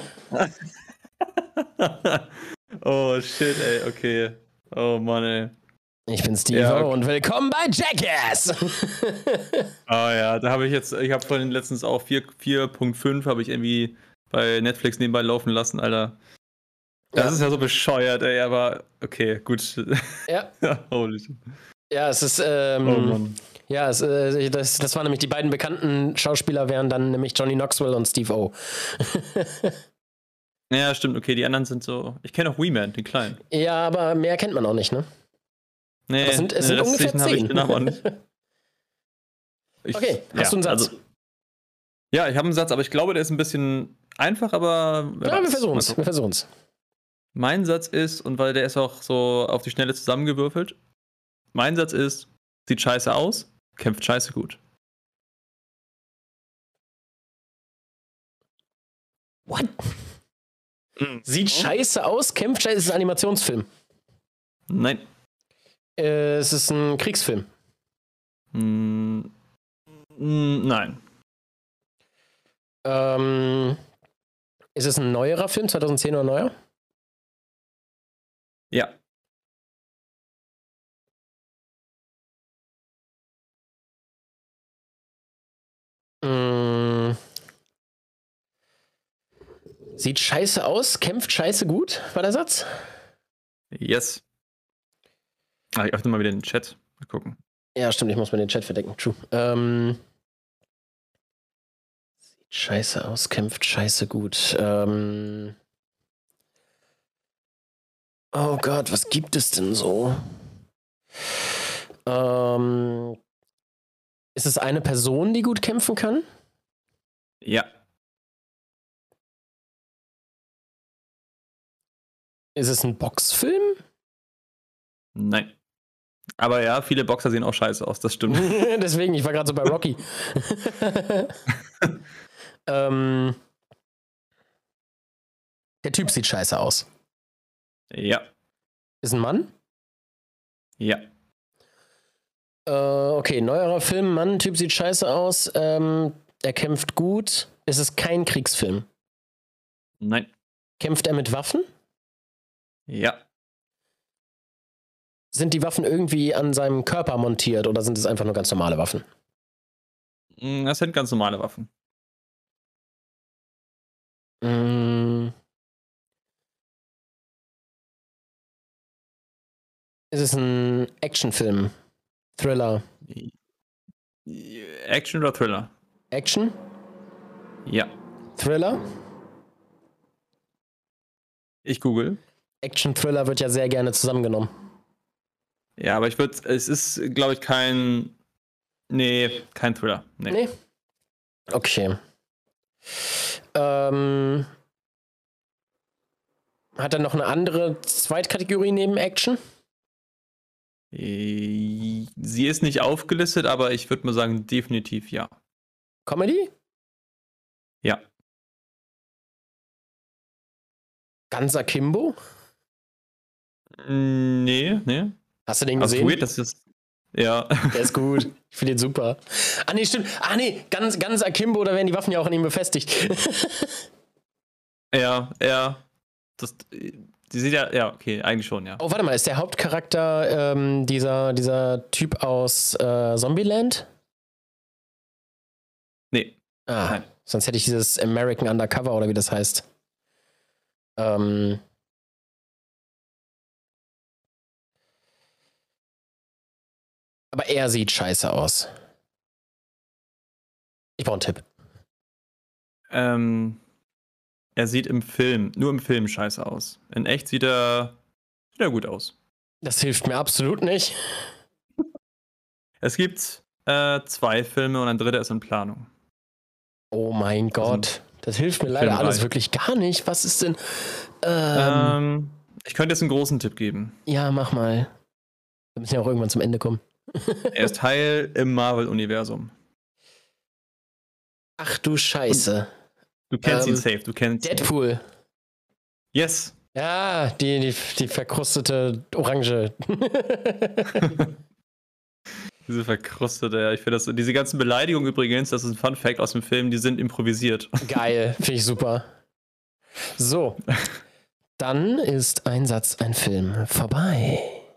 Oh, shit, ey, okay. Oh, Mann, ey. Ich bin Steve Ja, okay. und willkommen bei Jackass! Ah ja, da habe ich jetzt, ich habe vorhin letztens auch vier Punkt fünf habe ich irgendwie bei Netflix nebenbei laufen lassen, Alter. Das Ja. ist ja so bescheuert, ey, aber okay, gut. Ja, Holy shit. ja, es ist, ähm, Oh Mann. ja, es, äh, das, das waren nämlich die beiden bekannten Schauspieler, wären dann nämlich Johnny Knoxville und Steve O. Ja, stimmt, okay, die anderen sind so. Ich kenne auch Wee-Man, den kleinen. Ja, aber mehr kennt man auch nicht, ne? Nee, Aber es sind, es den sind ungefähr restlichen hab ich zehn. den Namen auch nicht. Ich, Okay, hast du einen Satz? Also, ja, ich habe einen Satz, aber ich glaube, der ist ein bisschen einfach, aber. wer Ja, wir weiß. versuchen Mal es. Wir gucken. versuchen es. Mein Satz ist, und weil der ist auch so auf die Schnelle zusammengewürfelt, mein Satz ist, sieht scheiße aus, kämpft scheiße gut. What? Sieht scheiße aus, kämpft scheiße. Es ist ein Animationsfilm. Nein. Äh, es ist ein Kriegsfilm. Mm, mm, nein. Ähm, ist es ein neuerer Film, zweitausendzehn oder neuer? Ja. Mm. Sieht scheiße aus, kämpft scheiße gut, war der Satz? Yes. Ah, ich öffne mal wieder den Chat. Mal gucken. Ja, stimmt, ich muss mir den Chat verdecken. True. Ähm, sieht scheiße aus, kämpft scheiße gut. Ähm, oh Gott, was gibt es denn so? Ähm, ist es eine Person, die gut kämpfen kann? Ja. Ist es ein Boxfilm? Nein. Aber ja, viele Boxer sehen auch scheiße aus, das stimmt. Deswegen, ich war gerade so bei Rocky. ähm, der Typ sieht scheiße aus. Ja. Ist ein Mann? Ja. Äh, okay, neuerer Film, Mann, Typ sieht scheiße aus. Ähm, er kämpft gut. Es ist kein Kriegsfilm. Nein. Kämpft er mit Waffen? Ja. Sind die Waffen irgendwie an seinem Körper montiert oder sind es einfach nur ganz normale Waffen? Mm, Das sind ganz normale Waffen. Mm. Ist es ein Actionfilm? Thriller? Action oder Thriller? Action? Ja. Thriller? Ich google. Action-Thriller wird ja sehr gerne zusammengenommen. Ja, aber ich würde, es ist, glaube ich, kein, nee, kein Thriller. Nee. Nee? Okay. Ähm, hat er noch eine andere Zweitkategorie neben Action? Äh, Sie ist nicht aufgelistet, aber ich würde mal sagen, definitiv ja. Comedy? Ja. Ganz Akimbo? Mm, Nee, nee. Hast du den Also gesehen? weird, das ist, ja. Der ist gut. Ich finde ihn super. Ah, nee, stimmt. Ah, nee, ganz, ganz Akimbo, da werden die Waffen ja auch an ihm befestigt. Ja, ja. Das, die sieht ja, ja, okay, eigentlich schon, ja. Oh, warte mal, ist der Hauptcharakter ähm, dieser, dieser Typ aus äh, Zombieland? Nee. Ah, Nein. sonst hätte ich dieses American Undercover oder wie das heißt. Ähm. Aber er sieht scheiße aus. Ich brauche einen Tipp. Ähm, er sieht im Film, nur im Film scheiße aus. In echt sieht er, sieht er gut aus. Das hilft mir absolut nicht. Es gibt äh, zwei Filme und ein dritter ist in Planung. Oh mein Gott. Das hilft mir leider Filmreich. alles wirklich gar nicht. Was ist denn. Ähm, Ähm, ich könnte jetzt einen großen Tipp geben. ja, mach mal. Wir müssen ja auch irgendwann zum Ende kommen. Er ist Teil im Marvel-Universum. Ach du Scheiße. Du kennst Ähm, ihn safe, du kennst ihn. Deadpool. Yes. Ja, die, die, die verkrustete Orange. Diese verkrustete, ja. Ich finde das, diese ganzen Beleidigungen übrigens, das ist ein Fun-Fact aus dem Film, die sind improvisiert. Geil, finde ich super. So, dann ist ein Satz, ein Film vorbei.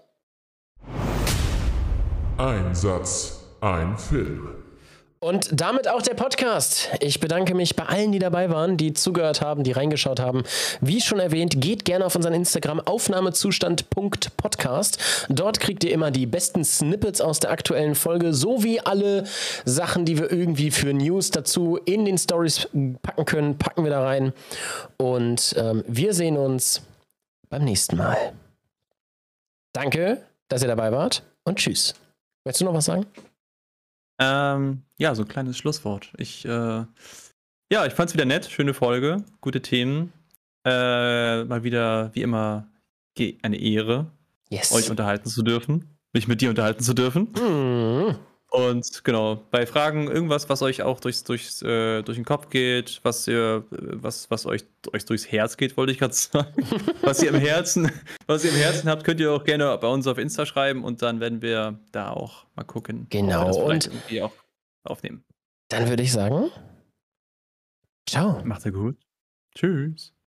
Ein Satz, ein Film. Und damit auch der Podcast. Ich bedanke mich bei allen, die dabei waren, die zugehört haben, die reingeschaut haben. Wie schon erwähnt, geht gerne auf unseren Instagram aufnahmezustand punkt podcast. Dort kriegt ihr immer die besten Snippets aus der aktuellen Folge, sowie alle Sachen, die wir irgendwie für News dazu in den Stories packen können, packen wir da rein. Und ähm, wir sehen uns beim nächsten Mal. Danke, dass ihr dabei wart und tschüss. Möchtest du noch was sagen? Ähm, ja, so ein kleines Schlusswort. Ich, äh, ja, ich fand's wieder nett, schöne Folge, gute Themen. Äh, mal wieder, wie immer, ge- eine Ehre, Yes. euch unterhalten zu dürfen, mich mit dir unterhalten zu dürfen. Mhm. Und genau, bei Fragen irgendwas, was euch auch durchs, durchs, äh, durch den Kopf geht, was ihr, äh, was, was euch, euch durchs Herz geht, wollte ich gerade sagen. was ihr im Herzen, was ihr im Herzen habt, könnt ihr auch gerne bei uns auf Insta schreiben und dann werden wir da auch mal gucken, Genau, ob wir das vielleicht und- irgendwie auch aufnehmen. Dann würde ich sagen, ciao. Macht er gut. Tschüss.